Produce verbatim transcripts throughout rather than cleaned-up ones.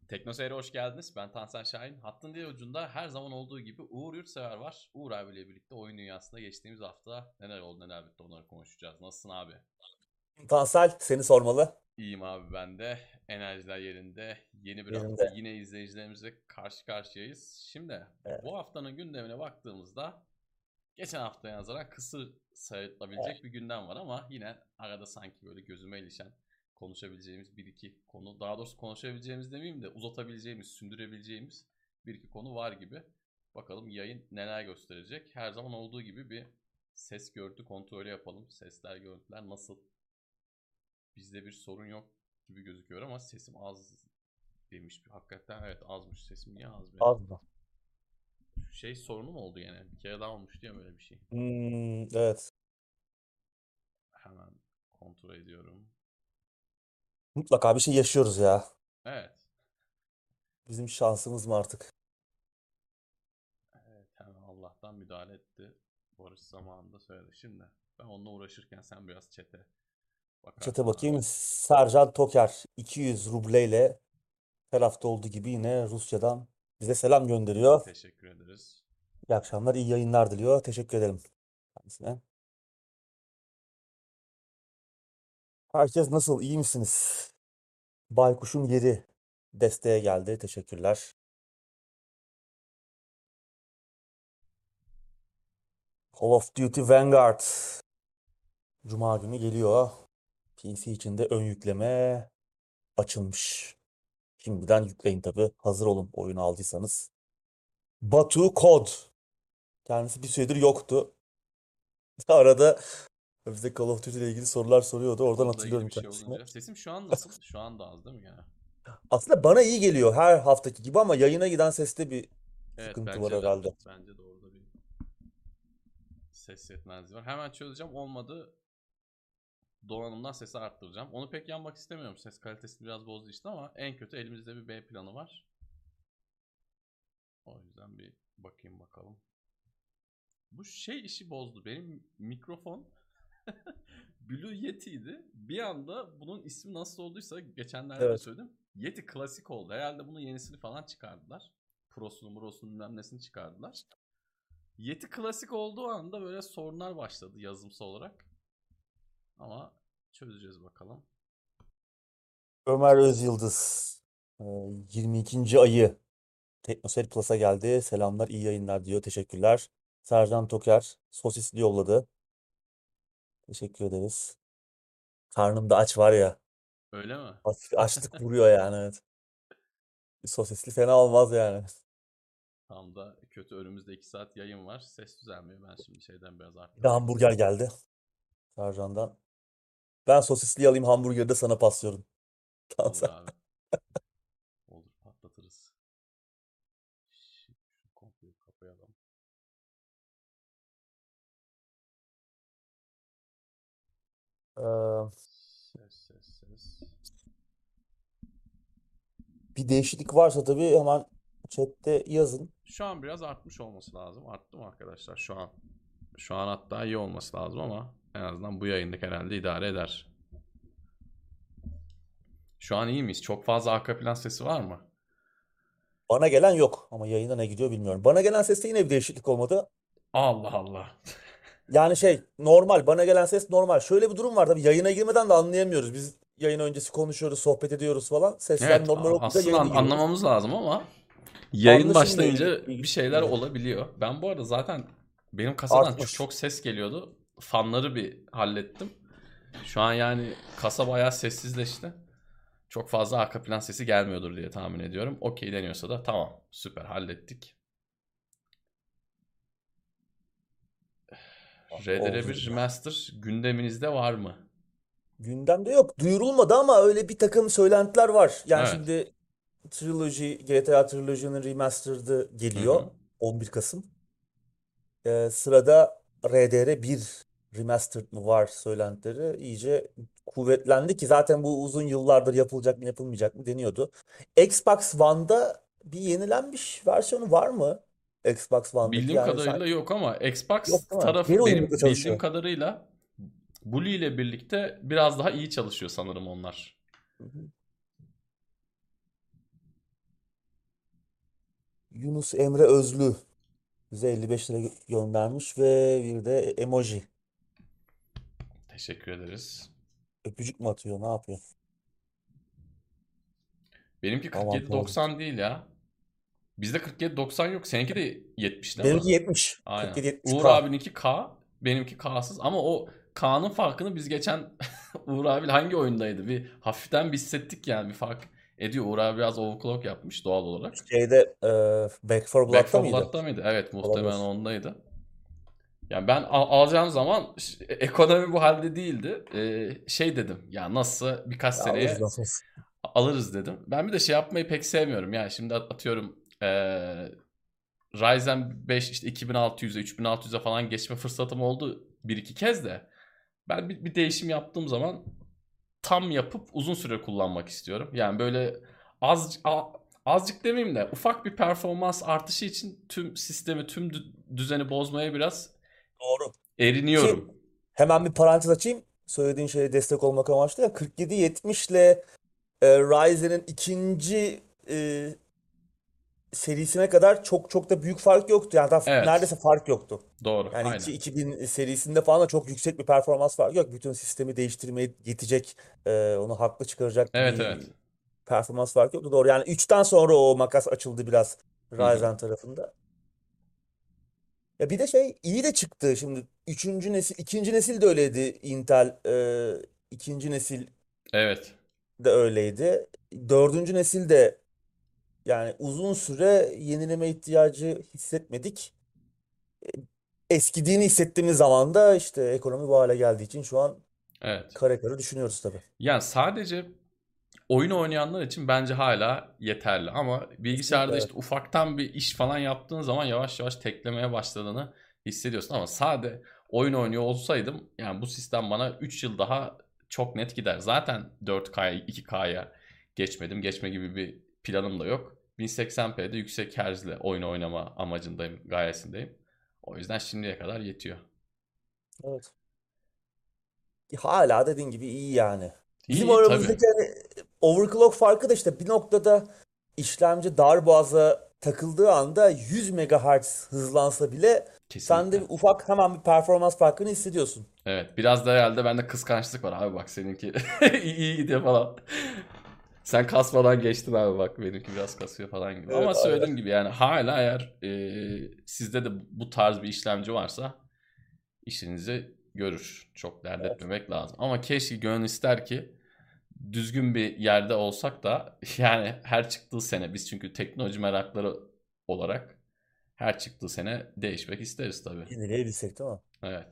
Tekno Seyir'e hoş geldiniz. Ben Tansel Şahin. Hattın diğer ucunda her zaman olduğu gibi Uğur Yurtsever var. Uğur abiyle birlikte oyun dünyasında geçtiğimiz hafta neler oldu neler bitti onları konuşacağız. Nasılsın abi? Tansel seni sormalı. İyiyim abi ben de. Enerjiler yerinde. Yeni bir hafta Yerinde. yine izleyicilerimizle karşı karşıyayız. Şimdi Evet. bu haftanın gündemine baktığımızda geçen haftaya nazaran kısır sayılabilecek bir gündem var ama yine arada sanki böyle gözüme ilişen konuşabileceğimiz bir iki konu, daha doğrusu konuşabileceğimiz demeyeyim de uzatabileceğimiz, sündürebileceğimiz bir iki konu var gibi. Bakalım yayın neler gösterecek. Her zaman olduğu gibi bir ses görüntü kontrolü yapalım. Sesler, görüntüler nasıl? Bizde bir sorun yok gibi gözüküyor ama sesim az demiş. Hakikaten evet azmış. Sesim niye az benim? Az mı? Şey sorunu mu oldu yine? Bir kere daha olmuş diye böyle bir şey. Hmm, evet. Hemen kontrol ediyorum. Mutlaka bir şey yaşıyoruz ya. Evet. Bizim şansımız mı artık? Evet hemen Allah'tan müdahale etti. Barış zamanında söyledi. Şimdi ben onunla uğraşırken sen biraz çete Çete bakarsan abi. bakayım. Sercan Toker iki yüz rubleyle her hafta olduğu gibi yine Rusya'dan bize selam gönderiyor. Teşekkür ederiz. İyi akşamlar, iyi yayınlar diliyor. Teşekkür ederim kendisine. Herkes nasıl? İyi misiniz? Baykuş'un yeri desteğe geldi. Teşekkürler. Call of Duty Vanguard Cuma günü geliyor. P C içinde ön yükleme açılmış. Şimdiden yükleyin tabii. Hazır olun oyunu aldıysanız. Batu Kod. Kendisi bir süredir yoktu. Arada bize Call of Duty ile ilgili sorular soruyordu. Oradan Kodla ilgili hatırlıyorum bir şey kendisini. olunca. Sesim şu an nasıl? Şu anda az değil mi gene? Aslında bana iyi geliyor her haftaki gibi ama yayına giden seste bir Evet sıkıntı var bence de. herhalde. Bence de orada bir ses yetmezliği var. Hemen çözeceğim. Olmadı donanımdan sesi arttıracağım. Onu pek yanmak istemiyorum. Ses kalitesini biraz bozdu işte ama en kötü elimizde bir B planı var. O yüzden bir bakayım bakalım. Bu şey işi bozdu. Benim mikrofon Blue Yeti'ydi. Bir anda bunun ismi nasıl olduysa geçenlerde de Evet. söyledim. Yeti klasik oldu. Herhalde bunun yenisini falan çıkardılar. Pro'sunu, Muros'unu bilmem nesini çıkardılar. Yeti klasik olduğu anda böyle sorunlar başladı yazımsal olarak. Ama çözeceğiz bakalım. Ömer Özyıldız. Ee, yirmi ikinci ayı Teknoseyir Plus'a geldi. Selamlar, iyi yayınlar diyor. Teşekkürler. Sercan Toker sosisli yolladı. Teşekkür ederiz. Karnım da aç var ya. Öyle mi? Aç- açlık vuruyor yani, evet. Bir sosisli fena olmaz yani. Tam da kötü önümüzde iki saat yayın var. Ses düzelmiyor. Ben şimdi şeyden biraz Bir de arttırmak hamburger istedim. geldi Sercan'dan. Ben sosisli alayım, hamburgeri de sana paslıyorum. Tamam Olur sen. abi. Olur patlatırız. Şimdi şu komple kapayalım. Ee, Ses ses ses. bir değişiklik varsa tabii hemen chatte yazın. Şu an biraz artmış olması lazım. Arttı mı arkadaşlar şu an? Şu an hatta iyi olması lazım ama en azından bu yayınlık herhalde idare eder. Şu an iyi miyiz? Çok fazla arka plan sesi var mı? Bana gelen yok ama yayına ne gidiyor bilmiyorum. Bana gelen seste yine bir değişiklik olmadı. Allah Allah. Yani şey normal, bana gelen ses normal. Şöyle bir durum var tabii, yayına girmeden de anlayamıyoruz. Biz yayın öncesi konuşuyoruz, sohbet ediyoruz falan. Sesler Evet normal olunca aslında yayına an- giriyoruz. anlamamız lazım ama yayın Anlaşılmıyor ilgi, başlayınca bir şeyler ilgi. olabiliyor. Ben bu arada zaten benim kasadan çok, Artmış. çok ses geliyordu. Fanları bir hallettim. Şu an yani kasa bayağı sessizleşti. Çok fazla arka plan sesi gelmiyordur diye tahmin ediyorum. Okey deniyorsa da tamam süper hallettik. Oldu R D R bir gibi. Remaster gündeminizde var mı? Gündemde yok. Duyurulmadı ama öyle bir takım söylentiler var. Yani Evet. şimdi Trilogy, G T A Trilogy'nin remastered'ı Hı geliyor hı. on bir Kasım. Ee, sırada R D R bir remastered mı var söylentileri iyice kuvvetlendi ki zaten bu uzun yıllardır yapılacak mı yapılmayacak mı deniyordu. Xbox One'da bir yenilenmiş versiyonu var mı? Xbox One'daki Bildiğim yani kadarıyla sanki yok ama Xbox yok değil mi? Bir tarafı oyunlukla benim bildiğim çalışıyor. kadarıyla Bully ile birlikte biraz daha iyi çalışıyor sanırım onlar. Hı hı. Yunus Emre Özlü bize elli beş lira gö- göndermiş ve bir de emoji. Teşekkür ederiz. Öpücük mü atıyor? Ne yapıyor? Benimki Aman tanrım. kırk yedi doksan değil ya. Bizde kırk yedi doksan yok. Seninki de yetmiş değil mi? Benimki yetmiş. Aynen. kırk yedi yetmiş Uğur K. abininki K. Benimki K'sız. Ama o K'nın farkını biz geçen Uğur abiyle hangi oyundaydı? Bir hafiften bir hissettik yani. Bir fark ediyor. Uğur abi biraz overclock yapmış doğal olarak. Şeyde e, Back four Back Blood'da four mıydı? Blood'da mıydı? Evet, muhtemelen Olabilir. ondaydı. Yani ben al- alacağım zaman ş- ekonomi bu halde değildi. Ee, şey dedim ya, nasıl birkaç Ya alırız seneye nasıl olsa. alırız dedim. Ben bir de şey yapmayı pek sevmiyorum. Yani şimdi at- atıyorum ee, Ryzen beş işte iki bin altı yüze üç bin altı yüze falan geçme fırsatım oldu bir iki kez de. Ben bir, bir değişim yaptığım zaman tam yapıp uzun süre kullanmak istiyorum. Yani böyle az a- azıcık demeyeyim de ufak bir performans artışı için tüm sistemi, tüm dü- düzeni bozmaya biraz Doğru. Ki eriniyorum. hemen bir parantez açayım. Söylediğin şeye destek olmak amaçlı ya. kırk yedi yetmiş ile e, Ryzen'in ikinci e, serisine kadar çok çok da büyük fark yoktu. Yani daha Evet, neredeyse fark yoktu. doğru, Yani aynen. iki- 2000 serisinde falan da çok yüksek bir performans farkı yok. Bütün sistemi değiştirmeye yetecek, e, onu haklı çıkaracak Evet, bir evet. performans farkı yoktu. Doğru. Yani üçten sonra o makas açıldı biraz Hı hı. Ryzen tarafında. Ya bir de şey iyi de çıktı şimdi. Üçüncü nesil, ikinci nesil de öyleydi Intel. E, ikinci nesil Evet, de öyleydi. Dördüncü nesil de yani uzun süre yenileme ihtiyacı hissetmedik. Eskidiğini hissettiğimiz zaman da işte ekonomi bu hale geldiği için şu an evet. kare kare düşünüyoruz tabii. Yani sadece oyun oynayanlar için bence hala yeterli. Ama Kesinlikle bilgisayarda evet. işte ufaktan bir iş falan yaptığın zaman yavaş yavaş teklemeye başladığını hissediyorsun. Ama sade oyun oynuyor olsaydım yani bu sistem bana üç yıl daha çok net gider. Zaten dört K'ya iki K'ya geçmedim. Geçme gibi bir planım da yok. bin seksen p'de yüksek herzle oyun oynama amacındayım, gayesindeyim. O yüzden şimdiye kadar yetiyor. Evet. Hala dediğin gibi iyi yani. İyi Bizim iyi tabii. aramızdaki hani overclock farkı da işte bir noktada işlemci darboğaza takıldığı anda yüz megahertz hızlansa bile sen de Kesinlikle. bir ufak hemen bir performans farkını hissediyorsun. Evet, biraz da herhalde bende kıskançlık var abi, bak seninki iyi, iyi gidiyor falan. Sen kasmadan geçtin abi, bak benimki biraz kasıyor falan gibi. Ama Evet aynen. söylediğim gibi yani hala eğer e, sizde de bu tarz bir işlemci varsa işinizi görür. Çok dert Evet. etmemek lazım. Ama keşke, gönül ister ki düzgün bir yerde olsak da yani her çıktığı sene biz, çünkü teknoloji merakları olarak her çıktığı sene değişmek isteriz tabii. Yenileyebilsek değil mi? Evet.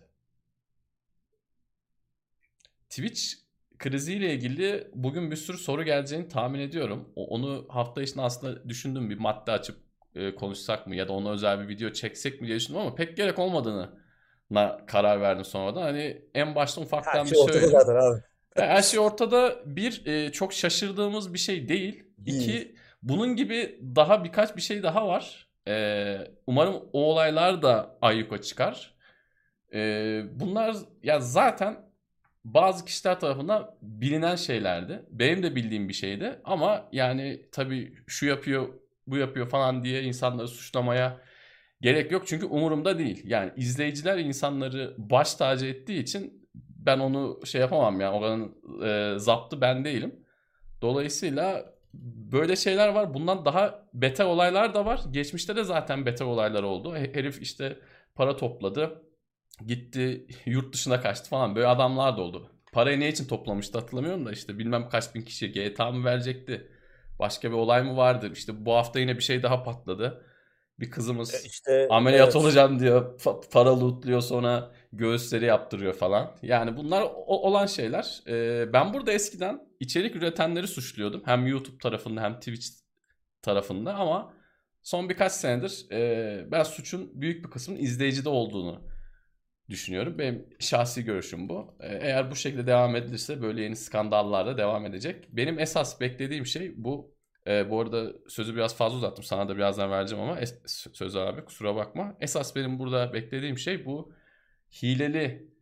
Twitch kriziyle ilgili bugün bir sürü soru geleceğini tahmin ediyorum. O- Onu hafta içinde aslında düşündüm, bir madde açıp e, konuşsak mı ya da ona özel bir video çeksek mi diye düşündüm ama pek gerek olmadığını na karar verdim sonradan. Hani en başta Her ufaktan bir şey ortada söyleyeyim. zaten abi. E, Her şey ortada. Bir, e, çok şaşırdığımız bir şey değil. Değil. İki, bunun gibi daha birkaç bir şey daha var. E, umarım o olaylar da ayyuka çıkar. E, bunlar ya zaten bazı kişiler tarafından bilinen şeylerdi. Benim de bildiğim bir şeydi. Ama yani tabii şu yapıyor, bu yapıyor falan diye insanları suçlamaya gerek yok. Çünkü umurumda değil. Yani izleyiciler insanları baş tacı ettiği için ben onu şey yapamam yani. Oranın e, zaptı ben değilim. Dolayısıyla böyle şeyler var. Bundan daha beter olaylar da var. Geçmişte de zaten beter olaylar oldu. Herif işte para topladı. Gitti yurt dışına kaçtı falan. Böyle adamlar da oldu. Parayı ne için toplamıştı hatırlamıyorum da işte bilmem kaç bin kişiye G T A mı verecekti? Başka bir olay mı vardı? İşte bu hafta yine bir şey daha patladı. Bir E, kızımız İşte ameliyat evet. olacağım diyor. Fa- para lootluyor, sonra göğüsleri yaptırıyor falan. Yani bunlar o- olan şeyler. Ee, ben burada eskiden içerik üretenleri suçluyordum. Hem YouTube tarafında hem Twitch tarafında, ama son birkaç senedir e, ben suçun büyük bir kısmının izleyicide olduğunu düşünüyorum. Benim şahsi görüşüm bu. Ee, Eğer bu şekilde devam edilirse böyle yeni skandallar da devam edecek. Benim esas beklediğim şey bu. Ee, bu arada sözü biraz fazla uzattım. Sana da birazdan vereceğim ama es- söz abi kusura bakma. Esas benim burada beklediğim şey bu hileli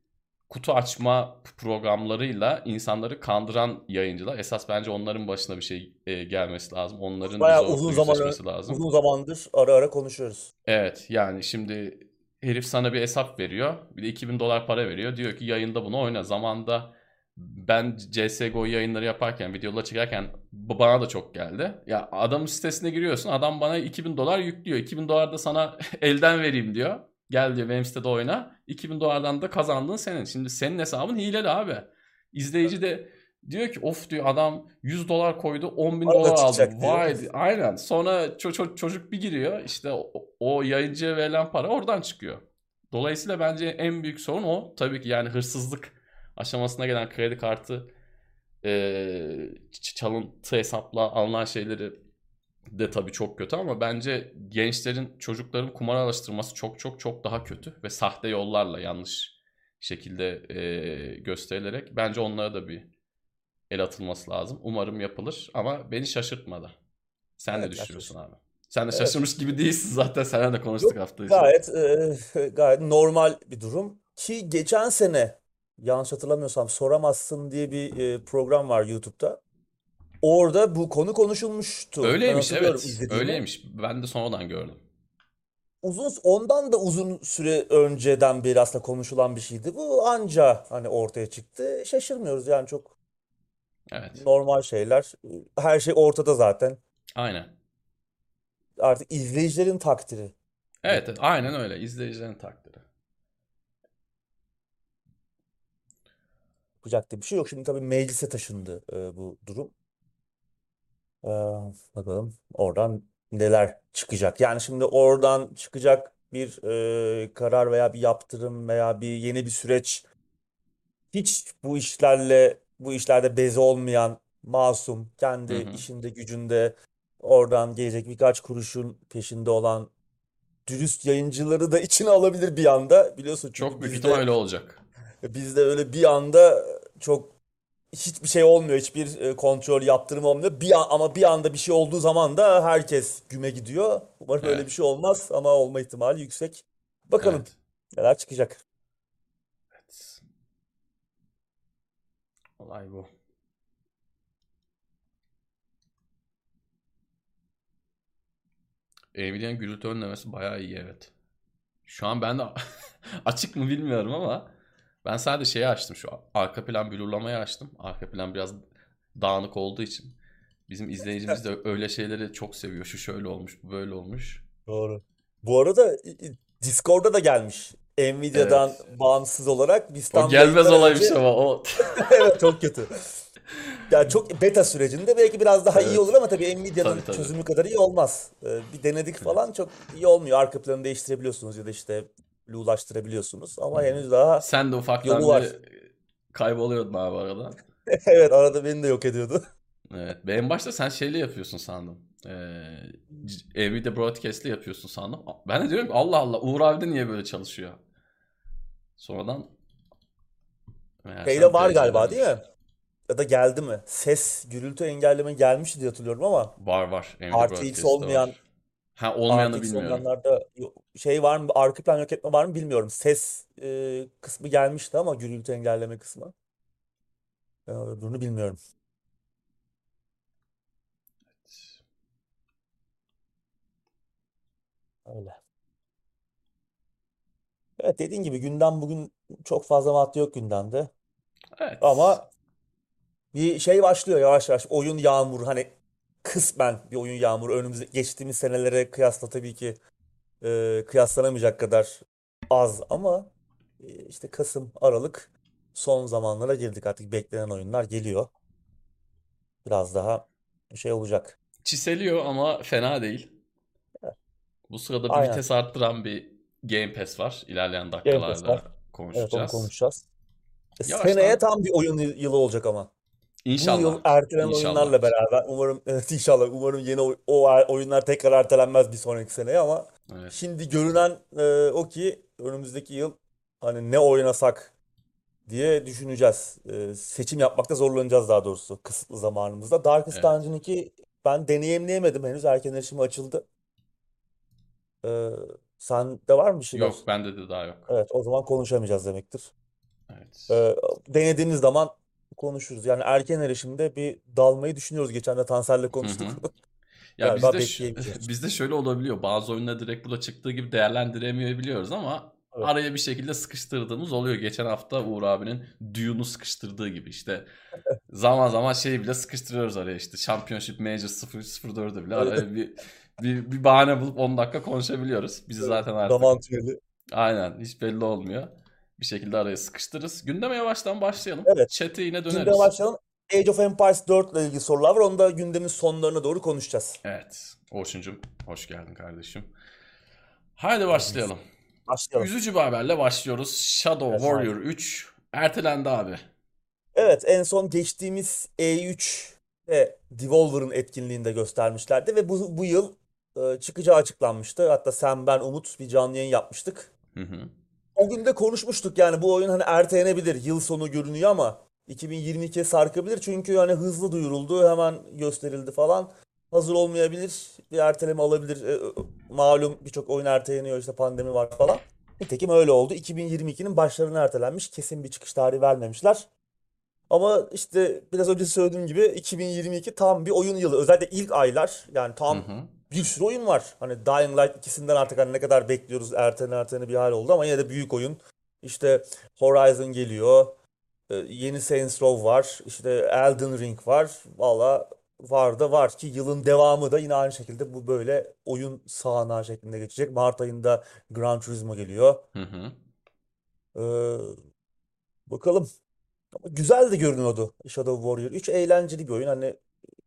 kutu açma programlarıyla insanları kandıran yayıncılar. Esas bence onların başına bir şey e, gelmesi lazım. Onların bir Bayağı uzun zorlukla zaman ö- yüzleşmesi lazım. uzun zamandır ara ara konuşuyoruz. Evet, yani şimdi herif sana bir hesap veriyor. Bir de iki bin dolar para veriyor. Diyor ki yayında bunu oyna. Zamanında ben C S G O yayınları yaparken, videoları çekerken bu bana da çok geldi. Ya adamın sitesine giriyorsun. Adam bana iki bin dolar yüklüyor. iki bin dolar da sana elden vereyim diyor. Gel diyor benim sitede oyna. iki bin dolardan da kazandığın senin. Şimdi senin hesabın hileli abi. İzleyici de diyor ki of diyor adam yüz dolar koydu on bin Para da dolar aldı. çıkacak diyor. Vay aynen. Sonra ço- ço- çocuk bir giriyor işte o, o yayıncıya verilen para oradan çıkıyor. Dolayısıyla bence en büyük sorun o. Tabii ki yani hırsızlık aşamasına gelen kredi kartı e, ç- çalıntı hesapla alınan şeyleri de tabii çok kötü ama bence gençlerin çocukların kumara alıştırması çok çok çok daha kötü ve sahte yollarla yanlış şekilde e, gösterilerek bence onlara da bir el atılması lazım. Umarım yapılır ama beni şaşırtmadı. Sen ne Evet ya düşünüyorsun şaşır. abi? Sen de Evet. şaşırmış gibi değilsin zaten. Seninle de konuştuk Yok, hafta içi. gayet e, gayet normal bir durum ki geçen sene yanlış hatırlamıyorsam Soramazsın diye bir e, program var YouTube'da. Orada bu konu konuşulmuştu. Ben Öyleymiş hatırlıyorum evet. izlediğimi. Öyleymiş. Ben de sonradan gördüm. Uzun ondan da uzun süre önceden beri aslında konuşulan bir şeydi. Bu anca hani ortaya çıktı. Şaşırmıyoruz yani çok Evet. normal şeyler. Her şey ortada zaten. Aynen. Artık izleyicilerin takdiri bu. Evet, evet, aynen öyle. İzleyicilerin takdiri. Yapacak da bir şey yok. Şimdi tabii meclise taşındı e, bu durum. Ee, bakalım oradan neler çıkacak. Yani şimdi oradan çıkacak bir e, karar veya bir yaptırım veya bir yeni bir süreç hiç bu işlerle bu işlerde bezi olmayan masum kendi Hı hı. işinde gücünde oradan gelecek birkaç kuruşun peşinde olan dürüst yayıncıları da içine alabilir bir anda biliyorsun Çok çünkü büyük ihtimal bizde öyle olacak. bizde öyle bir anda çok hiçbir şey olmuyor. Hiçbir e, kontrol, yaptırım olmuyor. Bir an, ama bir anda bir şey olduğu zaman da herkes güme gidiyor. Umarım öyle bir Evet. şey olmaz ama olma ihtimali yüksek. Bakalım Evet. neler çıkacak. Evet. Olay bu. Nvidia'nın gürültü önlemesi bayağı iyi evet. Şu an ben de açık mı bilmiyorum ama ben sadece şeyi açtım şu an. Arka plan blurlamayı açtım. Arka plan biraz dağınık olduğu için. Bizim izleyicimiz de öyle şeyleri çok seviyor. Şu şöyle olmuş, bu böyle olmuş. Doğru. Bu arada i- i- Discord'da da gelmiş. Nvidia'dan Evet. bağımsız olarak biz O tam gelmez yayından olaymış önce ama o evet çok kötü. Yani çok beta sürecinde belki biraz daha iyi olur evet. ama tabii Nvidia'nın Tabii tabii. çözümü kadar iyi olmaz. Ee, bir denedik Evet. falan çok iyi olmuyor. Arka planı değiştirebiliyorsunuz ya da işte blue'laştırabiliyorsunuz Hı ama hı. henüz daha Sen de yolu ufaktan var. bir kayboluyordun abi arada. Evet arada beni de yok ediyordu. Evet. Ben başta sen şeyle yapıyorsun sandım. Ee, Nvidia Broadcast'le yapıyorsun sandım. Ben de diyorum ki Allah Allah Uğur abi de niye böyle çalışıyor? Sonradan Şeyde meğersem var galiba değil derecedeymiş. mi? Ya da geldi mi? Ses gürültü engelleme gelmişti diye hatırlıyorum ama Var var. Nvidia R T X Broadcast'te olmayan var. Ha olmayanı R T X bilmiyorum. olmayanlarda yo- şey var mı? Arka plan yok etme var mı bilmiyorum. Ses e, kısmı gelmişti ama gürültü engelleme kısmı. E, öbürünü bilmiyorum. Öyle. Evet dediğin gibi gündem bugün çok fazla madde yok gündemde. Evet. Ama bir şey başlıyor yavaş yavaş. Oyun yağmuru hani kısmen bir oyun yağmuru önümüzde geçtiğimiz senelere kıyasla tabii ki e, kıyaslanamayacak kadar az ama e, işte Kasım, Aralık son zamanlara girdik artık beklenen oyunlar geliyor. Biraz daha şey olacak. Çiseliyor ama fena değil. Bu sırada bir Aynen. vites arttıran bir Game Pass var. İlerleyen Game Pass var. dakikalarda Evet onu konuşacağız. konuşacağız. E, seneye Yavaştan tam bir oyun y- yılı olacak ama. Bu yıl inşallah. ertelenen İnşallah. oyunlarla beraber umarım evet inşallah umarım yeni oy- o er- oyunlar tekrar ertelenmez bir sonraki seneye ama Evet. şimdi görünen e, o ki önümüzdeki yıl hani ne oynasak diye düşüneceğiz. E, seçim yapmakta zorlanacağız daha doğrusu kısıtlı zamanımızda. Darkest Evet. Dungeon iki ben deneyimleyemedim henüz erken erişime açıldı. E, sende var mı bir şeyler? Yok bende de daha yok. Evet o zaman konuşamayacağız demektir. Evet. Ee, denediğimiz zaman konuşuruz. Yani erken erişimde bir dalmayı düşünüyoruz. Geçen de Tansel'le Hı hı. konuştuk. Ya Galiba bizde ş- bekleyebileceğiz. bizde şöyle olabiliyor. Bazı oyunları direkt burada çıktığı gibi değerlendiremeyebiliyoruz ama Evet. araya bir şekilde sıkıştırdığımız oluyor. Geçen hafta Uğur abinin Dune'u sıkıştırdığı gibi işte zaman zaman şeyi bile sıkıştırıyoruz araya işte Championship Major sıfır sıfır dördü bile Evet. araya bir, bir bir bahane bulup on dakika konuşabiliyoruz. Bizi Evet. zaten artık Zaman tüneli. aynen hiç belli olmuyor. Bir şekilde araya sıkıştırırız. Gündeme yavaştan başlayalım. Evet. Chat'e yine Gündeme döneriz. başlayalım. Age of Empires dört ile ilgili sorular var. Onu da gündemin sonlarına doğru konuşacağız. Evet. Orçuncum hoş geldin kardeşim. Haydi Geldiniz. başlayalım. Başlayalım. Üzücü bir haberle başlıyoruz. Shadow Evet, Warrior maalesef. üç ertelendi abi. Evet, en son geçtiğimiz E üç ve Devolver'ın etkinliğinde göstermişlerdi ve bu, bu yıl e, çıkacağı açıklanmıştı. Hatta sen, ben, Umut bir canlı yayın yapmıştık. Hı hı. O gün de konuşmuştuk yani bu oyun hani ertelenebilir. Yıl sonu görünüyor ama iki bin yirmi ikiye sarkabilir. Çünkü hani hızlı duyuruldu, hemen gösterildi falan. Hazır olmayabilir, bir erteleme alabilir. E, e, malum birçok oyun erteleniyor işte pandemi var falan. Nitekim öyle oldu. iki bin yirmi ikinin başlarına ertelenmiş. Kesin bir çıkış tarihi vermemişler. Ama işte biraz önce söylediğim gibi iki bin yirmi iki tam bir oyun yılı. Özellikle ilk aylar yani Hı tam hı. bir sürü oyun var. Hani Dying Light ikisinden artık hani ne kadar bekliyoruz ertene ertene bir hal oldu ama yine de büyük oyun. İşte Horizon geliyor. Ee, Yeni Saints Row var. İşte Elden Ring var. Valla var da var ki yılın devamı da yine aynı şekilde bu böyle oyun sahanağı şeklinde geçecek. Mart ayında Gran Turismo geliyor. Hı hı. Ee, bakalım. Ama güzel de görünüyordu Shadow Warrior üç. Eğlenceli bir oyun. Hani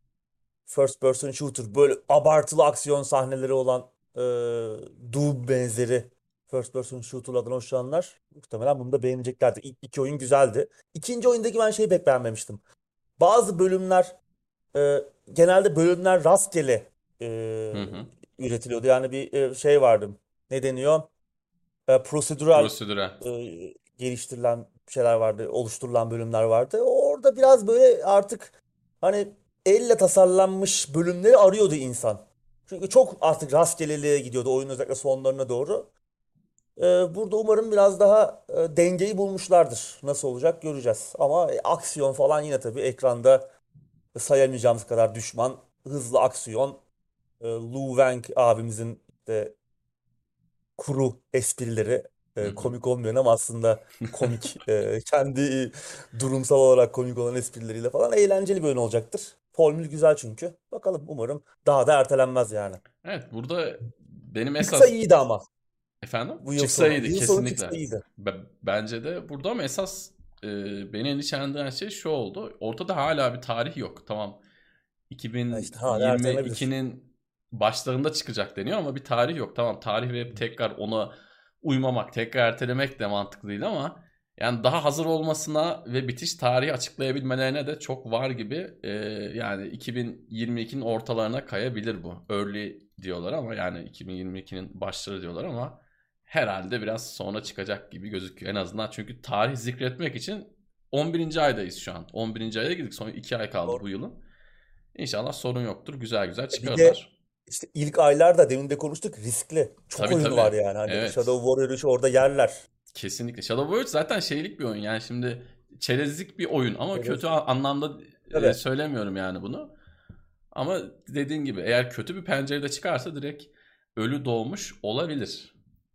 first person shooter böyle abartılı aksiyon sahneleri olan e, Doom benzeri first person shooter'lardan hoşlananlar muhtemelen bunu da beğeneceklerdi. İlk iki oyun güzeldi. İkinci oyundaki ben şeyi pek beğenmemiştim. Bazı bölümler e, genelde bölümler rastgele e, Hı hı. üretiliyordu. Yani bir e, şey vardı. Ne deniyor? E, prosedürel Prosedürel. e, geliştirilen şeyler vardı, oluşturulan bölümler vardı. Orada biraz böyle artık hani elle tasarlanmış bölümleri arıyordu insan. Çünkü çok artık rastgeleliğe gidiyordu oyun özellikle sonlarına doğru. E, burada umarım biraz daha e, dengeyi bulmuşlardır. Nasıl olacak göreceğiz. Ama e, aksiyon falan yine tabii ekranda sayamayacağımız kadar düşman, hızlı aksiyon. E, Lu Wang abimizin işte kuru esprileri Hı e, hı. komik olmayan ama aslında komik e, kendi durumsal olarak komik olan esprileriyle falan eğlenceli bir oyun olacaktır. Formül güzel çünkü. Bakalım umarım daha da ertelenmez yani. Evet burada benim Çıksa esas iyiydi ama efendim bu yıl çıksa sonu. iyiydi Yıl sonu çıksa kesinlikle. iyiydi. Be- bence de burada ama esas e, beni endişelendiren şey şu oldu. Ortada hala bir tarih yok. Tamam Ha işte hala ertelenebilir. iki bin yirmi ikinin başlarında çıkacak deniyor ama bir tarih yok. Tamam tarih verip tekrar ona uymamak, tekrar ertelemek de mantıklı değil ama yani daha hazır olmasına ve bitiş tarihi açıklayabilmelerine de çok var gibi. Ee, yani iki bin yirmi ikinin ortalarına kayabilir bu. Early diyorlar ama yani iki bin yirmi ikinin başları diyorlar ama herhalde biraz sonra çıkacak gibi gözüküyor en azından. Çünkü tarih zikretmek için on birinci aydayız şu an. on birinci aya girdik. Son iki ay kaldı Doğru. bu yılın. İnşallah sorun yoktur. Güzel güzel E bir de çıkarırlar. işte ilk aylarda demin de konuştuk riskli. Çok Tabii oyun var tabii. yani. Hani Evet. Shadow Warrior üç orada yerler. Kesinlikle. Shadow Warrior zaten şeylik bir oyun. Yani şimdi çerezlik bir oyun ama kötü Evet. a- anlamda e, Tabii. söylemiyorum yani bunu. Ama dediğin gibi eğer kötü bir pencerede çıkarsa direkt ölü doğmuş olabilir.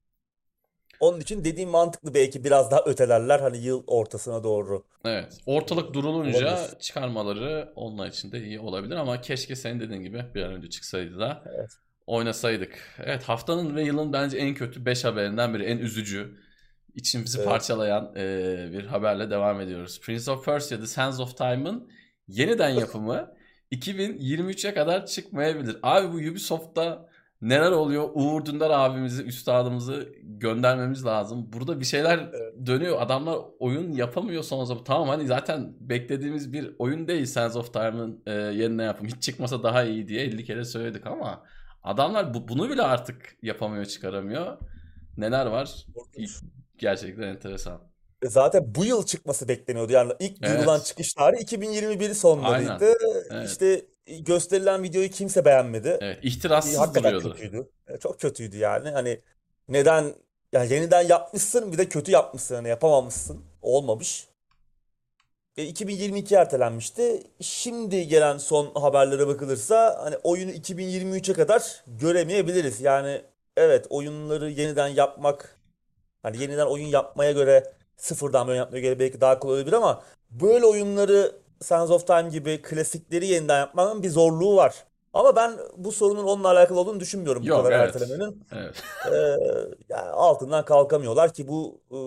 Onun için dediğim mantıklı belki biraz daha ötelerler hani yıl ortasına doğru. Evet. Ee, Ortalık olabilir. durulunca çıkarmaları onlar için de iyi olabilir ama keşke senin dediğin gibi bir an önce çıksaydı da Evet. oynasaydık. Evet haftanın ve yılın bence en kötü beş haberinden biri. En üzücü, içimizi Evet. parçalayan eee, bir haberle devam ediyoruz. Prince of Persia The Sands of Time'ın yeniden yapımı iki bin yirmi üçe kadar çıkmayabilir. Abi bu Ubisoft'ta neler oluyor? Uğur Dündar abimizi, üstadımızı göndermemiz lazım. Burada bir şeyler Evet. dönüyor. Adamlar oyun yapamıyor son zaman. Tamam hani zaten beklediğimiz bir oyun değil Sands of Time'ın eee yeniden yapımı. Hiç çıkmasa daha iyi diye elli kere söyledik ama adamlar bu, bunu bile artık yapamıyor, çıkaramıyor. Neler var? Korkunç. Gerçekten enteresan. E Zaten bu yıl çıkması bekleniyordu. Yani ilk duyurulan Evet. çıkış tarihi iki bin yirmi bir Aynen. sonlarıydı. Evet. İşte gösterilen videoyu kimse beğenmedi. Evet. Ki İhtirassız hakikaten duruyordu. kötüydü. E, Çok kötüydü yani. Hani neden yani yeniden yapmışsın bir de kötü yapmışsın hani yapamamışsın. olmamış. E, iki bin yirmi iki ertelenmişti. Şimdi gelen son haberlere bakılırsa hani oyunu iki bin yirmi üçe kadar göremeyebiliriz. Yani evet, oyunları yeniden yapmak, hani yeniden oyun yapmaya göre, sıfırdan böyle yapmaya göre belki daha kolay olabilir ama böyle oyunları Sands of Time gibi klasikleri yeniden yapmanın bir zorluğu var. Ama ben bu sorunun onunla alakalı olduğunu düşünmüyorum, bu Yok, kadar evet. ertelemenin. Evet. Ee, Yani altından kalkamıyorlar ki bu e,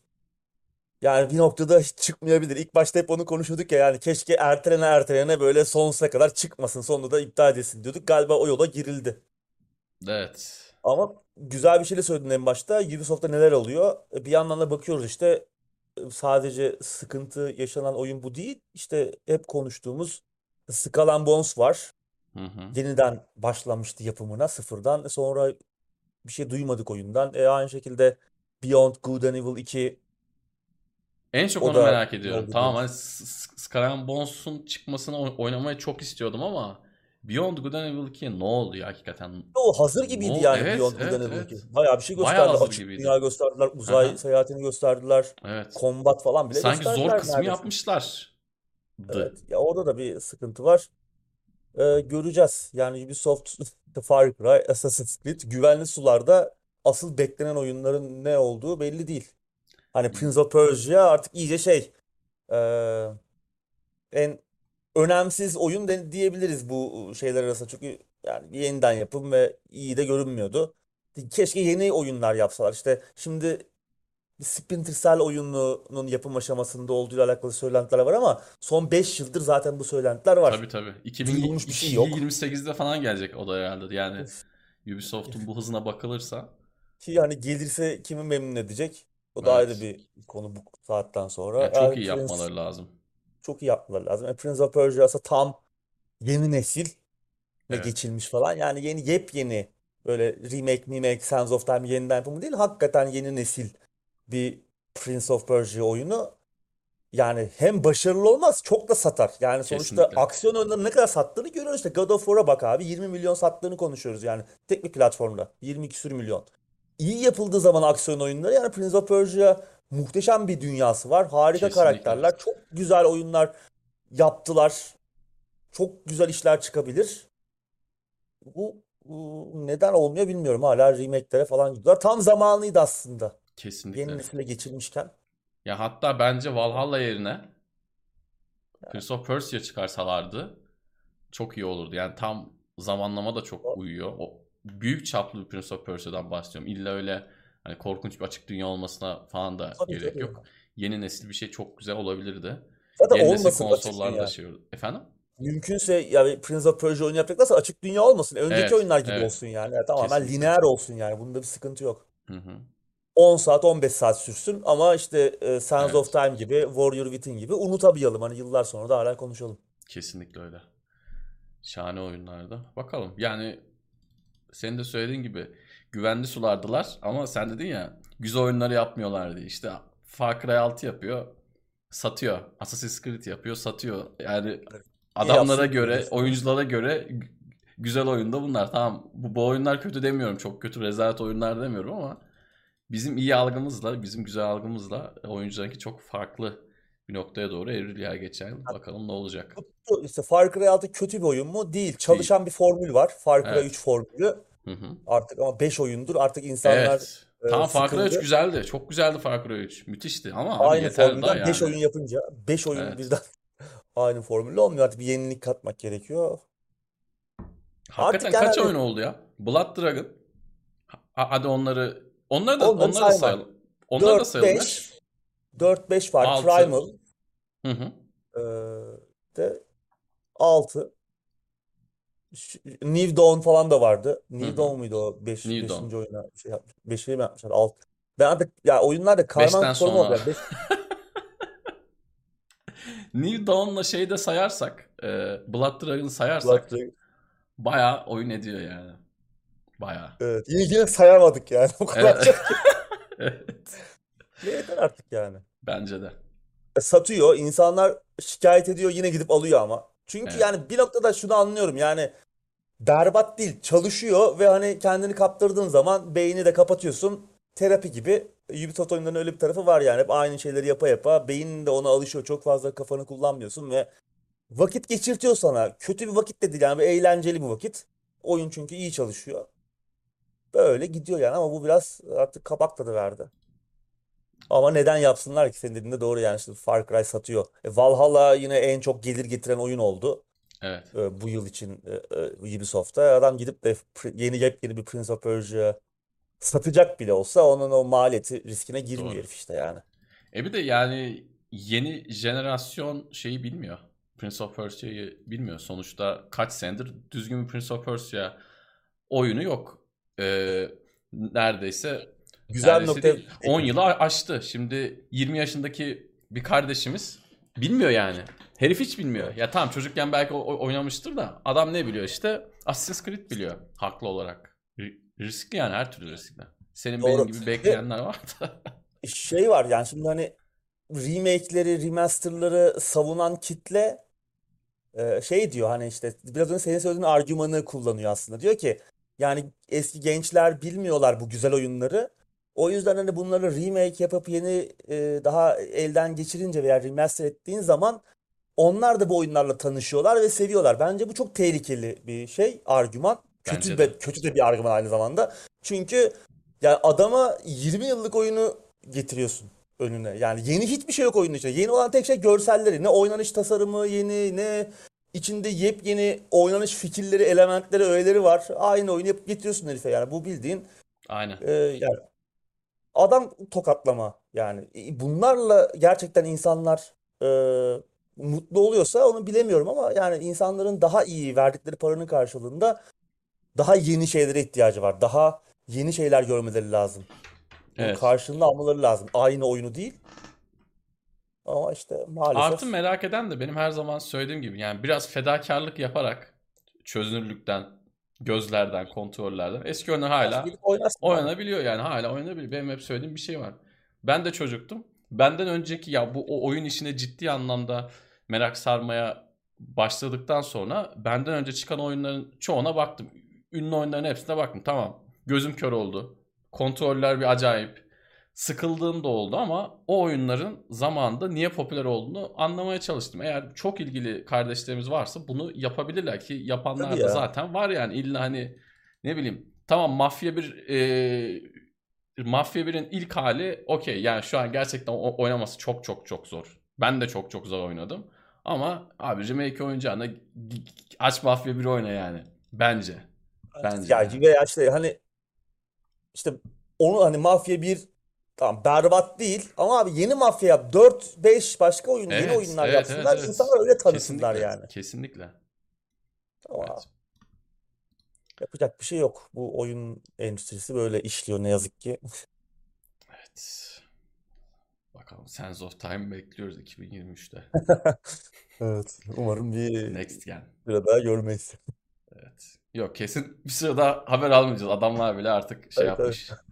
yani bir noktada hiç çıkmayabilir. İlk başta hep onu konuşuyorduk ya, yani keşke ertelene ertelene böyle sonsuza kadar çıkmasın, sonunda da iptal edilsin diyorduk. Galiba o yola girildi. Evet. Ama güzel bir şey de söyledin en başta. Ubisoft'ta neler oluyor? E, Bir yandan da bakıyoruz işte, e, sadece sıkıntı yaşanan oyun bu değil. İşte hep konuştuğumuz Skull and Bones var. Hı hı. Yeniden başlamıştı yapımına sıfırdan. Sonra bir şey duymadık oyundan. E, aynı şekilde Beyond Good and Evil iki, En çok o onu da merak iyi ediyorum. oldu Tamam, hani diyoruz. S- S- Skull and Bones'un çıkmasını oy- oynamayı çok istiyordum ama Beyond Good and Evil iki ne oldu ya hakikaten? O hazır Ne gibiydi oldu? yani Evet, Beyond Good and evet, Evil iki. evet. Bayağı bir şey Bayağı gösterdiler. hazır Açık dünya gibiydi. gösterdiler. Uzay Aha, seyahatini gösterdiler. evet. Combat falan bile Sanki zor gösterdiler kısmı neredeyse. yapmışlardı. Evet. Ya orada da bir sıkıntı var. Ee, göreceğiz. Yani Ubisoft, Far Cry, Assassin's Creed güvenli sularda, asıl beklenen oyunların ne olduğu belli değil. Hani Prince of Persia artık iyice şey, e, en önemsiz oyun de, diyebiliriz bu şeyler arasında. Çünkü yani bir yeniden yapım ve iyi de görünmüyordu. Keşke yeni oyunlar yapsalar. İşte şimdi bir Splinter Cell oyununun yapım aşamasında olduğuyla alakalı söylentiler var ama son beş yıldır zaten bu söylentiler var. Tabii, tabii. Duyurulmuş bir şey yok. iki bin yirmi sekizde falan gelecek o da herhalde. Yani Ubisoft'un bu hızına bakılırsa. Ki hani gelirse kimi memnun edecek? O da ayrı Evet. bir konu bu saatten sonra. Yani çok Yani iyi Prince yapmaları lazım. çok iyi yapmaları lazım. Yani Prince of Persia ise tam yeni nesil ne Evet. geçilmiş falan. Yani yeni, yepyeni, böyle remake, remake, Sands of Time yeniden yapımı değil. Hakikaten yeni nesil bir Prince of Persia oyunu. Yani hem başarılı olmaz, çok da satar. Yani sonuçta Kesinlikle. aksiyon oyunlarının ne kadar sattığını görüyoruz. İşte God of War'a bak abi, yirmi milyon sattığını konuşuyoruz yani. Tek bir platformda yirmi küsür milyon. İyi yapıldığı zaman aksiyon oyunları, yani Prince of Persia muhteşem bir dünyası var. Harika Kesinlikle. karakterler, çok güzel oyunlar yaptılar. Çok güzel işler çıkabilir. Bu, bu neden olmuyor bilmiyorum. Hala remake'lere falan gidiyorlar. Tam zamanıydı aslında. Yeni Kesinlikle. nesile geçilmişken. Ya hatta bence Valhalla yerine Prince of Persia çıkarsalardı çok iyi olurdu. Yani tam zamanlama da çok uyuyor. O büyük çaplı bir Prince of Persia'dan bahsediyorum. İlla öyle hani korkunç bir açık dünya olmasına falan da Tabii gerek tabii. yok. Yeni nesil bir şey çok güzel olabilirdi. Zaten Yeni nesil olmasın açık konsollarda dünya. şey olur. Efendim? Mümkünse yani Prince of Persia oyunu yapacaklarsa açık dünya olmasın. Önceki Evet, oyunlar gibi evet. olsun yani. Yani tamamen Kesinlikle. lineer olsun yani. Bunda bir sıkıntı yok. Hı hı. on saat on beş saat sürsün ama işte e, Sands of Evet. Time gibi, Warrior Within gibi unutamayalım. Hani yıllar sonra da hala konuşalım. Kesinlikle öyle. Şahane oyunlardı. Bakalım. Yani senin de söylediğin gibi güvenli sulardılar ama sen dedin ya güzel oyunları yapmıyorlar diye. İşte Far Cry altı yapıyor, satıyor. Assassin's Creed yapıyor, satıyor. Yani Niye adamlara yapsın ki göre, diyorsun. oyunculara göre g- güzel oyunda bunlar. Tamam, bu, bu oyunlar kötü demiyorum. Çok kötü rezalet oyunlar demiyorum ama bizim iyi algımızla, bizim güzel algımızla oyuncularınki çok farklı bir noktaya doğru evriliyor her geçen yıl. Bakalım ne olacak. Bu- İşte Far Cry altı kötü bir oyun mu? Değil. Değil. Çalışan bir formül var. Far Cry üç Evet. formülü. Hı hı. Artık ama beş oyundur. Artık insanlar Evet. e, Tamam, Far Cry üç sıkıldı. güzeldi. Çok güzeldi Far Cry üç. Müthişti ama abi Aynı yeter daha formülden beş yani. oyun yapınca, beş oyun Evet. birden aynı formülle olmuyor. Artık bir yenilik katmak gerekiyor. Artık Hakikaten yani kaç hani oyun oldu ya? Blood Dragon. Ha- hadi onları onları da onları onları da sayma. sayalım. Onları da Dört sayalım yaş. beş dört beş var. altı. Primal Hı hı. e, de altı. New Dawn falan da vardı. Hı New hı. Dawn muydu o beş New Dawn. beşinci oyuna şey yapmış. beşi mi yapmışlar? altı. Ben artık ya oyunlarda karman beşten çorman sonra. oldu. Yani beş New Dawn'la şeyi de sayarsak, e, Blood Dragon'ı Blood sayarsak Dragon. bayağı oyun ediyor yani. Bayağı. Evet. Yine, yine sayamadık yani. O kadar Evet. çok ki. Evet. Ne yeter artık yani. Bence de. E, satıyor. İnsanlar şikayet ediyor. Yine gidip alıyor ama. Çünkü Evet. yani bir noktada şunu anlıyorum. Yani berbat değil. Çalışıyor ve hani kendini kaptırdığın zaman beyni de kapatıyorsun. Terapi gibi. Ubisoft oyunlarının öyle bir tarafı var yani. Hep aynı şeyleri yapa yapa beynin de ona alışıyor. Çok fazla kafanı kullanmıyorsun ve vakit geçirtiyor sana. Kötü bir vakit de değil yani, bir eğlenceli bir vakit. Oyun çünkü iyi çalışıyor. Böyle gidiyor yani, ama bu biraz artık kabak tadı verdi. Ama neden yapsınlar ki? Senin dediğin de doğru yani. Şimdi Far Cry satıyor. E, Valhalla yine en çok gelir getiren oyun oldu. Evet. E, bu yıl için e, e, Ubisoft'ta. Adam gidip de pr- yeni yepyeni bir Prince of Persia satacak bile olsa onun o maliyeti riskine girmiyor Doğru. herif işte yani. E bir de yani yeni jenerasyon şeyi bilmiyor. Prince of Persia'yı bilmiyor. Sonuçta kaç senedir düzgün bir Prince of Persia oyunu yok. Ee, neredeyse Güzel bir neredeyse noktaya değil. on değindin. yılı aştı. Şimdi yirmi yaşındaki bir kardeşimiz bilmiyor yani. Herif hiç bilmiyor. Evet. Ya tamam çocukken belki o- oynamıştır da adam ne biliyor işte? Assassin's Creed biliyor haklı olarak. R- riskli yani her türlü riskli. Senin benim Doğru. gibi Ve bekleyenler var da. şey var yani, şimdi hani remake'leri, remaster'ları savunan kitle e, şey diyor, hani işte biraz önce senin söylediğin argümanı kullanıyor aslında. Diyor ki yani eski gençler bilmiyorlar bu güzel oyunları. O yüzden hani bunları remake yapıp yeni e, daha elden geçirince veya remaster ettiğin zaman onlar da bu oyunlarla tanışıyorlar ve seviyorlar. Bence bu çok tehlikeli bir şey, argüman. Kötü Bence de. de, kötü de bir argüman aynı zamanda. Çünkü yani adama yirmi yıllık oyunu getiriyorsun önüne. Yani yeni hiçbir şey yok oyunun içinde. Yeni olan tek şey görselleri. Ne oynanış tasarımı yeni, ne içinde yepyeni oynanış fikirleri, elementleri, öğeleri var. Aynı oyunu yapıp getiriyorsun herife yani. Bu bildiğin Aynen. e, yani adam tokatlama yani. E, Bunlarla gerçekten insanlar e, mutlu oluyorsa onu bilemiyorum, ama yani insanların daha iyi verdikleri paranın karşılığında daha yeni şeylere ihtiyacı var. Daha yeni şeyler görmeleri lazım. Bunun Evet. karşılığını almaları lazım. Aynı oyunu değil. Ama işte Artı maalesef merak eden de benim her zaman söylediğim gibi yani biraz fedakarlık yaparak çözünürlükten, gözlerden, kontrollerden eski oyunu hala gidip oynarsın abi. oynanabiliyor yani hala oynanabiliyor. Benim hep söylediğim bir şey var. Ben de çocuktum. Benden önceki ya bu o oyun işine ciddi anlamda merak sarmaya başladıktan sonra benden önce çıkan oyunların çoğuna baktım. Ünlü oyunların hepsine baktım. Tamam. Gözüm kör oldu. Kontroller bir acayip. Sıkıldığım da oldu ama o oyunların zamanında niye popüler olduğunu anlamaya çalıştım. Eğer çok ilgili kardeşlerimiz varsa bunu yapabilirler ki Tabii yapanlar da ya. zaten var yani illa hani ne bileyim tamam Mafya bir e, Mafya birin ilk hali okey yani şu an gerçekten o- oynaması çok çok çok zor. Ben de çok çok zor oynadım. Ama abi remake oynayacağına g- g- aç Mafya bir oyna yani. Bence. Bence Yani yani. veya işte hani işte onu hani Mafya bir tamam berbat değil, ama abi yeni Mafya yap. Dört beş başka oyun, yeni Evet, oyunlar evet, evet, yapsınlar. evet. İnsanlar öyle tanısınlar Kesinlikle, yani. kesinlikle. Ama Evet. yapacak bir şey yok. Bu oyun endüstrisi böyle işliyor ne yazık ki. Evet. Bakalım Sands of Time bekliyoruz iki bin yirmi üçte. Evet. Umarım bir Next Gen. süre daha görmeyiz. Evet. Yok kesin bir süre daha haber almayacağız. Adamlar bile artık şey Evet, evet. yapmış.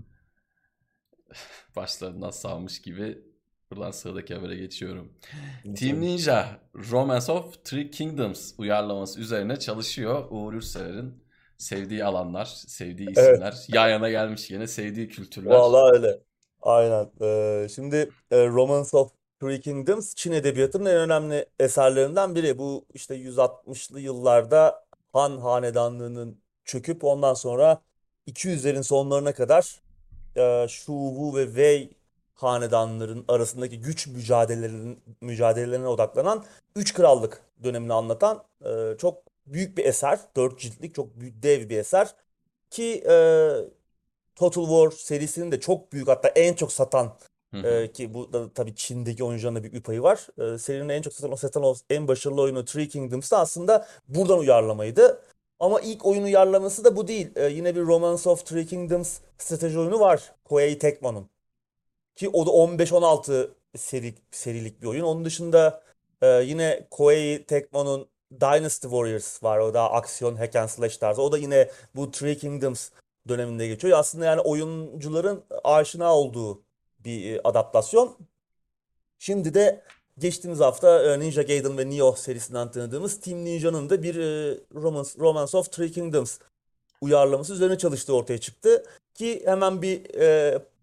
Başlarından salmış gibi. Buradan sıradaki habere geçiyorum. Team Geçelim. Ninja Romance of Three Kingdoms uyarlaması üzerine çalışıyor. Uğur Yurtsever'in sevdiği alanlar, sevdiği Evet. isimler, yan yana gelmiş yine sevdiği kültürler. Vallahi öyle. Aynen. Ee, şimdi e, Romance of Three Kingdoms Çin edebiyatının en önemli eserlerinden biri. Bu işte yüz altmışlı yıllarda Han Hanedanlığı'nın çöküp ondan sonra iki yüzlerin sonlarına kadar e, Shu, Wu ve Wei hanedanların arasındaki güç mücadelelerinin mücadelelerine odaklanan Üç Krallık dönemini anlatan e, çok büyük bir eser. Dört ciltlik çok büyük, dev bir eser. Ki e, Total War serisinin de çok büyük, hatta en çok satan Hı hı. e, ki bu da tabii Çin'deki oyuncuların da büyük bir payı var. E, serinin en çok satan, satan o en başarılı oyunu Three Kingdoms da aslında buradan uyarlamaydı. Ama ilk oyun uyarlaması da bu değil. E, yine bir Romance of Three Kingdoms strateji oyunu var. Koei Tecmo'nun. Ki o da on beş on altı seri, serilik bir oyun. Onun dışında e, yine Koei Tecmo'nun Dynasty Warriors var. O da aksiyon hack and slash tarzı. O da yine bu Three Kingdoms döneminde geçiyor. Aslında yani oyuncuların aşina olduğu bir e, adaptasyon. Şimdi de geçtiğimiz hafta e, Ninja Gaiden ve Nioh serisinden tanıdığımız Team Ninja'nın da bir e, Romance, Romance of Three Kingdoms uyarlaması üzerine çalıştığı ortaya çıktı. Ki hemen bir e,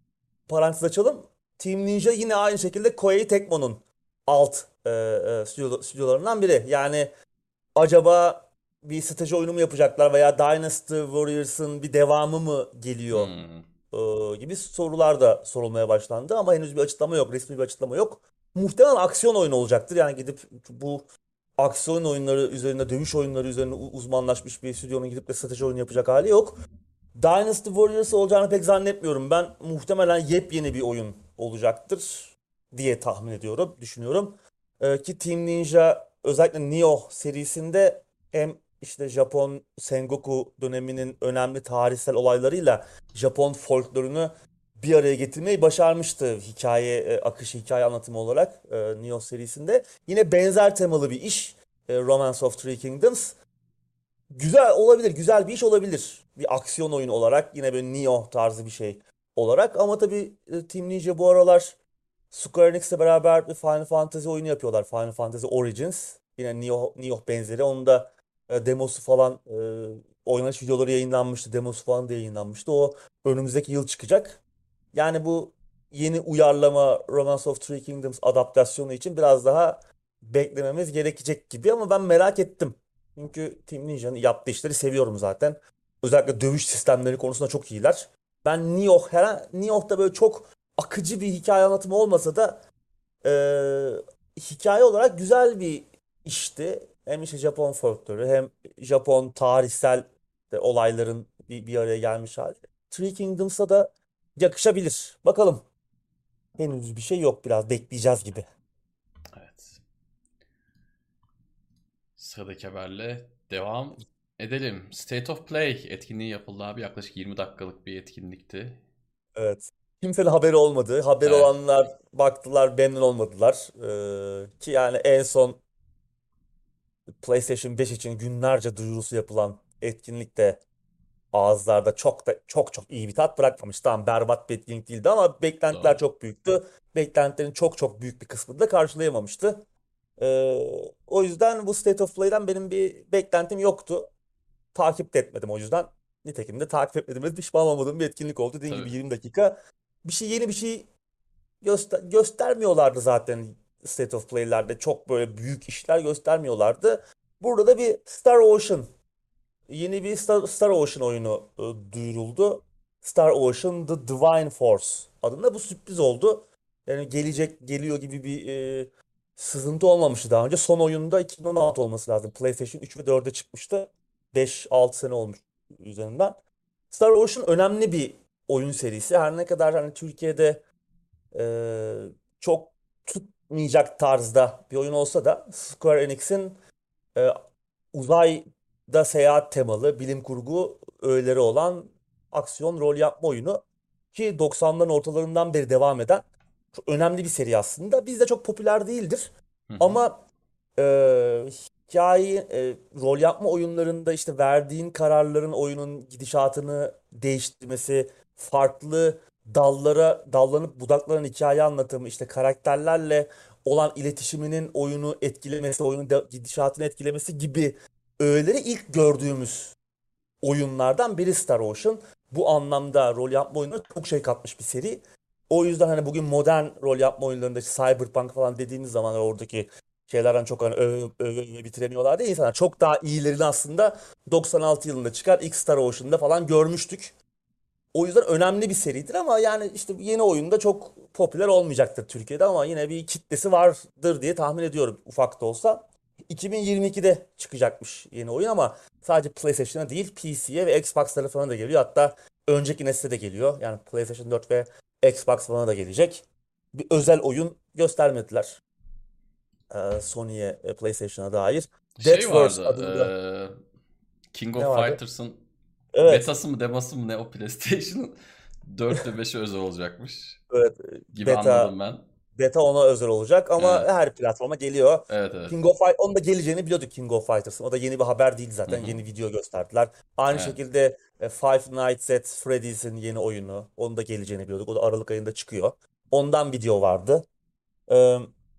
parantez açalım. Team Ninja yine aynı şekilde Koei Tecmo'nun alt e, e, stüdyo- stüdyolarından biri. Yani acaba bir strateji oyunu mu yapacaklar veya Dynasty Warriors'ın bir devamı mı geliyor Hmm. e, gibi sorular da sorulmaya başlandı ama henüz bir açıklama yok, resmi bir açıklama yok. Muhtemelen aksiyon oyunu olacaktır. Yani gidip bu aksiyon oyunları üzerinde, dövüş oyunları üzerine u- uzmanlaşmış bir stüdyonun gidip de strateji oyunu yapacak hali yok. Dynasty Warriors olacağını pek zannetmiyorum. Ben muhtemelen yepyeni bir oyun olacaktır diye tahmin ediyorum, düşünüyorum. Ee, ki Team Ninja özellikle Nioh serisinde hem işte Japon Sengoku döneminin önemli tarihsel olaylarıyla Japon folklorunu bir araya getirmeyi başarmıştı hikaye e, akışı, hikaye anlatımı olarak e, Nioh serisinde. Yine benzer temalı bir iş e, Romance of Three Kingdoms. Güzel olabilir, güzel bir iş olabilir. Bir aksiyon oyunu olarak, yine böyle Nioh tarzı bir şey olarak. Ama tabii e, Team Ninja bu aralar Square Enix'le beraber bir Final Fantasy oyunu yapıyorlar. Final Fantasy Origins. Yine Nioh, Nioh benzeri. Onun da e, demosu falan, e, oynanış videoları yayınlanmıştı. Demosu falan da yayınlanmıştı. O önümüzdeki yıl çıkacak. Yani bu yeni uyarlama Romance of Three Kingdoms adaptasyonu için biraz daha beklememiz gerekecek gibi ama ben merak ettim. Çünkü Team Ninja'nın yaptığı işleri seviyorum zaten. Özellikle dövüş sistemleri konusunda çok iyiler. Ben Nioh, her Nioh'ta böyle çok akıcı bir hikaye anlatımı olmasa da eee, hikaye olarak güzel bir işti. Hem işte Japon folkloru hem Japon tarihsel de olayların bir, bir araya gelmiş hali. Three Kingdoms'a da yakışabilir. Bakalım. Henüz bir şey yok, biraz bekleyeceğiz gibi. Evet. Sıradaki haberle devam edelim. State of Play etkinliği yapıldı abi. Yaklaşık yirmi dakikalık bir etkinlikti. Evet. Kimsenin haberi olmadı. Haberi Evet. olanlar baktılar, memnun olmadılar. Ee, ki yani en son PlayStation beş için günlerce duyurusu yapılan etkinlikte ağızlarda çok da çok çok iyi bir tat bırakmamış. Tamam, berbat bir etkinlik değildi ama beklentiler Doğru. çok büyüktü. Beklentilerin çok çok büyük bir kısmını da karşılayamamıştı. Ee, o yüzden bu State of Play'den benim bir beklentim yoktu. Takip de etmedim o yüzden. Nitekim de takip etmedim ve pişman olmadığım bir etkinlik oldu. Dediğim gibi Tabii. yirmi dakika. Bir şey, yeni bir şey göster göstermiyorlardı zaten State of Play'lerde. Çok böyle büyük işler göstermiyorlardı. Burada da bir Star Ocean, yeni bir Star, Star Ocean oyunu e, duyuruldu. Star Ocean The Divine Force adında, bu sürpriz oldu. Yani gelecek, geliyor gibi bir e, sızıntı olmamıştı daha önce. Son oyunda iki bin on altı olması lazım. PlayStation üç ve dörde çıkmıştı. beş altı sene olmuş üzerinden. Star Ocean önemli bir oyun serisi. Her ne kadar hani Türkiye'de e, çok tutmayacak tarzda bir oyun olsa da Square Enix'in e, uzayda seyahat temalı bilim kurgu öğeleri olan aksiyon rol yapma oyunu ki doksanların ortalarından beri devam eden çok önemli bir seri aslında. Bizde çok popüler değildir Hı hı. ama e, hikaye e, rol yapma oyunlarında işte verdiğin kararların oyunun gidişatını değiştirmesi, farklı dallara dallanıp budaklanan hikaye anlatımı, işte karakterlerle olan iletişiminin oyunu etkilemesi, oyunun de- gidişatını etkilemesi gibi öğeleri ilk gördüğümüz oyunlardan biri Star Ocean. Bu anlamda rol yapma oyunları çok şey katmış bir seri. O yüzden hani bugün modern rol yapma oyunlarında işte Cyberpunk falan dediğimiz zaman oradaki şeylerden çok hani öve öve öve bitiremiyorlar değil insanlar. Çok daha iyilerini aslında doksan altı yılında çıkar ilk Star Ocean'da falan görmüştük. O yüzden önemli bir seridir ama yani işte yeni oyunda çok popüler olmayacaktır Türkiye'de ama yine bir kitlesi vardır diye tahmin ediyorum, ufak da olsa. iki bin yirmi ikide çıkacakmış yeni oyun ama sadece PlayStation'a değil P C'ye ve Xbox tarafına da geliyor. Hatta önceki nesle de geliyor. Yani PlayStation dört ve Xbox One'a da gelecek. Bir özel oyun göstermediler e, Sony'ye, e, PlayStation'a dair. Şey Deathverse vardı. adında eee, King ne of vardı? Fighters'ın Evet, betası mı deması mı ne o PlayStation'ın dört ve beşe özel olacakmış evet, gibi beta anladım ben. Beta ona özel olacak ama Evet. her platforma geliyor. Evet, evet. King of Fight, onun da geleceğini biliyorduk King of Fighters'ın. O da yeni bir haber değil Hı zaten. hı. Yeni video gösterdiler. Aynı Evet. şekilde e, Five Nights at Freddy's'in yeni oyunu. Onun da geleceğini biliyorduk. O da Aralık ayında çıkıyor. Ondan video vardı. Ee,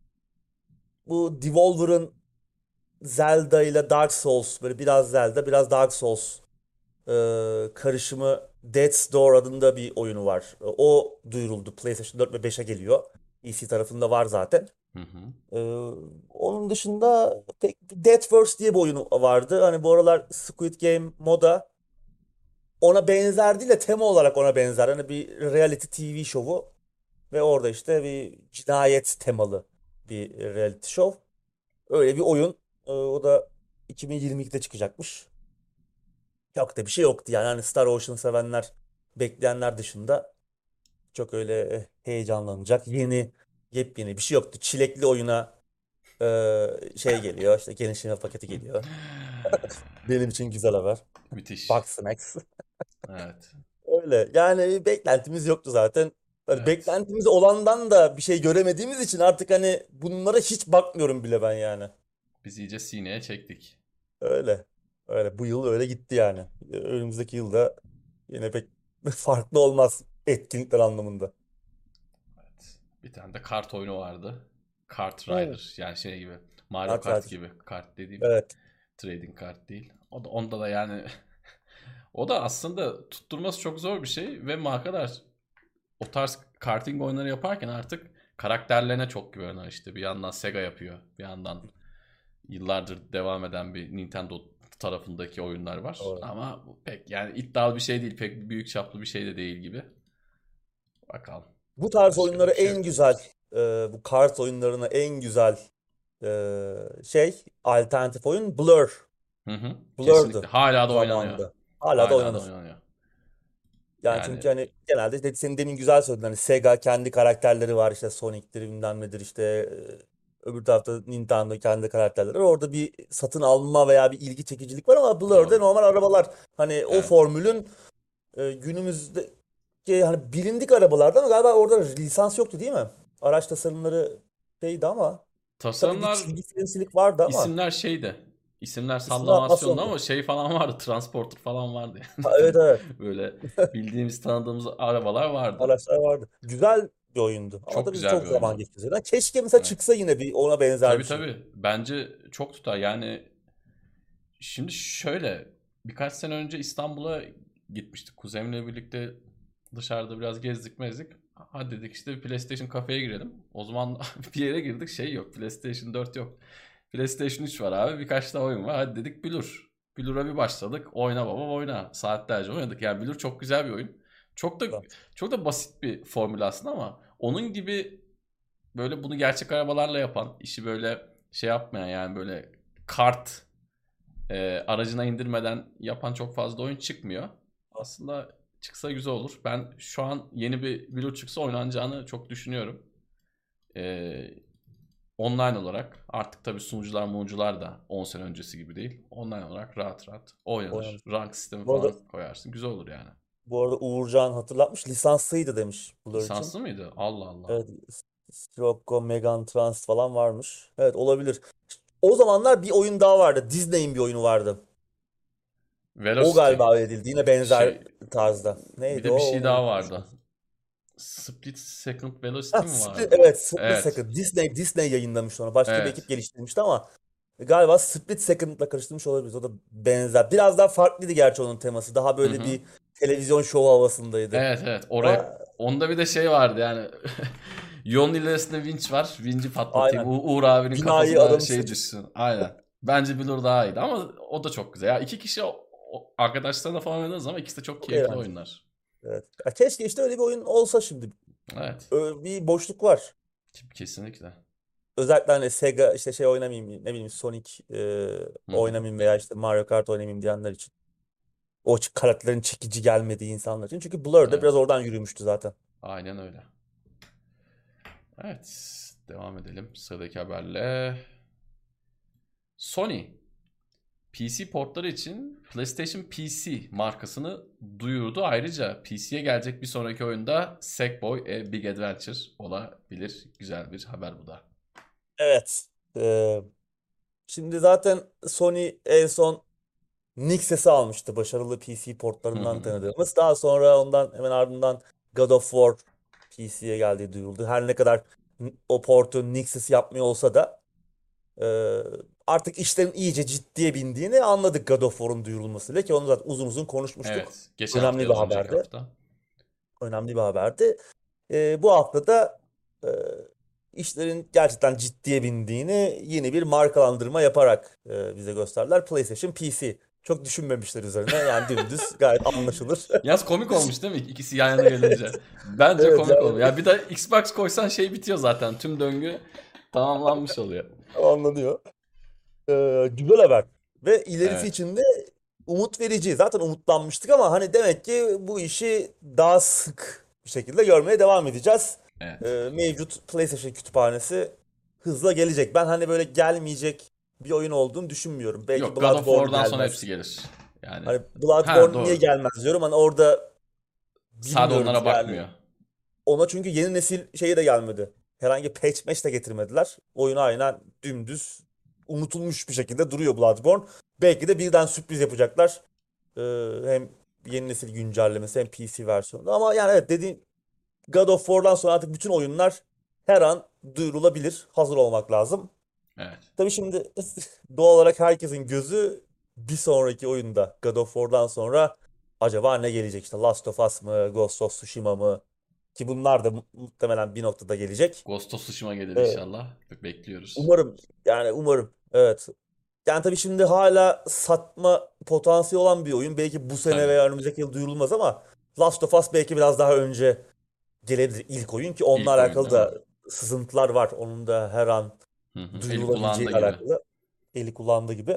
bu Devolver'ın Zelda ile Dark Souls, böyle biraz Zelda biraz Dark Souls e, karışımı Death's Door adında bir oyunu var. O duyuruldu. PlayStation dört ve beşe geliyor. P C tarafında var zaten. Hı hı. Ee, Onun dışında pek Deathverse diye bir oyunu vardı. Hani bu aralar Squid Game moda, ona benzer değil de tema olarak ona benzer. Hani bir reality T V şovu ve orada işte bir cinayet temalı bir reality show. Öyle bir oyun. Ee, o da iki bin yirmi ikide çıkacakmış. Çok da bir şey yoktu yani. Hani Star Ocean sevenler, bekleyenler dışında çok öyle eh, heyecanlanacak yeni, yepyeni bir şey yoktu. Çilekli oyuna e, şey geliyor, işte genişleme paketi geliyor. Benim için güzel haber. Müthiş. Bugsnax. Evet. Öyle. Yani beklentimiz yoktu zaten. Hani Evet. beklentimiz olandan da bir şey göremediğimiz için artık hani bunlara hiç bakmıyorum bile ben yani. Biz iyice sineye çektik. Öyle. Öyle. Bu yıl öyle gitti yani. Önümüzdeki yılda yine pek farklı olmaz etkinlikler anlamında. Evet. Bir tane de kart oyunu vardı. Kart Hmm. Rider. Yani şey gibi. Mario Kart Kart Rider. gibi. Kart dediğim Evet. trading kart değil. O da onda da yani o da aslında tutturması çok zor bir şey ve markalar o tarz karting oyunları yaparken artık karakterlerine çok güveniyor işte. Bir yandan Sega yapıyor. Bir yandan yıllardır devam eden bir Nintendo tarafındaki oyunlar var. Doğru. Ama bu pek yani iddialı bir şey değil. Pek büyük çaplı bir şey de değil gibi. Bakalım. Bu tarz Başka da oyunları bir şey en yok. güzel, e, bu kart oyunlarına en güzel e, şey, alternatif oyun Blur. Hı hı. Kesinlikle. Blur'du Hala da oynanıyor. zamanında. Hala da Hala da oynanır. oynanıyor. Yani Yani çünkü hani genelde de senin demin güzel söyledin, hani Sega kendi karakterleri var, işte Sonic'tir bilmem nedir, işte e, öbür tarafta Nintendo kendi karakterleri var. Orada bir satın alma veya bir ilgi çekicilik var ama Blur'de doğru. normal arabalar, hani o Evet. formülün e, günümüzde hani bilindik arabalardan galiba orada lisans yoktu değil mi? Araç tasarımları şeydi ama tabii bir Tasarımlar, çizgi filmcilik vardı ama isimler şeydi. İsimler üstüne sallamasyonlu ama atmasyondu. şey falan vardı. Transporter falan vardı Ha, yani. evet evet. Böyle bildiğimiz, tanıdığımız arabalar vardı. Araçlar vardı. Güzel bir oyundu. Ama Çok tabii güzel çok bir zaman oyundu. geçti üzerinden. Keşke mesela Evet. çıksa yine bir ona benzer Tabii bir şey. tabii. Bence çok tutar. Yani şimdi şöyle birkaç sene önce İstanbul'a gitmiştik. Kuzenimle birlikte dışarıda biraz gezdik mezdik. Hadi dedik işte bir PlayStation kafeye girelim. O zaman bir yere girdik şey yok. PlayStation dört yok. PlayStation üç var abi. Birkaç da oyun var. Hadi dedik Blur. Blur'a bir başladık. Oyna baba oyna. Saatlerce oynadık. Yani Blur çok güzel bir oyun. Çok da Evet. çok da basit bir formül aslında ama onun gibi böyle bunu gerçek arabalarla yapan, işi böyle şey yapmayan yani böyle kart e, aracına indirmeden yapan çok fazla oyun çıkmıyor. Aslında çıksa güzel olur. Ben şu an yeni bir Blue çıksa oynanacağını çok düşünüyorum. E, Online olarak artık tabii sunucular munucular da on sene öncesi gibi değil. Online olarak rahat rahat oynanır. Oynanır. Rank sistemi Bu arada, falan koyarsın. Güzel olur yani. bu arada Uğurcan hatırlatmış. Lisanslıydı demiş Blur için. Lisanslı mıydı? Allah Allah. Evet. Scirocco, Megan Trans falan varmış. Evet, olabilir. O zamanlar bir oyun daha vardı. Disney'in bir oyunu vardı. O Velocity. galiba öyle değildi. Yine benzer Şey, tarzda. bir Neydi o? de bir şey Onu daha unutmuşum. vardı. Split Second Velocity Ha, mi Split, vardı? evet, Split Evet. Second. Disney Disney yayınlamıştı onu. Başka bir ekip Evet. geliştirmişti ama galiba Split Second'la karıştırmış olabiliriz. O da benzer. Biraz daha farklıydı gerçi onun teması. Daha Hı böyle hı. bir televizyon şovu havasındaydı. Evet evet. Oraya Ama onda bir de şey vardı yani. Yolun ilerisinde vinç var. Vinci patlatayım. aynen. U- Uğur abinin Binayı kafasına adamı şey düşürecek. düşsün. Aynen. Bence Blur daha iyiydi ama o da çok güzel. Ya iki kişi o, o arkadaşlarla falan oynadığınız ama ikisi de çok Çok keyifli eğlenceli. oyunlar. Evet. Ya keşke işte öyle bir oyun olsa şimdi. Evet. Ö- Bir boşluk var. Kesinlikle. Özellikle hani Sega işte şey oynamayayım, ne bileyim Sonic e, Hı hı. oynamayayım veya işte Mario Kart oynamayayım diyenler için. O ç- karakterlerin çekici gelmediği insanlar için. Çünkü Blur da biraz Evet. oradan yürümüştü zaten. Aynen öyle. Evet. Devam edelim sıradaki haberle. Sony P C portları için PlayStation P C markasını duyurdu. Ayrıca P C'ye gelecek bir sonraki oyunda Sackboy A Big Adventure olabilir. Güzel bir haber bu da. Evet. E, Şimdi zaten Sony en son Nixxes'i almıştı. Başarılı P C Hı portlarından hı. tanıdığımız. Daha sonra ondan hemen ardından God of War P C'ye geldiği duyuldu. Her ne kadar o portu Nixxes yapmıyor olsa da e, artık işlerin iyice ciddiye bindiğini anladık God of War'un duyurulmasıyla ki onu zaten uzun uzun konuşmuştuk. Evet. Geçen hafta Önemli ya bir da önceki haberdi. hafta. Önemli bir haberdi. Ee, bu hafta da e, işlerin gerçekten ciddiye bindiğini yeni bir markalandırma yaparak e, bize gösterdiler. PlayStation P C. Çok düşünmemişler üzerine. Yani dümdüz gayet anlaşılır. Yalnız komik olmuş değil mi? İkisi yan yana gelince. Bence Evet komik yani olmuş. Ya bir de Xbox koysan şey bitiyor zaten. Tüm döngü tamamlanmış oluyor. anlanıyor. Ee, güzel haber. Ve ilerisi Evet. için de umut verici. Zaten umutlanmıştık ama hani demek ki bu işi daha sık bir şekilde görmeye devam edeceğiz. Evet. Ee, mevcut PlayStation kütüphanesi hızla gelecek. Ben hani böyle gelmeyecek bir oyun olduğunu düşünmüyorum. Belki Yok, God of Bloodborne War'dan sonra hepsi gelmez. gelir. Yani Hani ha, Bloodborne niye doğru. gelmez diyorum. Hani orada Sade bilmiyorum onlara yani. bakmıyor. Ona çünkü yeni nesil şeyi de gelmedi. Herhangi patch match de getirmediler. Oyun aynen dümdüz unutulmuş bir şekilde duruyor Bloodborne. Belki de birden sürpriz yapacaklar. Ee, hem yeni nesil güncellemesi hem P C versiyonu. Ama yani evet dediğim God of War'dan sonra artık bütün oyunlar her an duyurulabilir. Hazır olmak lazım. Evet. Tabii şimdi doğal olarak herkesin gözü bir sonraki oyunda God of War'dan sonra acaba ne gelecek? İşte Last of Us mı, Ghost of Tsushima mı? Ki bunlar da mu- muhtemelen bir noktada gelecek. Ghost of Tsushima gelir Ee, inşallah. Bekliyoruz. umarım yani umarım evet. Yani tabii şimdi hala satma potansiyeli olan bir oyun. Belki bu sene Tabii. veya önümüzdeki yıl duyurulmaz ama Last of Us belki biraz daha önce gelebilir ilk oyun ki onunla İlk oyun alakalı değil mi? da sızıntılar var. Onun da her an Hı hı. Eli kulağında duyurulabileceğiyle gibi. alakalı. Eli kullandığı gibi.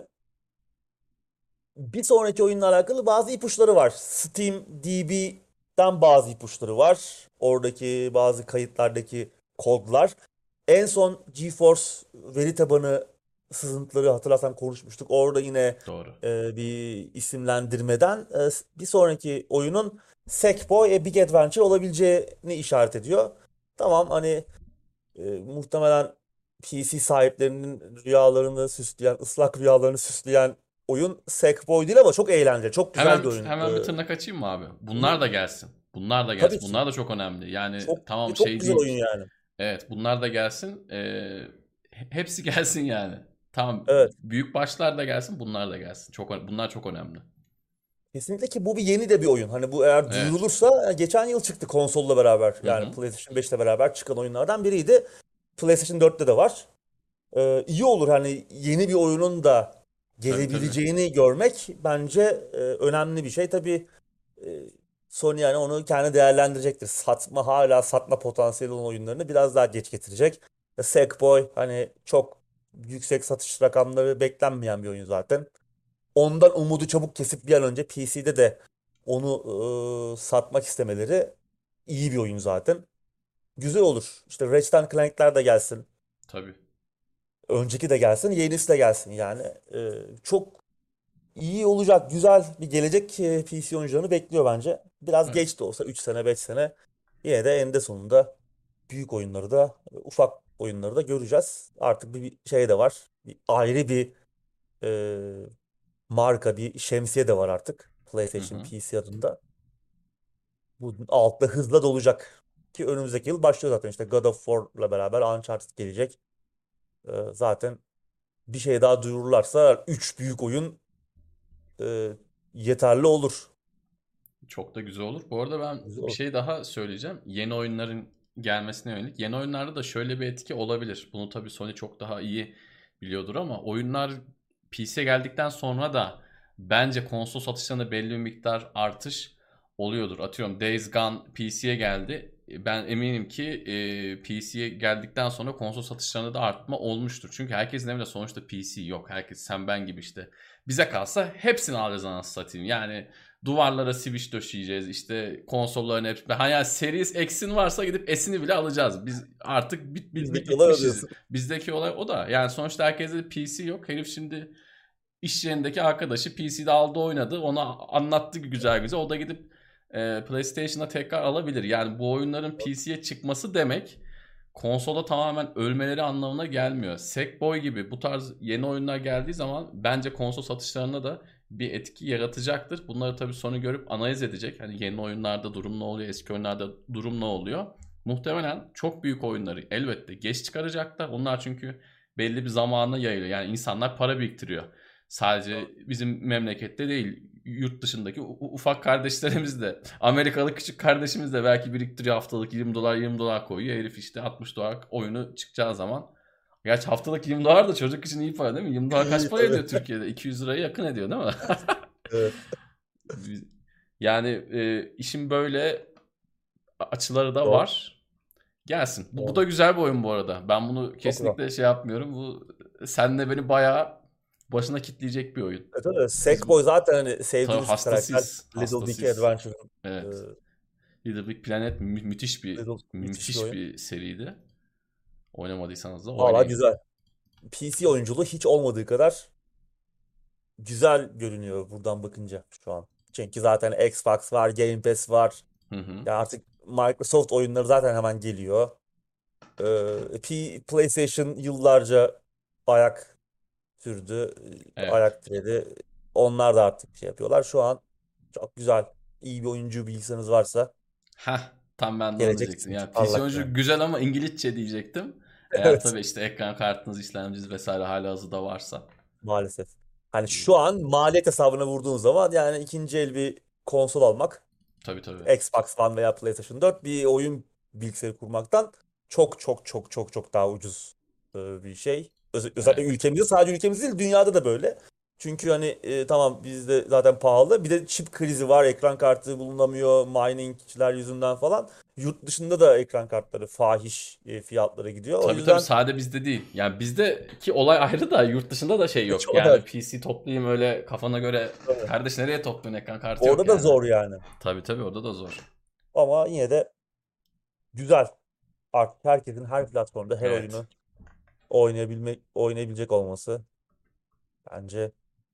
Bir sonraki oyunla alakalı bazı ipuçları var. Steam D B'den bazı ipuçları var. Oradaki bazı kayıtlardaki kodlar. En son GeForce veri tabanı sızıntıları hatırlarsan konuşmuştuk. Orada yine Doğru. e, bir isimlendirmeden e, bir sonraki oyunun Sackboy A Big Adventure olabileceğini işaret ediyor. Tamam hani e, muhtemelen P C sahiplerinin rüyalarını süsleyen, ıslak rüyalarını süsleyen oyun Sackboy değil ama çok eğlenceli, çok güzel Hemen bir oyun. hemen bir Ee, tırnak açayım mı abi? hı hı, Bunlar da gelsin. Bunlar da tabii gelsin. ki Bunlar da çok önemli. Yani çok tamam çok şey güzel oyun değil. yani. Evet, bunlar da gelsin. Ee, hepsi gelsin yani. Tamam, Evet. büyük başlar da gelsin, bunlar da gelsin. Çok ö- bunlar çok önemli. Kesinlikle ki bu bir yeni de bir oyun. Hani bu eğer Evet. duyurulursa yani geçen yıl çıktı konsolla beraber. Hı Yani hı. PlayStation beş ile beraber çıkan oyunlardan biriydi. PlayStation dörtte de var. Ee, iyi olur hani yeni bir oyunun da Tabii tabii. gelebileceğini görmek bence e, önemli bir şey. Tabii e, Sony yani onu kendi değerlendirecektir. Satma hala satma potansiyeli olan oyunlarını biraz daha geç getirecek. E, Sackboy hani çok yüksek satış rakamları beklenmeyen bir oyun zaten. Ondan umudu çabuk kesip bir an önce P C'de de onu e, satmak istemeleri iyi bir oyun zaten. Güzel olur. İşte Ratchet and Clank'ler de gelsin. Tabii. Önceki de gelsin, yenisi de gelsin yani. E, çok İyi olacak, güzel bir gelecek e, P C oyuncularını bekliyor bence. Biraz Evet. geç de olsa üç sene, beş sene yine de eninde sonunda büyük oyunları da, e, ufak oyunları da göreceğiz. Artık bir bir şey de var. Bir ayrı bir e, marka, bir şemsiye de var artık. Hı PlayStation hı. P C adında. Bu altta hızla dolacak. Ki önümüzdeki yıl başlıyor zaten. İşte God of War'la beraber Uncharted gelecek. E, zaten bir şey daha duyururlarsa üç büyük oyun e, yeterli olur. Çok da güzel olur. Bu arada ben Güzel bir olur. şey daha söyleyeceğim. Yeni oyunların gelmesine yönelik. Yeni oyunlarda da şöyle bir etki olabilir. Bunu tabii Sony çok daha iyi biliyordur ama oyunlar P C'ye geldikten sonra da bence konsol satışlarında belli bir miktar artış oluyordur. Atıyorum Days Gone P C'ye geldi. Ben eminim ki e, P C'ye geldikten sonra konsol satışlarında da artma olmuştur. Çünkü herkesin evinde sonuçta P C yok. Herkes sen ben gibi işte. Bize kalsa hepsini alacağız anasını satayım. Yani duvarlara switch döşeyeceğiz. İşte konsolların hepsi. Hani Series X'in varsa gidip S'ini bile alacağız. Biz artık bit, bit, bit, Bizdeki olay o bitmişiz. diyorsun. Bizdeki olay o da. Yani sonuçta herkeste de P C yok. Herif şimdi iş yerindeki arkadaşı P C'de aldı oynadı. Ona anlattı güzel güzel. O da gidip e, PlayStation'a tekrar alabilir. Yani bu oyunların P C'ye çıkması demek konsola tamamen ölmeleri anlamına gelmiyor. Sackboy gibi bu tarz yeni oyunlar geldiği zaman bence konsol satışlarına da bir etki yaratacaktır. Bunları tabii Sony görüp analiz edecek. Hani yeni oyunlarda durum ne oluyor, eski oyunlarda durum ne oluyor. Muhtemelen çok büyük oyunları elbette geç çıkaracaklar. Onlar çünkü belli bir zamana yayılıyor. Yani insanlar para biriktiriyor. Sadece bizim memlekette değil, yurt dışındaki ufak kardeşlerimiz de, Amerikalı küçük kardeşimiz de belki biriktiriyor, haftalık yirmi dolar yirmi dolar koyuyor. Herif işte altmış dolar oyunu çıkacağı zaman. Gerçi haftalık yirmi dolar da çocuk için iyi para değil mi? yirmi dolar kaç İyi para tabii. ediyor Türkiye'de? iki yüz liraya yakın ediyor değil mi? Evet. Yani e, işin böyle açıları da Doğru. var. Gelsin. Bu, bu da Doğru. güzel bir oyun bu arada. Ben bunu Çok güzel. kesinlikle şey yapmıyorum. Bu senle beni bayağı başına kitleyecek bir oyun. Evet, evet. Biz Sackboy zaten hani tabii sevdiğimiz bir karakter. hastasıyız. Little Big Hastasıyız. Adventure'ın e, Evet. Little Big Planet mü- müthiş bir Little müthiş bir müthiş oyun. bir seriydi. Oynamadıysanız da Valla oynayın. güzel. P C oyunculuğu hiç olmadığı kadar güzel görünüyor buradan bakınca şu an. Çünkü zaten Xbox var, Game Pass var. Hı hı. Ya artık Microsoft oyunları zaten hemen geliyor. Ee, P- PlayStation yıllarca ayak sürdü, e, Evet. ayak diredi. Onlar da artık şey yapıyorlar. Şu an çok güzel, iyi bir oyuncu bilgisayarınız varsa Heh, tam ben de onu gelecek diyecektim. için Yani P C parlak oyuncu yani. güzel ama İngilizce diyecektim. Eğer Evet, tabii işte ekran kartınız, işlemciniz vesaire halihazırda varsa. maalesef. Hani şu an maliyet hesabına vurduğun zaman yani ikinci el bir konsol almak, Tabii tabii. Xbox One veya PlayStation dört bir oyun bilgisayarı kurmaktan çok çok çok çok çok daha ucuz e, bir şey. Öz- Özellikle Evet. ülkemizde, sadece ülkemizde değil dünyada da böyle. Çünkü hani e, tamam bizde zaten pahalı. Bir de çip krizi var. Ekran kartı bulunamıyor. Miningçiler yüzünden falan. Yurt dışında da ekran kartları fahiş e, fiyatlara gidiyor. O Tabii tabii, yüzden sade bizde değil. Yani bizdeki olay ayrı da yurt dışında da şey yok. çok Yani da P C toplayayım öyle kafana göre. Kardeş nereye topluyorsun, ekran kartı yok orada da yani. zor yani. Tabii tabii, orada da zor. Ama yine de güzel. Artık herkesin her platformda her Evet. oyunu oynayabilmek oynayabilecek olması bence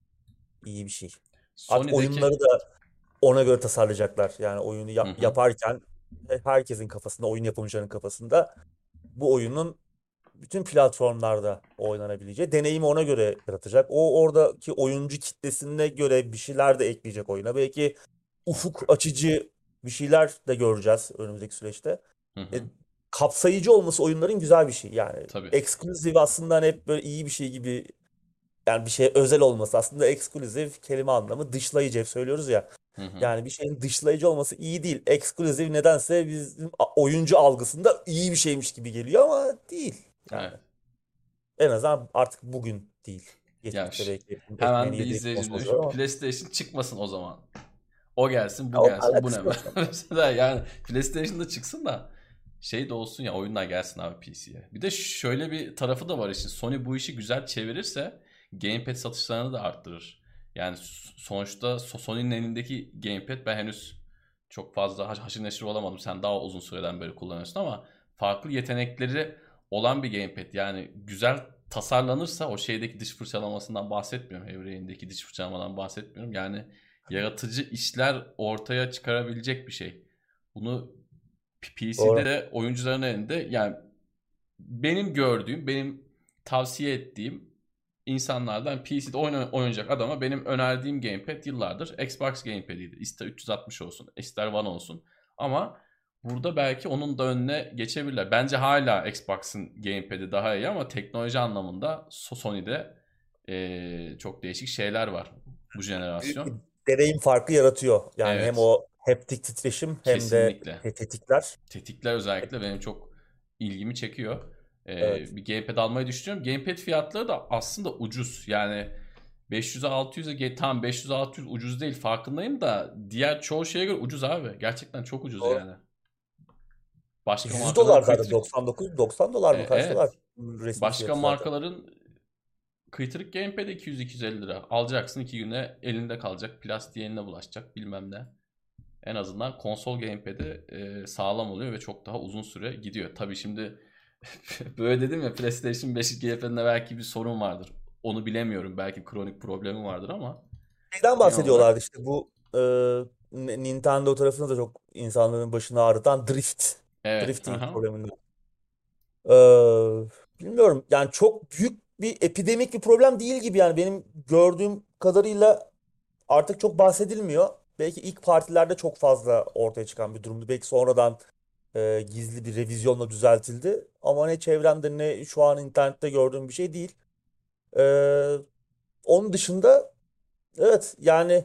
iyi bir şey. Artık Sony'deki oyunları da ona göre tasarlayacaklar. Yani oyunu hı yap- hı. yaparken he- herkesin kafasında, oyun yapımcılarının kafasında bu oyunun bütün platformlarda oynanabileceği deneyimi ona göre yaratacak. O oradaki oyuncu kitlesine göre bir şeyler de ekleyecek oyuna. Belki ufuk açıcı bir şeyler de göreceğiz önümüzdeki süreçte. Hı E, hı. kapsayıcı olması oyunların güzel bir şey. Yani Tabii. exclusive aslında hani hep böyle iyi bir şey gibi, yani bir şeye özel olması aslında exclusive kelime anlamı dışlayıcı hep söylüyoruz ya. Hı hı. Yani bir şeyin dışlayıcı olması iyi değil. Exclusive nedense bizim a- oyuncu algısında iyi bir şeymiş gibi geliyor ama değil. Yani Evet. en azından artık bugün değil. Ya Geçmişte ş- belki bunun ekmeğini hemen bir yediğimiz izleyicim demiş konsollar ki ama PlayStation çıkmasın o zaman. O gelsin, ya bu onun gelsin, bu ne? alakası yok. Mesela yani PlayStation'da çıksın da şey de olsun ya, oyunlar gelsin abi P C'ye. Bir de şöyle bir tarafı da var işin. Sony bu işi güzel çevirirse Gamepad satışlarını da arttırır. Yani s- sonuçta So- Sony'nin elindeki Gamepad, ben henüz çok fazla haş- haşır neşir olamadım. Sen daha uzun süreden beri kullanıyorsun ama farklı yetenekleri olan bir Gamepad. Yani güzel tasarlanırsa, o şeydeki diş fırçalamasından bahsetmiyorum. Evreğindeki diş fırçalamadan bahsetmiyorum. Yani yaratıcı işler ortaya çıkarabilecek bir şey. Bunu P C'de Doğru. de oyuncuların elinde, yani benim gördüğüm, benim tavsiye ettiğim insanlardan P C'de oyun oynayacak adama benim önerdiğim gamepad yıllardır Xbox gamepad'iydi. İster üç yüz altmış olsun, ister One olsun. Ama burada belki onun da önüne geçebilirler. Bence hala Xbox'ın gamepad'i daha iyi ama teknoloji anlamında Sony'de eee, çok değişik şeyler var bu Büyük bir jenerasyon. deneyim farkı yaratıyor. Yani hem Evet, o haptik titreşim hem de kesinlikle. tetikler. Tetikler özellikle benim çok ilgimi çekiyor. Evet. Ee, bir gamepad almayı düşünüyorum. Gamepad fiyatları da aslında ucuz. Yani beş yüze altı yüze ge- tam beş yüz altı yüz ucuz değil, farkındayım da diğer çoğu şeye göre ucuz abi. Gerçekten çok ucuz Doğru. yani. Başka yüz markaların dolar zaten, kıytırık doksan dokuz doksan dolar e, mı, kaç dolar evet. resmi Başka fiyatı zaten. markaların kıytırık gamepad iki yüz iki yüz elli lira. Alacaksın, iki güne elinde kalacak. Plastiğe eline bulaşacak bilmem ne. En azından konsol gamepad'i e, sağlam oluyor ve çok daha uzun süre gidiyor. Tabii şimdi böyle dedim ya, PlayStation beş gamepad'inde belki bir sorun vardır. Onu bilemiyorum. Belki kronik problemi vardır ama Şeyden genel olarak bahsediyorlardı işte bu e, N- Nintendo tarafında da çok insanların başını ağrıtan drift. evet. Drifting Aha. probleminden. E, bilmiyorum yani, çok büyük bir epidemik bir problem değil gibi, yani benim gördüğüm kadarıyla artık çok bahsedilmiyor. Belki ilk partilerde çok fazla ortaya çıkan bir durumdu. Belki sonradan e, gizli bir revizyonla düzeltildi. Ama ne çevremde ne şu an internette gördüğüm bir şey değil. E, Onun dışında evet yani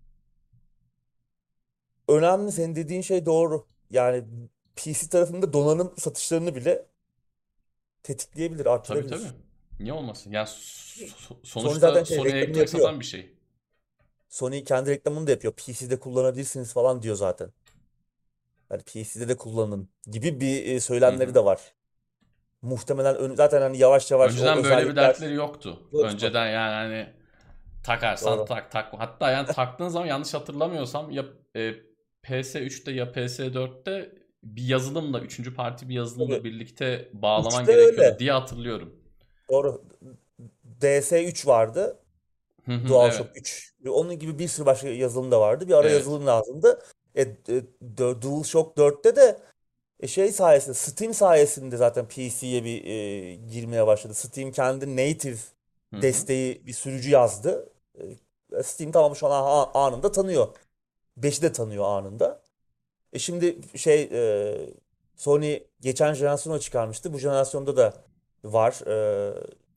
önemli, senin dediğin şey doğru. Yani P C tarafında donanım satışlarını bile tetikleyebilir, Tabii tabii. arttırabilir. Niye olmasın? Ya so- Sony zaten sonuçta şey Sony reklamını elektronik yapıyor. satan bir şey. Sony kendi reklamını da yapıyor. P C'de kullanabilirsiniz falan diyor zaten. Yani P C'de de kullanın gibi bir e, Hı söylemleri hı. de var. Muhtemelen ön- zaten hani yavaş yavaş o Önceden böyle bir özellikler dertleri yoktu. yoktu. Önceden yani hani takarsan Doğru. tak tak. Hatta yani taktığın zaman yanlış hatırlamıyorsam ya e, P S üçte ya P S dörtte bir yazılımla, üçüncü parti bir yazılımla Tabii. birlikte bağlaman Üçte gerekiyordu öyle. diye hatırlıyorum. Doğru. D S üç vardı. Hı hı, evet. DualShock üç. Ve onun gibi bir sürü başka yazılım da vardı. Bir ara Evet. yazılım lazımdı. E, e, D- DualShock dörtte de e, şey sayesinde, Steam sayesinde zaten P C'ye bir e, girmeye başladı. Steam kendi native Hı hı. desteği bir sürücü yazdı. E, Steam tamam şu an a- anında tanıyor. beşi de tanıyor anında. E şimdi şey e, Sony geçen jenerasyonu çıkarmıştı. Bu jenerasyonda da var. E,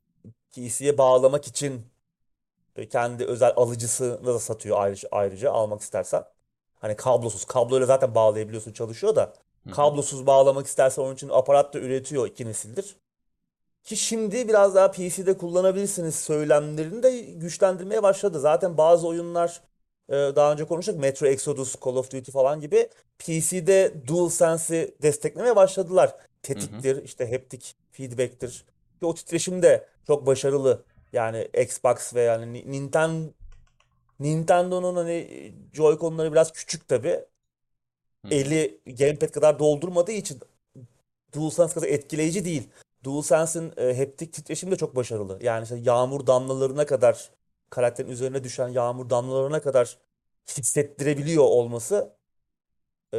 P C'ye bağlamak için e, kendi özel alıcısını da satıyor ayrıca, ayrıca almak istersen. Hani kablosuz. Kabloyla zaten bağlayabiliyorsun, çalışıyor da. Hı hı. Kablosuz bağlamak istersen onun için aparat da üretiyor, iki nesildir. Ki şimdi biraz daha P C'de kullanabilirsiniz söylemlerini de güçlendirmeye başladı. Zaten bazı oyunlar e, daha önce konuştuk. Metro Exodus, Call of Duty falan gibi P C'de DualSense'i desteklemeye başladılar. Hı hı. Tetiktir, işte haptic feedback'tir. Ki o titreşim de çok başarılı. Yani Xbox ve yani Ni- Nintendo Nintendo'nun hani Joy-Con'ları biraz küçük tabii. Hı hı. Eli gamepad kadar doldurmadığı için DualSense kadar etkileyici değil. DualSense'in e, haptik titreşimi de çok başarılı. Yani işte yağmur damlalarına kadar, karakterin üzerine düşen yağmur damlalarına kadar hissettirebiliyor olması e,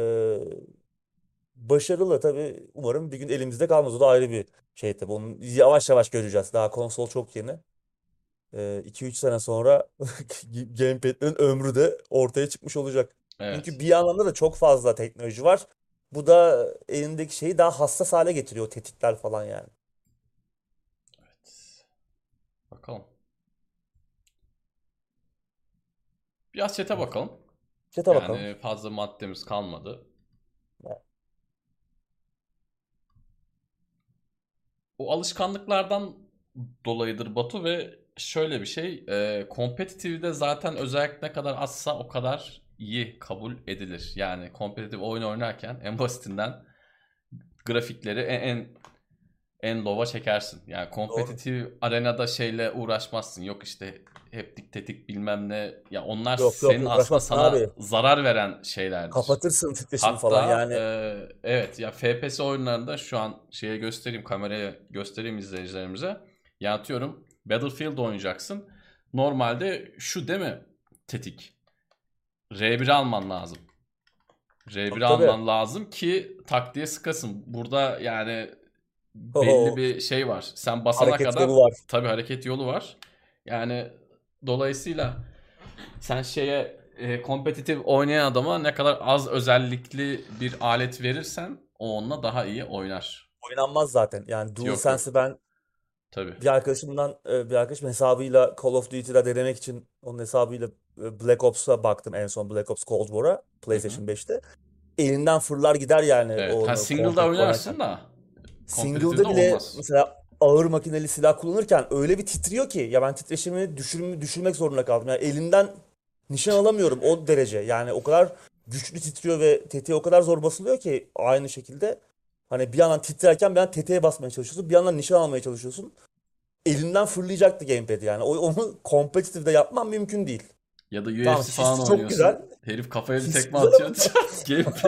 başarılı. Tabii umarım bir gün elimizde kalmaz. O da ayrı bir şey tabii. Onu yavaş yavaş göreceğiz. Daha konsol çok yeni. iki üç sene sonra gamepad'lerin ömrü de ortaya çıkmış olacak. Çünkü Evet. bir yandan da çok fazla teknoloji var. Bu da elindeki şeyi daha hassas hale getiriyor. Tetikler falan yani. Evet. Bakalım. Biraz chat'e bakalım. Chat'e bakalım. Yani fazla maddemiz kalmadı. O alışkanlıklardan dolayıdır Batu ve şöyle bir şey. E, competitive'de zaten özellik ne kadar azsa o kadar iyi kabul edilir. Yani kompetitif oyun oynarken en basitinden grafikleri en, en en low'a çekersin. Yani Doğru. kompetitif arenada şeyle uğraşmazsın. Yok işte hep tetik bilmem ne. Ya onlar Yok yok senin yok, aslında uğraşmazsın sana abi. zarar veren şeylerdir. Kapatırsın titreşimi falan Hatta e, yani. evet ya F P S oyunlarında şu an şeye göstereyim, kameraya göstereyim izleyicilerimize. Ya atıyorum Battlefield oynayacaksın. Normalde şu değil mi tetik? R bir alman lazım. R bir Tabii tabii. alman lazım ki tak diye sıkasın. Burada yani belli O bir şey var. Sen basana hareket kadar yolu var. tabii hareket yolu var. Yani dolayısıyla sen şeye e, kompetitif oynayan adama ne kadar az özellikli bir alet verirsen o onunla daha iyi oynar. Oynanmaz zaten. Yani Yok DualSense'i yok. ben Tabii. bir arkadaşımdan e, bir arkadaşım hesabıyla Call of Duty'de denemek için onun hesabıyla e, Black Ops'a baktım, en son Black Ops Cold War'a Hı hı. PlayStation beşte. Elinden fırlar gider yani Evet. Ha onu single'da kompetitif oynarken. oynarsın da kompetitifte Single'da bile olmaz. mesela ağır makineli silah kullanırken öyle bir titriyor ki ya, ben titreşimini düşür, düşürmek zorunda kaldım. Yani elimden nişan alamıyorum o derece. Yani o kadar güçlü titriyor ve tetiğe o kadar zor basılıyor ki aynı şekilde. Hani bir yandan titrerken bir yandan tetiğe basmaya çalışıyorsun. Bir yandan nişan almaya çalışıyorsun. Elimden fırlayacaktı gamepad yani. O- Onu kompetitifde yapmam mümkün değil. Ya da Tamam, U F C falan hissi çok güzel. oynuyorsun. Herif kafaya bir His tekme güzel atıyor. ama Gamepad.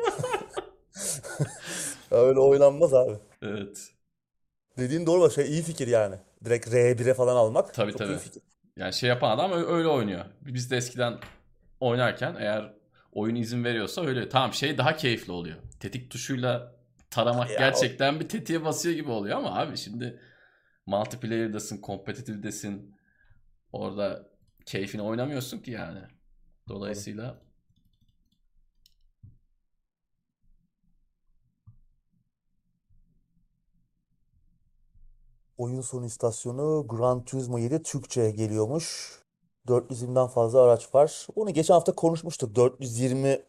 öyle oynanmaz abi. Evet. Dediğin doğru bak, şey iyi fikir yani. Direkt R bire falan almak Tabii çok iyi tabii. fikir. Yani şey yapan adam ö- öyle oynuyor. Biz de eskiden oynarken eğer oyun izin veriyorsa öyle. Tamam şey daha keyifli oluyor. Tetik tuşuyla Tabii taramak ya. O- gerçekten bir tetiğe basıyor gibi oluyor ama abi şimdi multiplayer'dasın, competitive'desin. Orada keyfini oynamıyorsun ki yani. Doğru. Dolayısıyla Oyun sonu istasyonu Gran Turismo yedi Türkçe'ye geliyormuş. dört yüzünden fazla araç var. Onu geçen hafta konuşmuştuk. dört yüz yirmi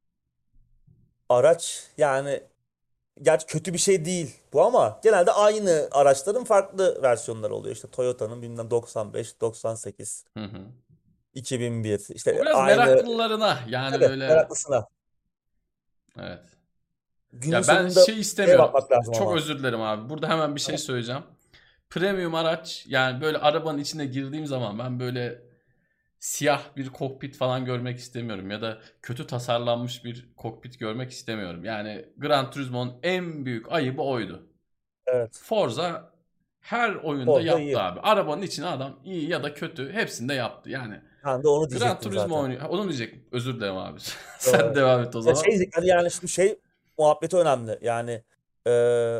araç yani gerçi kötü bir şey değil bu ama genelde aynı araçların farklı versiyonları oluyor. İşte Toyota'nın bilmem doksan beş, doksan sekiz, Hı hı. iki bin bir O işte biraz aynı meraklılarına yani tabii böyle, meraklısına. evet. Günün Ya ben sonunda şey şeye istemiyorum. bakmak lazım Çok ama. özür dilerim abi. Burada hemen bir şey söyleyeceğim. Premium araç, yani böyle arabanın içine girdiğim zaman ben böyle siyah bir kokpit falan görmek istemiyorum ya da kötü tasarlanmış bir kokpit görmek istemiyorum. Yani Gran Turismo'nun en büyük ayıbı oydu. Evet. Forza her oyunda Forza yaptı iyi. abi. Arabanın içine adam iyi ya da kötü hepsinde yaptı. Yani Ben de onu Gran diyecektim Turismo zaten. oynuyor. Ha, onu mu diyecektim? Özür dilerim abi. Sen Doğru. devam et o Ya zaman. şey hani yani şimdi şey muhabbeti önemli. Yani e,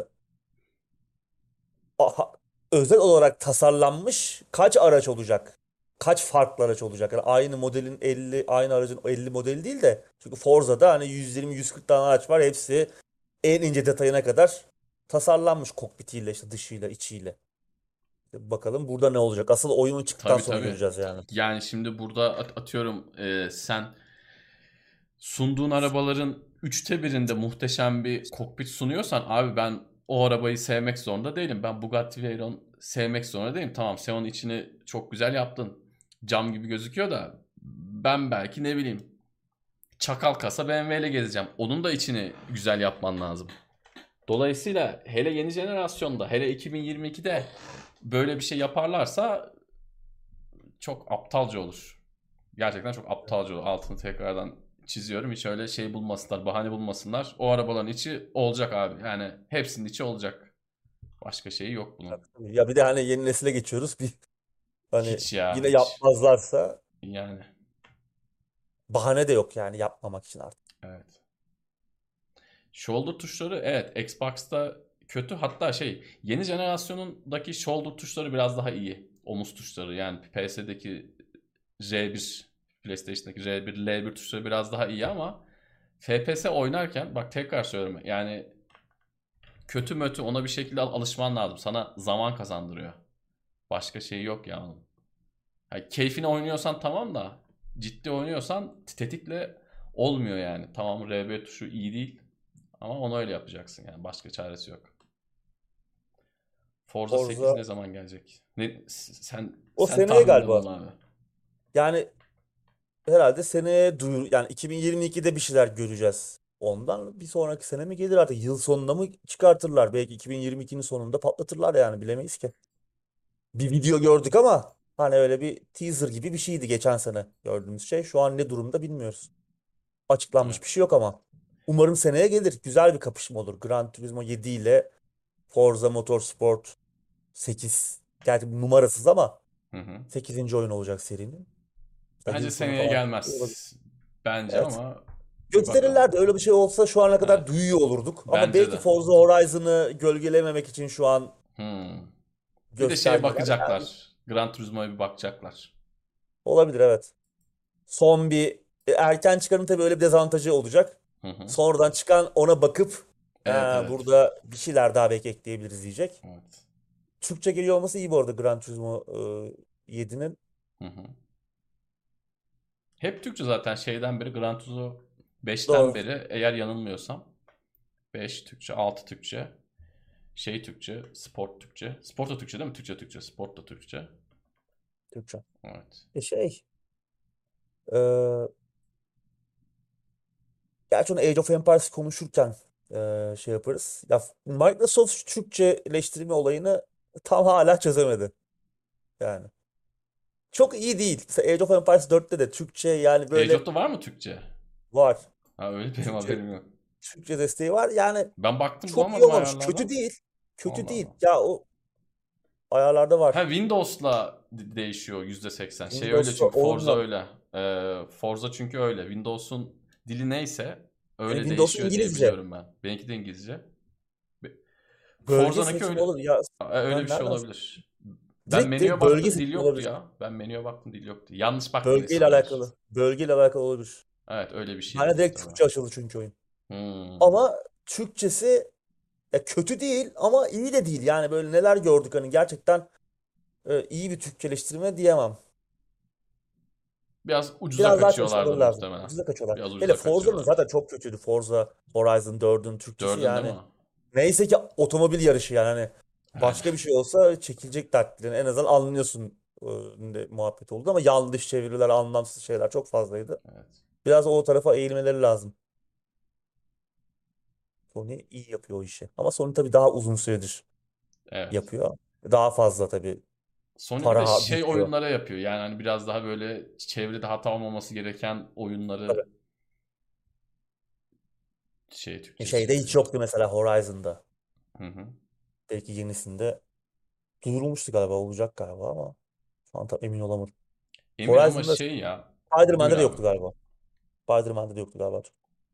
aha- özel olarak tasarlanmış kaç araç olacak? Kaç farklı araç olacak? Yani aynı modelin elli aynı aracın elli modeli değil de çünkü Forza'da hani yüz yirmi yüz kırk tane araç var. Hepsi en ince detayına kadar tasarlanmış kokpitiyle işte dışıyla içiyle. Bakalım burada ne olacak? Asıl oyunu çıktıktan Tabii sonra tabii. göreceğiz yani. Yani şimdi burada at- atıyorum, e, sen sunduğun arabaların üçte birinde muhteşem bir kokpit sunuyorsan abi, ben o arabayı sevmek zorunda değilim. Ben Bugatti Veyron sevmek zorunda değilim. Tamam, sen onun içini çok güzel yaptın. Cam gibi gözüküyor da ben belki ne bileyim çakal kasa B M W ile gezeceğim. Onun da içini güzel yapman lazım. Dolayısıyla hele yeni jenerasyonda, hele iki bin yirmi ikide böyle bir şey yaparlarsa çok aptalca olur. Gerçekten çok aptalca olur. Altını tekrardan çiziyorum. Hiç öyle şey bulmasınlar, bahane bulmasınlar. O arabaların içi olacak abi. Yani hepsinin içi olacak. Başka şeyi yok bunun. Ya bir de hani yeni nesile geçiyoruz. Bir hani Hiç ya, yine hiç. yapmazlarsa Yani bahane de yok yani yapmamak için artık. evet. Shoulder tuşları, evet, Xbox'ta kötü. Hatta şey, yeni jenerasyonundaki shoulder tuşları biraz daha iyi. Omuz tuşları, yani P S'deki R bir, PlayStation'daki R bir, L bir tuşları biraz daha iyi ama F P S oynarken bak, tekrar söylüyorum, yani kötü mötü ona bir şekilde al- alışman lazım. Sana zaman kazandırıyor. Başka şey yok ya onun. Yani keyfini oynuyorsan tamam da ciddi oynuyorsan tetikle olmuyor yani. Tamam, R B tuşu iyi değil ama onu öyle yapacaksın yani. Başka çaresi yok. Forza sekiz Forza ne zaman gelecek? Ne, sen o sen seneye tahminde galiba. bulun abi. Yani herhalde seneye duyur yani iki bin yirmi ikide bir şeyler göreceğiz. Ondan bir sonraki sene mi gelir artık yıl sonunda mı çıkartırlar? Belki iki bin yirmi ikinin sonunda patlatırlar yani bilemeyiz ki. Bir video gördük ama hani öyle bir teaser gibi bir şeydi geçen sene gördüğümüz şey. Şu an ne durumda bilmiyoruz. Açıklanmış bir Evet. şey yok ama. Umarım seneye gelir. Güzel bir kapışma olur. Gran Turismo yedi ile Forza Motorsport sekiz. Gerçi numarasız ama Hı hı. sekizinci oyun olacak serinin. Ya yıl Bence sonu seneye falan çıkıyor olabilir. gelmez. Bence Evet. ama bir bakalım. Gösterirler de öyle bir şey olsa şu ana kadar Evet. duyuyor olurduk. Ama Bence belki de. Forza Horizon'ı gölgelememek için şu an Hmm. Bir de şeye göstermiyorlar. Yani bakacaklar. Gran Turismo'ya bir bakacaklar. olabilir evet. Son bir e, erken çıkanın tabii öyle bir dezavantajı olacak. Hı hı. Sonradan çıkan ona bakıp Evet, "Ha, evet. burada bir şeyler daha belki ekleyebiliriz" diyecek. Evet. Türkçe geliyor olması iyi bu arada Gran Turismo e, yedinin. Hı hı. Hep Türkçe zaten, şeyden beri, Gran Turismo beşten Doğru. beri eğer yanılmıyorsam. beş Türkçe, altı Türkçe, şey Türkçe, Sport Türkçe. Sport da Türkçe değil mi? Türkçe Türkçe, Sport da Türkçe. Türkçe. Evet. E şey e, gerçi onu Age of Empires konuşurken e, şey yaparız. Ya Microsoft Türkçeleştirme olayını tam hala çözemedi. Yani. Çok iyi değil. Mesela Age of Empires dörtte de Türkçe yani Age böyle of'ta var mı Türkçe? var. Ha, öyle benim Türkçe haberim yok. Türkçe desteği var. Yani Ben baktım, çok iyi bulamadım olmamış. Kötü ayarlardan. değil. Kötü Allah değil. Allah. Ya o ayarlarda var. Ha, Windows'la de- değişiyor yüzde seksen. Şey öyle, Windows'ta çünkü Forza onunla. öyle. Ee, Forza çünkü öyle. Windows'un dili neyse E, öyle Windows'ta değişiyor diye İngilizce. biliyorum ben. Benimki de İngilizce. Be- Bölge Forza'nınki seçimi öyle. olur. Ya Aa, öyle bir ben şey nereden? olabilir. Ben Direkt menüye direkt bölge baktım, dil seçimi yoktu olabilir. ya. Ben menüye baktım, dil yoktu. Yanlış Bölgeyle baktıysan eğer. alakalı. Bölgeyle alakalı olabilir. Evet, öyle bir şeydir Bana direkt muhtemelen. Türkçe açıldı çünkü oyun. Hmm. Ama Türkçesi Ya kötü değil ama iyi de değil. Yani böyle neler gördük hani gerçekten e, iyi bir Türkçeleştirme diyemem. Biraz ucuza Biraz daha kaçıyorlardır çalışmaları lazım. muhtemelen. Ucuza kaçıyorlar. Biraz Hele ucuza Forza'nın zaten kaçıyorlardır. çok kötüydü. Forza Horizon dördün Türkçesi Dördün değil yani. mi? Neyse ki otomobil yarışı yani hani Aynen. başka bir şey olsa çekilecek takdirini en azından anlıyorsun e, ne muhabbet oldu ama yanlış çeviriler, anlamsız şeyler çok fazlaydı. Evet. Biraz o tarafa eğilmeleri lazım. Sony iyi yapıyor o işi. Ama Sony tabii daha uzun süredir Evet. yapıyor. Daha fazla tabii Sony bir de para şey birikiyor. oyunlara yapıyor. Yani hani biraz daha böyle çevrede hata olmaması gereken oyunları şey Türkçesi Şeyde hiç çeviriyor. yoktu mesela Horizon'da. Hı hı. Belki yenisinde duyurulmuştu galiba olacak galiba ama şu an tam emin olamadım. Emin ama Horizon'da şey ya. Buyur Spider-Man'de de abi. yoktu galiba. Spider-Man'de de yoktu galiba.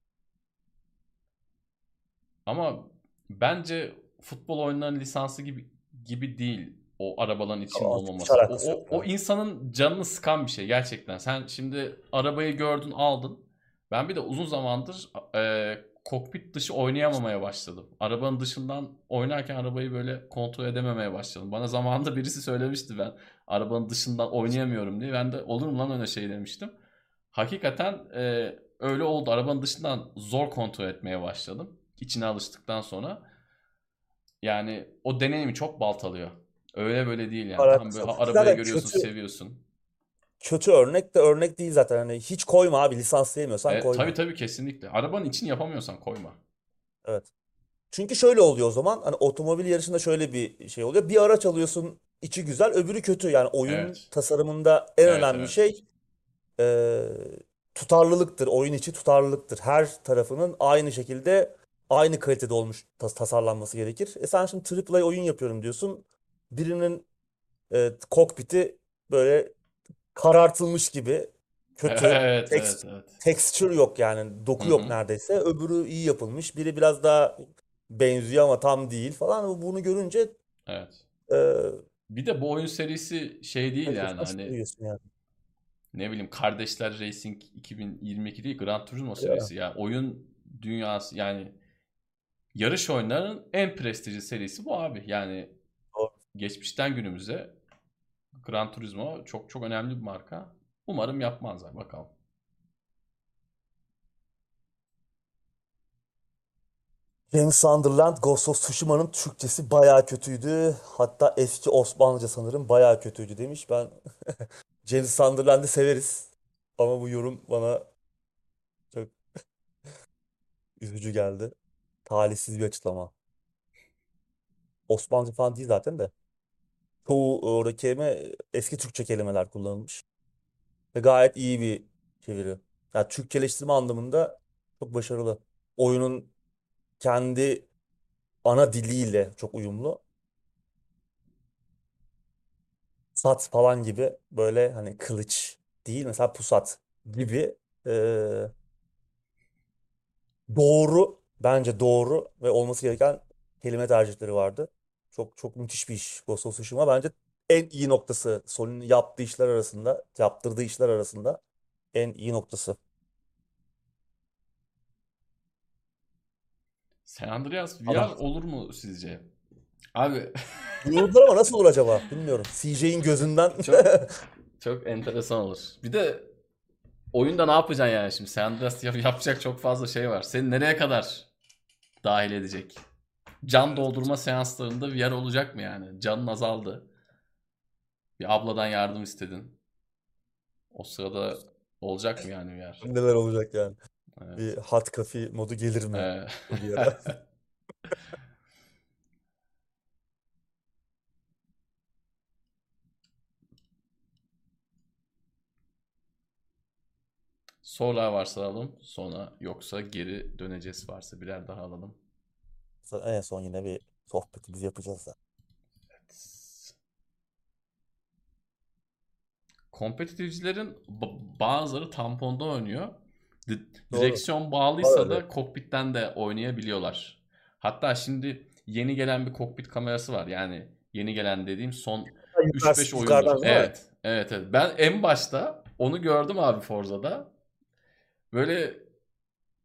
Ama bence futbol oyunlarının lisansı gibi gibi değil o arabaların içinin Ama hiç olmaması. O, alakası o, yok o ya. insanın canını sıkan bir şey gerçekten. Sen şimdi arabayı gördün aldın. Ben bir de uzun zamandır e, kokpit dışı oynayamamaya başladım. Arabanın dışından oynarken arabayı böyle kontrol edememeye başladım. Bana zamanında birisi söylemişti ben arabanın dışından oynayamıyorum diye. Ben de olur mu lan öyle şey demiştim. Hakikaten e, öyle oldu. Arabanın dışından zor kontrol etmeye başladım. İçine alıştıktan sonra. Yani o deneyimi çok baltalıyor. Öyle böyle değil yani. Tam Alakası böyle yok. arabayı Zaten görüyorsun, kötü seviyorsun. kötü örnek de örnek değil zaten. Hani hiç koyma abi lisansleyemiyorsan E, tabii koyma. tabii kesinlikle. Arabanın için yapamıyorsan koyma. Evet. Çünkü şöyle oluyor o zaman. Hani otomobil yarışında şöyle bir şey oluyor. Bir araç alıyorsun içi güzel, öbürü kötü. Yani oyun Evet. tasarımında en Evet önemli evet. şey e, tutarlılıktır. Oyun içi tutarlılıktır. Her tarafının aynı şekilde aynı kalitede olmuş tas- tasarlanması gerekir. E sen şimdi triple A oyun yapıyorum diyorsun. Birinin e, kokpiti böyle karartılmış gibi kötü. Evet evet Text, evet. texture yok yani. Hı Doku yok hı. neredeyse. Öbürü iyi yapılmış. Biri biraz daha benziyor ama tam değil falan. Bunu görünce Evet. e, Bir de bu oyun serisi şey değil yani Microsoft'tan şüphe hani duyuyorsun yani. ne bileyim Kardeşler Racing iki bin yirmi iki değil Gran Turismo Değil mi? serisi ya. Oyun dünyası yani yarış oyunlarının en prestijli serisi bu abi. Yani Doğru. geçmişten günümüze Gran Turismo çok çok önemli bir marka. Umarım yapmazlar bakalım. James Sunderland Ghost of Tsushima'nın Türkçesi bayağı kötüydü. Hatta eski Osmanlıca sanırım bayağı kötüydü demiş. Ben James Sunderland'i severiz. Ama bu yorum bana çok üzücü geldi. Talihsiz bir açıklama. Osmanlıca falan değil zaten de. Çoğu oradaki kelime eski Türkçe kelimeler kullanılmış. Ve gayet iyi bir çeviri. Yani Türkçeleştirme anlamında çok başarılı. Oyunun kendi ana diliyle çok uyumlu. Sat falan gibi böyle hani kılıç değil mesela pusat gibi e, doğru bence doğru ve olması gereken kelime tercihleri vardı. Çok çok müthiş bir iş Ghost of Tsushima. Bence en iyi noktası Sony'nin yaptığı işler arasında, yaptırdığı işler arasında en iyi noktası. San Andreas V R Ana. olur mu sizce? Abi Duyurdular ama nasıl olur acaba? Bilmiyorum. C J'in gözünden çok çok enteresan olur. Bir de oyunda ne yapacaksın yani şimdi? San Andreas yap- yapacak çok fazla şey var. Seni nereye kadar dahil edecek? Can doldurma seanslarında V R olacak mı yani? Canın azaldı. Bir abladan yardım istedin. O sırada olacak mı yani V R? neler olacak yani? Bir Evet. hot coffee modu gelir mi Ee, bir ara? Sorular varsa alalım. Sonra yoksa geri döneceğiz varsa birer daha alalım. En son yine bir sohbetimizi yapacağız da. Kompetitifcilerin ba- bazıları tamponda oynuyor. Di- Doğru. direksiyon Var bağlıysa öyle. da kokpitten de oynayabiliyorlar. Hatta şimdi yeni gelen bir kokpit kamerası var. Yani yeni gelen dediğim son Yukarı, üç beş oyundur. yukarıdan değil mi? Evet. Evet, evet. Ben en başta onu gördüm abi Forza'da. Böyle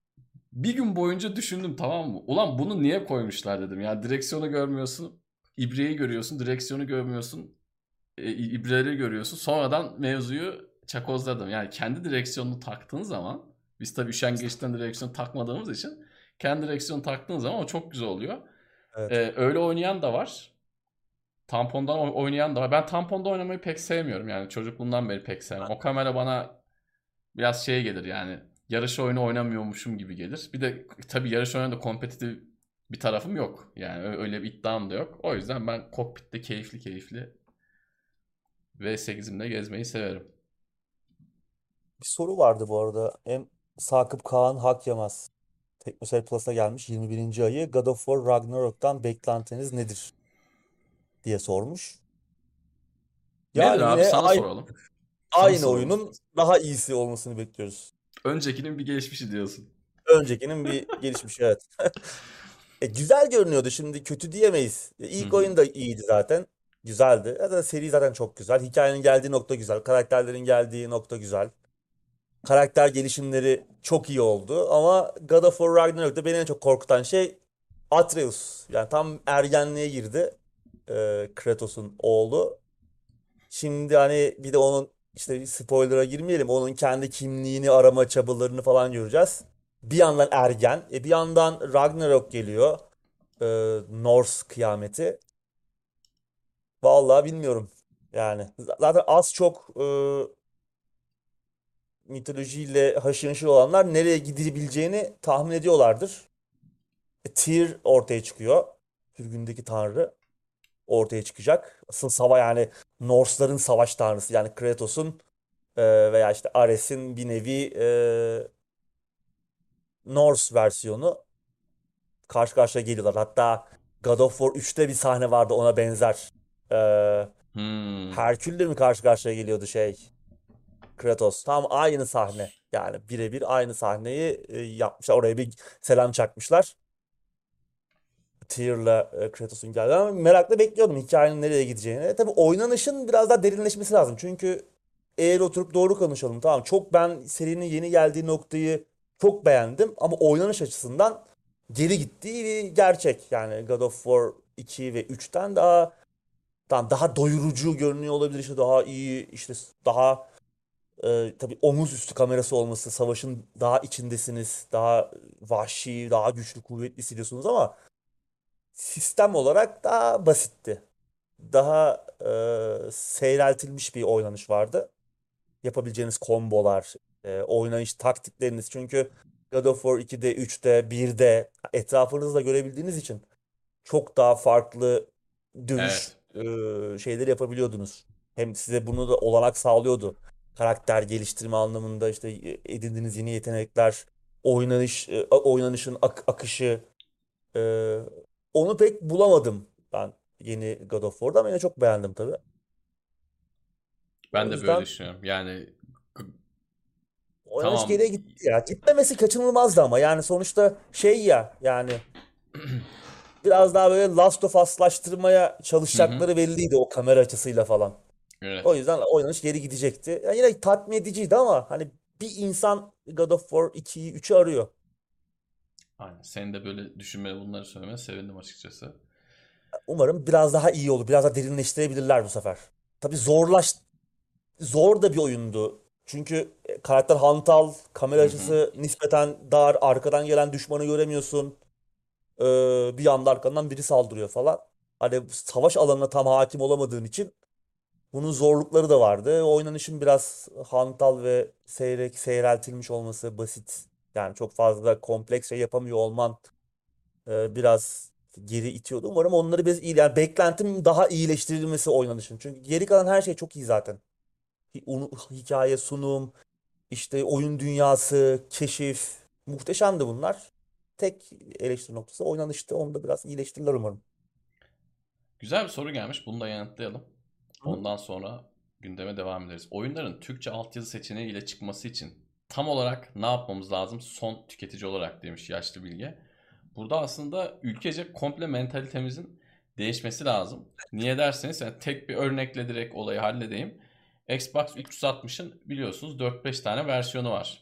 Bir gün boyunca düşündüm, tamam mı? Ulan bunu niye koymuşlar dedim. Yani direksiyonu görmüyorsun. İbreyi görüyorsun. Direksiyonu görmüyorsun. E, ibreleri görüyorsun. Sonradan mevzuyu çakozladım. Yani kendi direksiyonunu taktığın zaman, biz tabii üşengeçten direksiyon takmadığımız için kendi direksiyonu taktığın zaman o çok güzel oluyor. Evet. E, öyle oynayan da var. Tampondan oynayan da var. Ben tamponda oynamayı pek sevmiyorum. Yani çocukluğumdan beri pek sevmem. O kamera bana biraz şey gelir yani. Yarış oyunu oynamıyormuşum gibi gelir. Bir de tabii yarış oyununda kompetitif bir tarafım yok. Yani öyle bir iddiam da yok. O yüzden ben kokpitte keyifli keyifli V sekizimle gezmeyi severim. Bir soru vardı bu arada. Hem Sakıp Kaan Hak Yamaz. Teknoseyir Plus'a gelmiş yirmi birinci ayı. God of War Ragnarok'tan beklentiniz nedir diye sormuş. Nedir Yani abi, yine sana aynı, soralım. Sana aynı soralım. oyunun daha iyisi olmasını bekliyoruz. Öncekinin bir gelişmişi diyorsun. Öncekinin bir gelişmiş, evet. E, güzel görünüyordu, şimdi kötü diyemeyiz. E, Hı İlk hı. oyun da iyiydi zaten. Güzeldi. Zaten seri zaten çok güzel. Hikayenin geldiği nokta güzel. Karakterlerin geldiği nokta güzel. Karakter gelişimleri çok iyi oldu. Ama God of War Ragnarok'ta beni en çok korkutan şey Atreus. Yani tam ergenliğe girdi. E, Kratos'un oğlu. Şimdi hani bir de onun, işte spoiler'a girmeyelim, onun kendi kimliğini arama çabalarını falan göreceğiz. Bir yandan ergen, e bir yandan Ragnarok geliyor. E, Norse kıyameti. Vallahi bilmiyorum. Yani Z- zaten az çok e, mitolojiyle haşır neşir olanlar nereye gidilebileceğini tahmin ediyorlardır. E, Tyr ortaya çıkıyor. Sürgündeki tanrı ortaya çıkacak. Asıl savaş, yani Norse'ların savaş tanrısı, yani Kratos'un e, veya işte Ares'in bir nevi e, Norse versiyonu karşı karşıya geliyorlar. Hatta God of War üçte bir sahne vardı ona benzer. E, Hmm. Herkül'le mi karşı karşıya geliyordu şey Kratos? Tam aynı sahne. Yani birebir aynı sahneyi e, yapmışlar. Oraya bir selam çakmışlar. Tyr'la e, Kratos'un geldi ama merakla bekliyordum hikayenin nereye gideceğini. Tabii oynanışın biraz daha derinleşmesi lazım. Çünkü eğer oturup doğru konuşalım, tamam. Çok, ben serinin yeni geldiği noktayı çok beğendim ama oynanış açısından geri gittiği bir gerçek. Yani God of War iki ve üçten daha, tamam, daha doyurucu görünüyor olabilir, işte daha iyi, işte daha e, tabii omuz üstü kamerası olması, savaşın daha içindesiniz, daha vahşi, daha güçlü, kuvvetli hissediyorsunuz ama sistem olarak daha basitti. Daha e, seyreltilmiş bir oynanış vardı. Yapabileceğiniz kombolar, e, oynayış taktikleriniz. Çünkü God of War ikide, üçte, birde etrafınızda görebildiğiniz için çok daha farklı dövüş Evet. e, şeyleri yapabiliyordunuz. Hem size bunu da olanak sağlıyordu. Karakter geliştirme anlamında işte e, edindiğiniz yeni yetenekler, oynanış, e, oynanışın ak- akışı, ee, onu pek bulamadım ben yeni God of War'da ama yine çok beğendim tabii. Ben O de böyle yüzden düşünüyorum. Yani oynanış tamam. geriye gitti ya. Gitmemesi kaçınılmazdı ama yani sonuçta şey ya, yani biraz daha böyle Last of Us'laştırmaya Hı hı. çalışacakları belliydi o kamera açısıyla falan. O Evet. yüzden oynanış geri gidecekti. Yani yine tatmin ediciydi ama hani bir insan God of War ikiyi, üçü arıyor. Aynen. Senin de böyle düşünmeni, bunları söylemene sevindim açıkçası. Umarım biraz daha iyi olur. Biraz daha derinleştirebilirler bu sefer. Tabii zorlaş zor da bir oyundu. Çünkü e, karakter hantal, kamera Hı hı. açısı nispeten dar, arkadan gelen düşmanı göremiyorsun. Ee, bir anda arkandan biri saldırıyor falan. Hani savaş alanına tam hakim olamadığın için bunun zorlukları da vardı. Oynanışın biraz hantal ve seyrek, seyreltilmiş olması, basit. Yani çok fazla kompleks şey yapamıyor olman e, biraz geri itiyordu. Umarım onları biraz iyi, yani beklentim daha iyileştirilmesi oynanışın. Çünkü geri kalan her şey çok iyi zaten. Hi- unu- Hikaye, sunum, işte oyun dünyası, keşif, muhteşemdi bunlar. Tek eleştiri noktası oynanıştı. Onu da biraz iyileştirirler umarım. Güzel bir soru gelmiş. Bunu da yanıtlayalım. Hı hı. Ondan sonra gündeme devam ederiz. Oyunların Türkçe altyazı seçeneği ile çıkması için tam olarak ne yapmamız lazım son tüketici olarak, demiş yaşlı bilge. Burada aslında ülkece komple mentalitemizin değişmesi lazım. Niye derseniz, yani tek bir örnekle direkt olayı halledeyim. Xbox üç yüz altmışın biliyorsunuz dört beş tane versiyonu var.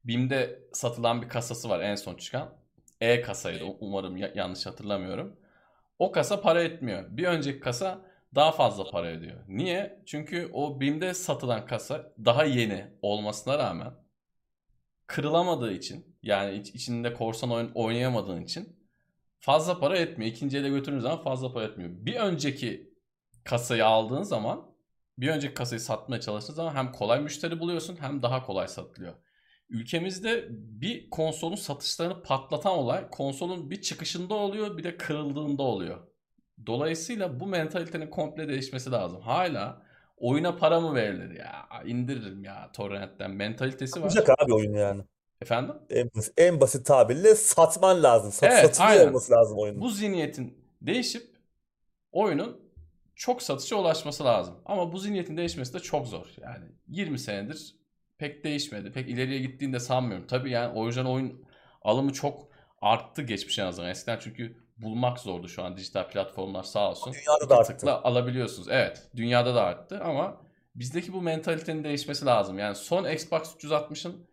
BİM'de satılan bir kasası var en son çıkan. E kasaydı umarım yanlış hatırlamıyorum. O kasa para etmiyor. Bir önceki kasa daha fazla para ediyor. Niye? Çünkü o BİM'de satılan kasa daha yeni olmasına rağmen kırılamadığı için, yani iç, içinde korsan oyun oynayamadığın için fazla para etmiyor. İkinci ele götürdüğün zaman fazla para etmiyor. Bir önceki kasayı aldığın zaman, bir önceki kasayı satmaya çalıştığın zaman hem kolay müşteri buluyorsun hem daha kolay satılıyor. Ülkemizde bir konsolun satışlarını patlatan olay konsolun bir çıkışında oluyor, bir de kırıldığında oluyor. Dolayısıyla bu mentalitenin komple değişmesi lazım. Hala oyuna para mı verilir ya? İndiririm ya torrentten mentalitesi var. Yapacak abi oyunu yani. Efendim? En basit, en basit tabirle satman lazım. Sat, Evet, satılıyor aynen. olması lazım oyunun. Bu zihniyetin değişip oyunun çok satışa ulaşması lazım. Ama bu zihniyetin değişmesi de çok zor. Yani yirmi senedir pek değişmedi. Pek ileriye gittiğini de sanmıyorum. Tabii yani orijinal oyun alımı çok arttı geçmişe nazaran. Eskiden çünkü bulmak zordu, şu an dijital platformlar sağ olsun. Dünyada da İki arttı. tıkla alabiliyorsunuz. Evet, dünyada da arttı ama bizdeki bu mentalitenin değişmesi lazım. Yani son Xbox üç yüz altmışın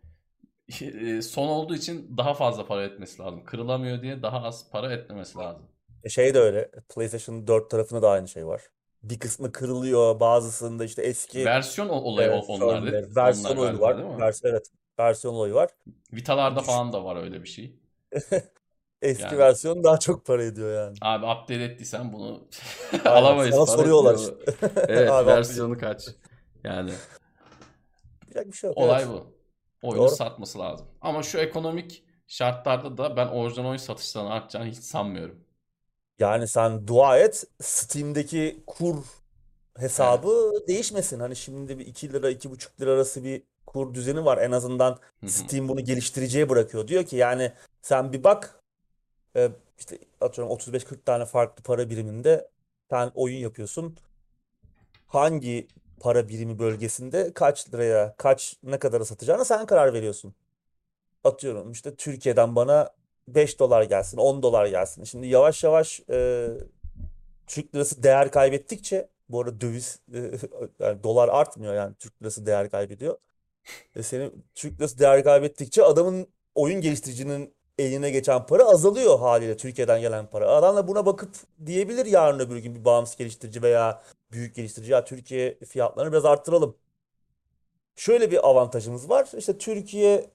son olduğu için daha fazla para etmesi lazım. Kırılamıyor diye daha az para etmemesi lazım. E Şey de öyle. PlayStation dört tarafında da aynı şey var. Bir kısmı kırılıyor. Bazısında işte eski Versiyon olayı e, onlar dedi. firmware, versiyon Onlar oyunu galiba var. değil mi? Vers evet. Versiyon olayı var. Vitalarda Düş falan da var öyle bir şey. Eski Yani versiyon daha çok para ediyor yani. abi update ettiysen bunu Aynen. alamayız. Sana Para soruyorlar etmiyor işte. mu? Evet, Abi update. versiyonu kaç? Yani Yapacak bir şey yok. olay Evet. bu. Oyunu Doğru. satması lazım. Ama şu ekonomik şartlarda da ben orijinal oyun satışlarının artacağını hiç sanmıyorum. Yani sen dua et Steam'deki kur Evet. hesabı değişmesin. Hani şimdi bir iki lira iki buçuk lira arası bir kur düzeni var. En azından Hı hı. Steam bunu geliştiriciye bırakıyor. Diyor ki yani sen bir bak e, işte atıyorum otuz beş kırk tane farklı para biriminde sen oyun yapıyorsun. Hangi para birimi bölgesinde kaç liraya kaç ne kadara satacağına sen karar veriyorsun. Atıyorum işte Türkiye'den bana beş dolar gelsin on dolar gelsin. Şimdi yavaş yavaş e, Türk lirası değer kaybettikçe bu arada döviz e, yani dolar artmıyor yani Türk lirası değer kaybediyor. E senin Türk lirası değer kaybettikçe adamın oyun geliştiricinin eline geçen para azalıyor haliyle Türkiye'den gelen para. Adam da buna bakıp diyebilir yarın öbür gün bir bağımsız geliştirici veya büyük geliştirici ya Türkiye fiyatlarını biraz arttıralım. Şöyle bir avantajımız var. İşte Türkiye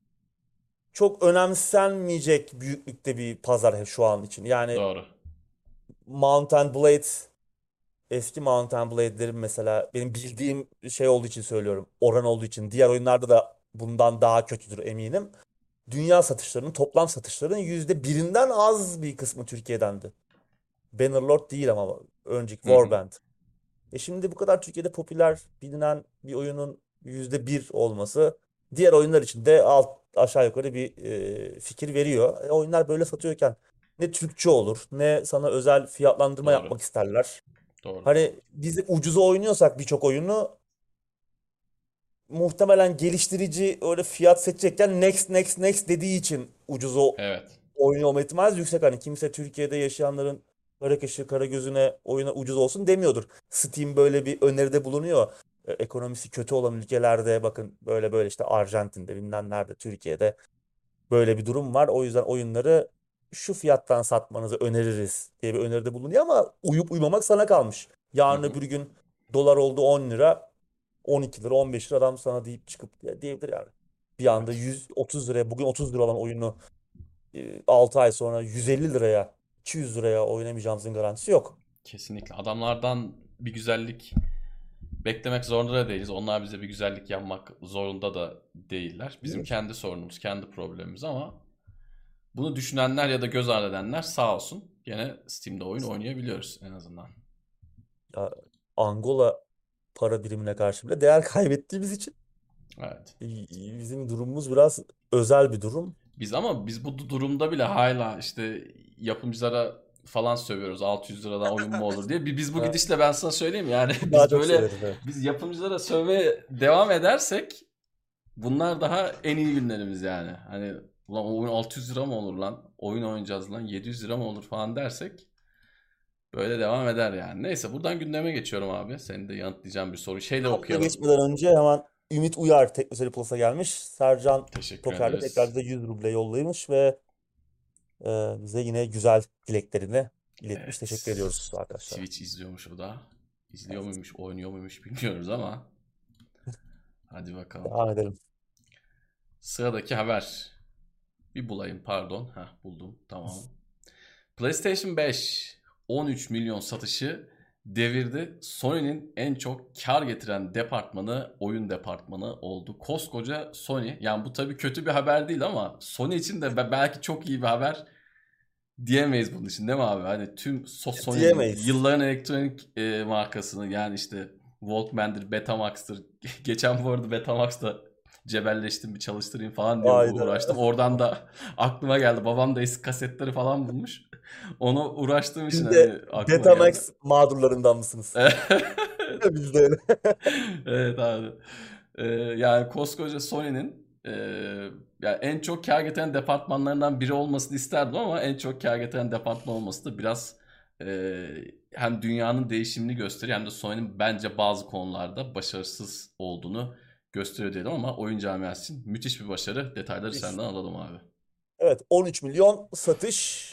çok önemsenmeyecek büyüklükte bir pazar şu an için. Yani Doğru. Mount and Blade eski Mount and Blade'lerin mesela benim bildiğim şey olduğu için söylüyorum. Oran olduğu için. Diğer oyunlarda da bundan daha kötüdür eminim. Dünya satışlarının, toplam satışlarının yüzde birinden az bir kısmı Türkiye'dendi. Bannerlord değil ama önceki Hı hı. Warband. E şimdi bu kadar Türkiye'de popüler bilinen bir oyunun yüzde bir olması diğer oyunlar için de alt aşağı yukarı bir e, fikir veriyor. E, oyunlar böyle satıyorken ne Türkçe olur ne sana özel fiyatlandırma Doğru. yapmak isterler. Doğru. Doğru. Hani biz ucuza oynuyorsak birçok oyunu muhtemelen geliştirici öyle fiyat seçecekken next next next dediği için ucuza Evet. oyun olma ihtimali yüksek. Hani kimse Türkiye'de yaşayanların kara kaşı kara gözüne oyuna ucuz olsun demiyordur. Steam böyle bir öneride bulunuyor. E, Ekonomisi kötü olan ülkelerde bakın böyle böyle işte Arjantin'de bilmem nerede Türkiye'de böyle bir durum var. O yüzden oyunları şu fiyattan satmanızı öneririz diye bir öneride bulunuyor ama uyup uymamak sana kalmış. Hı Yarın hı. öbür gün dolar oldu on lira, on iki lira, on beş lira adam sana deyip çıkıp ya diyebilir yani. Bir anda Evet. yüz otuz liraya, bugün otuz lira olan oyunu altı ay sonra yüz elli liraya, iki yüz liraya oynamayacağımızın garantisi yok. Kesinlikle. Adamlardan bir güzellik beklemek zorunda da değiliz. Onlar bize bir güzellik yapmak zorunda da değiller. Değil Bizim mi? kendi sorunumuz, kendi problemimiz ama bunu düşünenler ya da göz ardı edenler sağ olsun. Gene Steam'de oyun oynayabiliyoruz en azından. Ya, Angola para birimine karşı bile değer kaybettiğimiz için Evet. bizim durumumuz biraz özel bir durum. Biz ama biz bu durumda bile hala işte yapımcılara falan sövüyoruz. altı yüz liradan oyun mu olur diye. Bi- Biz bu Ha, gidişle ben sana söyleyeyim yani daha biz çok böyle severiz. Evet. biz yapımcılara sövmeye devam edersek bunlar daha en iyi günlerimiz yani. Hani ulan o oyun altı yüz lira mı olur lan? Oyun oynayacağız lan yedi yüz lira mı olur falan dersek böyle devam eder yani. Neyse buradan gündeme geçiyorum abi. Senin de yanıtlayacağım bir soru. Şey de Yanıtına okuyalım. geçmeden önce hemen Ümit Uyar Teknoseyir Plus'a gelmiş. Sercan Teşekkür Toker de tekrar ederiz. bize yüz ruble yollamış ve e, bize yine güzel dileklerini iletmiş. Evet. Teşekkür ediyoruz arkadaşlara. Twitch izliyormuş o da. İzliyor muymuş, oynuyor muymuş bilmiyoruz ama. Hadi bakalım. Devam edelim. Sıradaki haber. Bir bulayım pardon. Heh, buldum. Tamam. PlayStation beş on üç milyon satışı devirdi. Sony'nin en çok kar getiren departmanı oyun departmanı oldu. Koskoca Sony. Yani bu tabii kötü bir haber değil ama Sony için de belki çok iyi bir haber diyemeyiz bunun için değil mi abi? Hani tüm So- Sony'nin Diyemeyiz. yılların elektronik e, markasını yani işte Walkman'dir, Betamax'tır. Geçen bu arada Betamax'ta cebelleştim bir çalıştırayım falan diye Ayda. uğraştım. Oradan da aklıma geldi. Babam da eski kasetleri falan bulmuş. Onu uğraştığım için Siz de hani aklıma geldi. Betamax mağdurlarından mısınız? Evet. Biz de öyle. Evet abi. Ee, yani koskoca Sony'nin e, yani en çok kâr getiren departmanlarından biri olmasını isterdim ama en çok kâr getiren departman olması da biraz e, hem dünyanın değişimini gösteriyor hem de Sony'nin bence bazı konularda başarısız olduğunu gösteriyor dedim ama oyun camiası için müthiş bir başarı. Detayları senden alalım abi. Evet, on üç milyon satış.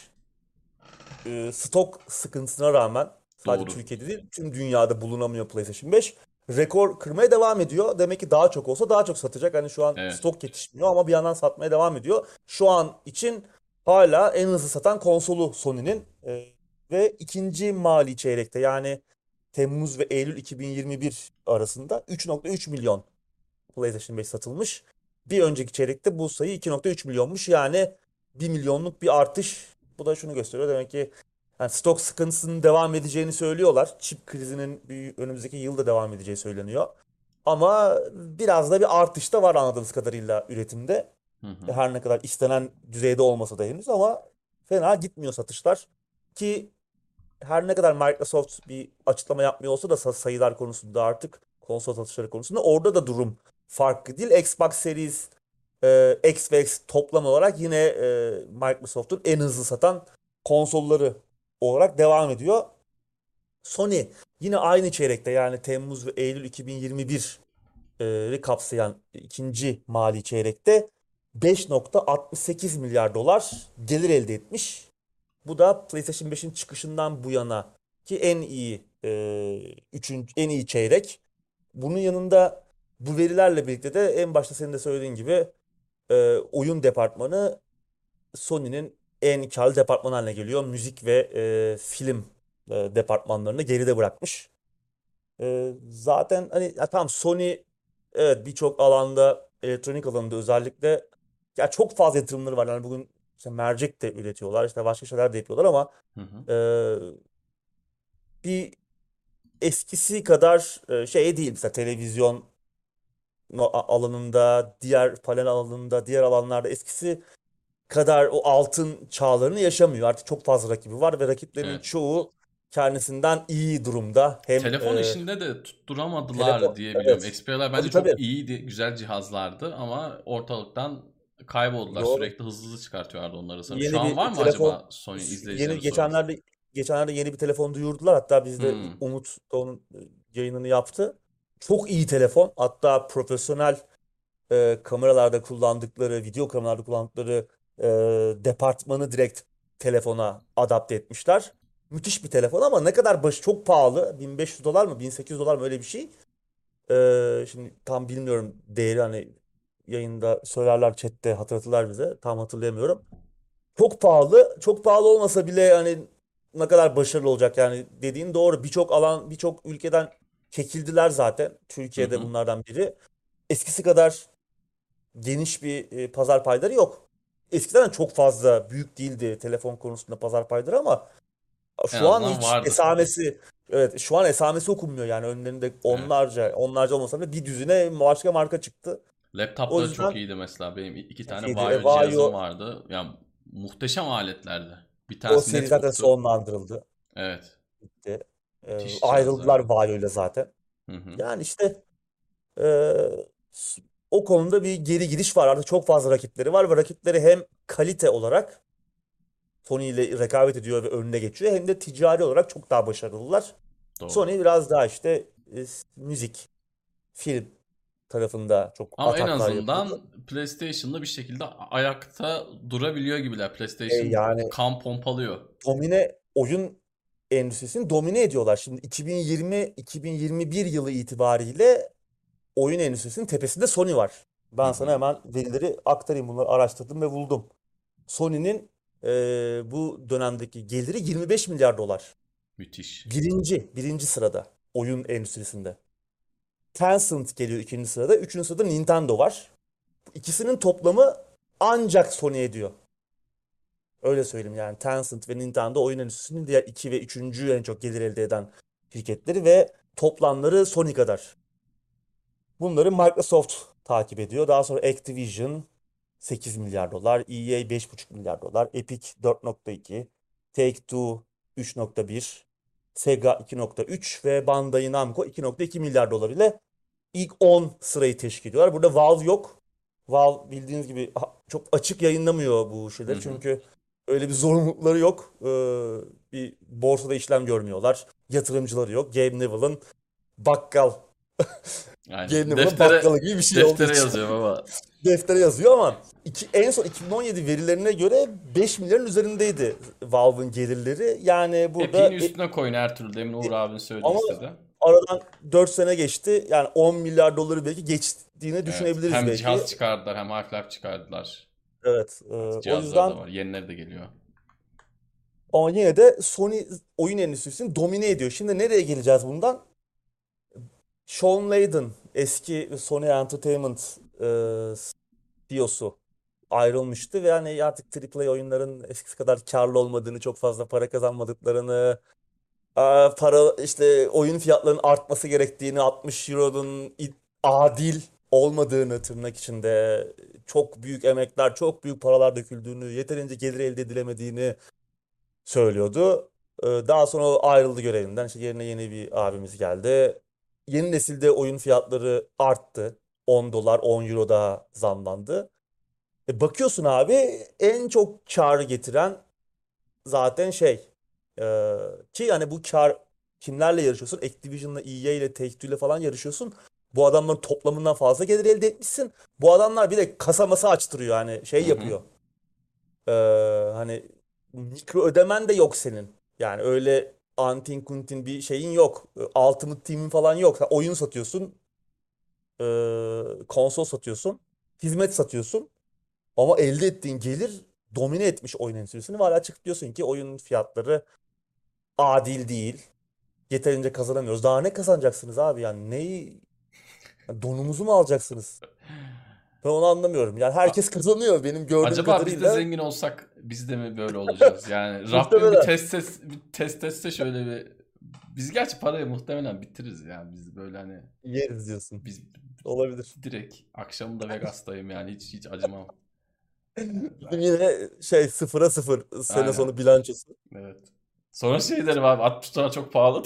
E, stok sıkıntısına rağmen sadece Doğru. Türkiye'de değil tüm dünyada bulunamıyor PlayStation beş. Rekor kırmaya devam ediyor. Demek ki daha çok olsa daha çok satacak. Hani şu an Evet. stok yetişmiyor ama bir yandan satmaya devam ediyor. Şu an için hala en hızlı satan konsolu Sony'nin. E, ve ikinci mali çeyrekte yani Temmuz ve Eylül iki bin yirmi bir arasında üç nokta üç milyon PlayStation beş satılmış. Bir önceki çeyrekte bu sayı iki nokta üç milyonmuş. Yani bir milyonluk bir artış. Bu da şunu gösteriyor. Demek ki yani stok sıkıntısının devam edeceğini söylüyorlar. Çip krizinin bir önümüzdeki yılda devam edeceği söyleniyor. Ama biraz da bir artış da var anladığımız kadarıyla üretimde. Hı hı. Her ne kadar istenen düzeyde olmasa da henüz ama fena gitmiyor satışlar. Ki her ne kadar Microsoft bir açıklama yapmıyor olsa da sa- sayılar konusunda artık konsol satışları konusunda orada da durum farklı değil. Xbox Series e, X ve X toplam olarak yine e, Microsoft'un en hızlı satan konsolları olarak devam ediyor. Sony yine aynı çeyrekte yani Temmuz ve Eylül iki bin yirmi bir'i kapsayan ikinci mali çeyrekte beş nokta altmış sekiz milyar dolar gelir elde etmiş. Bu da PlayStation beşin çıkışından bu yana ki en iyi e, üçüncü, en iyi çeyrek. Bunun yanında bu verilerle birlikte de en başta senin de söylediğin gibi e, oyun departmanı Sony'nin en karlı departmanı haline geliyor. Müzik ve e, film e, departmanlarını geride bırakmış. E, zaten hani ya tamam Sony evet birçok alanda elektronik alanında özellikle ya çok fazla yatırımları var. Yani bugün işte mercek de üretiyorlar, işte başka şeyler de yapıyorlar ama Hı hı. e, bir eskisi kadar e, şey değil. Mesela televizyon no- a- alanında, diğer panel alanında, diğer alanlarda eskisi kadar o altın çağlarını yaşamıyor. Artık çok fazla rakibi var ve rakiplerinin Evet. çoğu kendisinden iyi durumda. Hem Telefon e, işinde de tutturamadılar telefon, diye biliyorum. evet. Xperia'lar bence Tabii çok tabii. iyiydi, güzel cihazlardı ama ortalıktan kayboldular. Doğru. Sürekli hızlı hızlı çıkartıyorlardı onları sanırım. Şu Yeni an var bir mı telefon acaba Sony yeni izleyicilerine soralım. geçenlerde geçenlerde yeni bir telefon duyurdular. Hatta bizde Hmm. Umut da onun e, yayınını yaptı. Çok iyi telefon. Hatta profesyonel e, kameralarda kullandıkları, video kameralarda kullandıkları e, departmanı direkt telefona adapte etmişler. Müthiş bir telefon ama ne kadar başı çok pahalı. bin beş yüz dolar mı bin sekiz yüz dolar mı öyle bir şey. E, şimdi tam bilmiyorum değeri hani yayında söylerler chatte hatırlatırlar bize. Tam hatırlayamıyorum. Çok pahalı. Çok pahalı olmasa bile hani ne kadar başarılı olacak yani dediğin doğru. Birçok alan, birçok ülkeden çekildiler zaten. Hı Türkiye'de hı. bunlardan biri. Eskisi kadar geniş bir e, pazar payları yok. Eskiden çok fazla büyük değildi telefon konusunda pazar payları ama En şu an azından hiç vardı. esamesi evet şu an esamesi okunmuyor yani önlerinde Evet. onlarca onlarca olmasa bile bir düzine başka marka çıktı. O Laptopları çok yüzden iyiydi mesela. Benim iki çok tane iyiydi. Vaio cihazım Vaio vardı. Yani muhteşem aletlerdi. Bir o tanesi seri zaten netbook'tu. sonlandırıldı. Evet. Gitti. Ee, Müthiş ayrıldılar cihazlardı. Vaio ile zaten. Hı hı. Yani işte e, o konuda bir geri gidiş var. Artık çok fazla rakipleri var ve rakipleri hem kalite olarak Sony ile rekabet ediyor ve önüne geçiyor. Hem de ticari olarak çok daha başarılılar. Doğru. Sony biraz daha işte e, müzik, film. tarafında çok Ama en ataklar yapıyordu. azından PlayStation'da bir şekilde ayakta durabiliyor gibiler. E, PlayStation yani kan pompalıyor. domine oyun endüstrisini domine ediyorlar. Şimdi iki bin yirmi-iki bin yirmi bir yılı itibariyle oyun endüstrisinin tepesinde Sony var. Hı Ben sana hı. hemen verileri aktarayım. Bunları araştırdım ve buldum. Sony'nin eee, bu dönemdeki geliri yirmi beş milyar dolar. Müthiş. Birinci, birinci sırada oyun endüstrisinde. Tencent geliyor ikinci sırada. Üçüncü sırada Nintendo var. Bu İkisinin toplamı ancak Sony ediyor. Öyle söyleyeyim yani. Tencent ve Nintendo oyun endüstrisinin diğer iki ve üçüncü en çok gelir elde eden şirketleri ve toplamları Sony kadar. Bunları Microsoft takip ediyor. Daha sonra Activision sekiz milyar dolar, E A beş buçuk milyar dolar, Epic dört nokta iki, Take-Two üç nokta bir, Sega iki nokta üç ve Bandai Namco iki nokta iki milyar dolar ile ilk on sırayı teşkil ediyorlar. Burada Valve yok. Valve bildiğiniz gibi ha- çok açık yayınlamıyor bu Hı şeyleri. hı. Çünkü öyle bir zorunlulukları yok. Ee, bir borsada işlem görmüyorlar. Yatırımcıları yok. Gabe Newell'ın bakkal, Gabe Aynen. Newell'ın Deftere bakkalı gibi bir şey olduğu deftere için yazıyor baba. deftere yazıyor ama iki, en son iki bin on yedi verilerine göre beş milyarın üzerindeydi Valve'ın gelirleri. Yani Epey'in burada e, üstüne koyun her türlü. Demin Uğur abinin söylediği ama listede. aradan dört sene geçti. Yani on milyar doları belki geçtiğini Evet. düşünebiliriz Hem belki. cihaz çıkardılar hem Half-Life çıkardılar. Evet. e, Artık o cihazları yüzden da var. Yenileri de geliyor. ama yine de Sony oyun endüstrisini domine ediyor. Şimdi nereye geleceğiz bundan? Sean Layden, eski Sony Entertainment e, C E O'su ayrılmıştı ve hani artık A A A oyunların eskisi kadar karlı olmadığını, çok fazla para kazanmadıklarını, aa, para işte oyun fiyatlarının artması gerektiğini, altmış Euro'nun i- adil olmadığını tırnak içinde çok büyük emekler, çok büyük paralar döküldüğünü, yeterince gelir elde edilemediğini söylüyordu. Ee, Daha sonra o ayrıldı görevinden. İşte yerine yeni bir abimiz geldi. Yeni nesilde oyun fiyatları arttı. on dolar, on euro daha zamlandı. E bakıyorsun abi en çok karı getiren zaten şey e, ki yani bu kar kimlerle yarışıyorsun? Activision'la, E A ile, Take-Two ile falan yarışıyorsun. Bu adamların toplamından fazla gelir elde etmişsin. Bu adamlar bir de kasa masa açtırıyor hani şey Hı hı. yapıyor. E, Hani mikro ödemen de yok senin. Yani öyle antin kuntin bir şeyin yok. E, Ultimate Team'in falan yok. Ha, oyun satıyorsun, e, konsol satıyorsun, hizmet satıyorsun. Ama elde ettiğin gelir domine etmiş oyun endüstrisini ve hala çıkıp diyorsun ki oyun fiyatları adil değil. Yeterince kazanamıyoruz. Daha ne kazanacaksınız abi yani neyi yani donumuzu mu alacaksınız? Ben onu anlamıyorum. Yani A- herkes kazanıyor benim gördüğüm Acaba biz de kadarıyla. zengin olsak biz de mi böyle olacağız? Yani Rabbim bir Muhtemelen test test bir test etse şöyle bir biz gerçi parayı muhtemelen bitiririz yani biz böyle hani yeriz diyorsun. biz Olabilir. direkt akşamında Vegas'tayım yani hiç hiç acımam. Bizim yine şey sıfıra sıfır sene Aynen. sonu bilançosu. Evet. Sonra şey derim abi altmış dolar çok pahalı.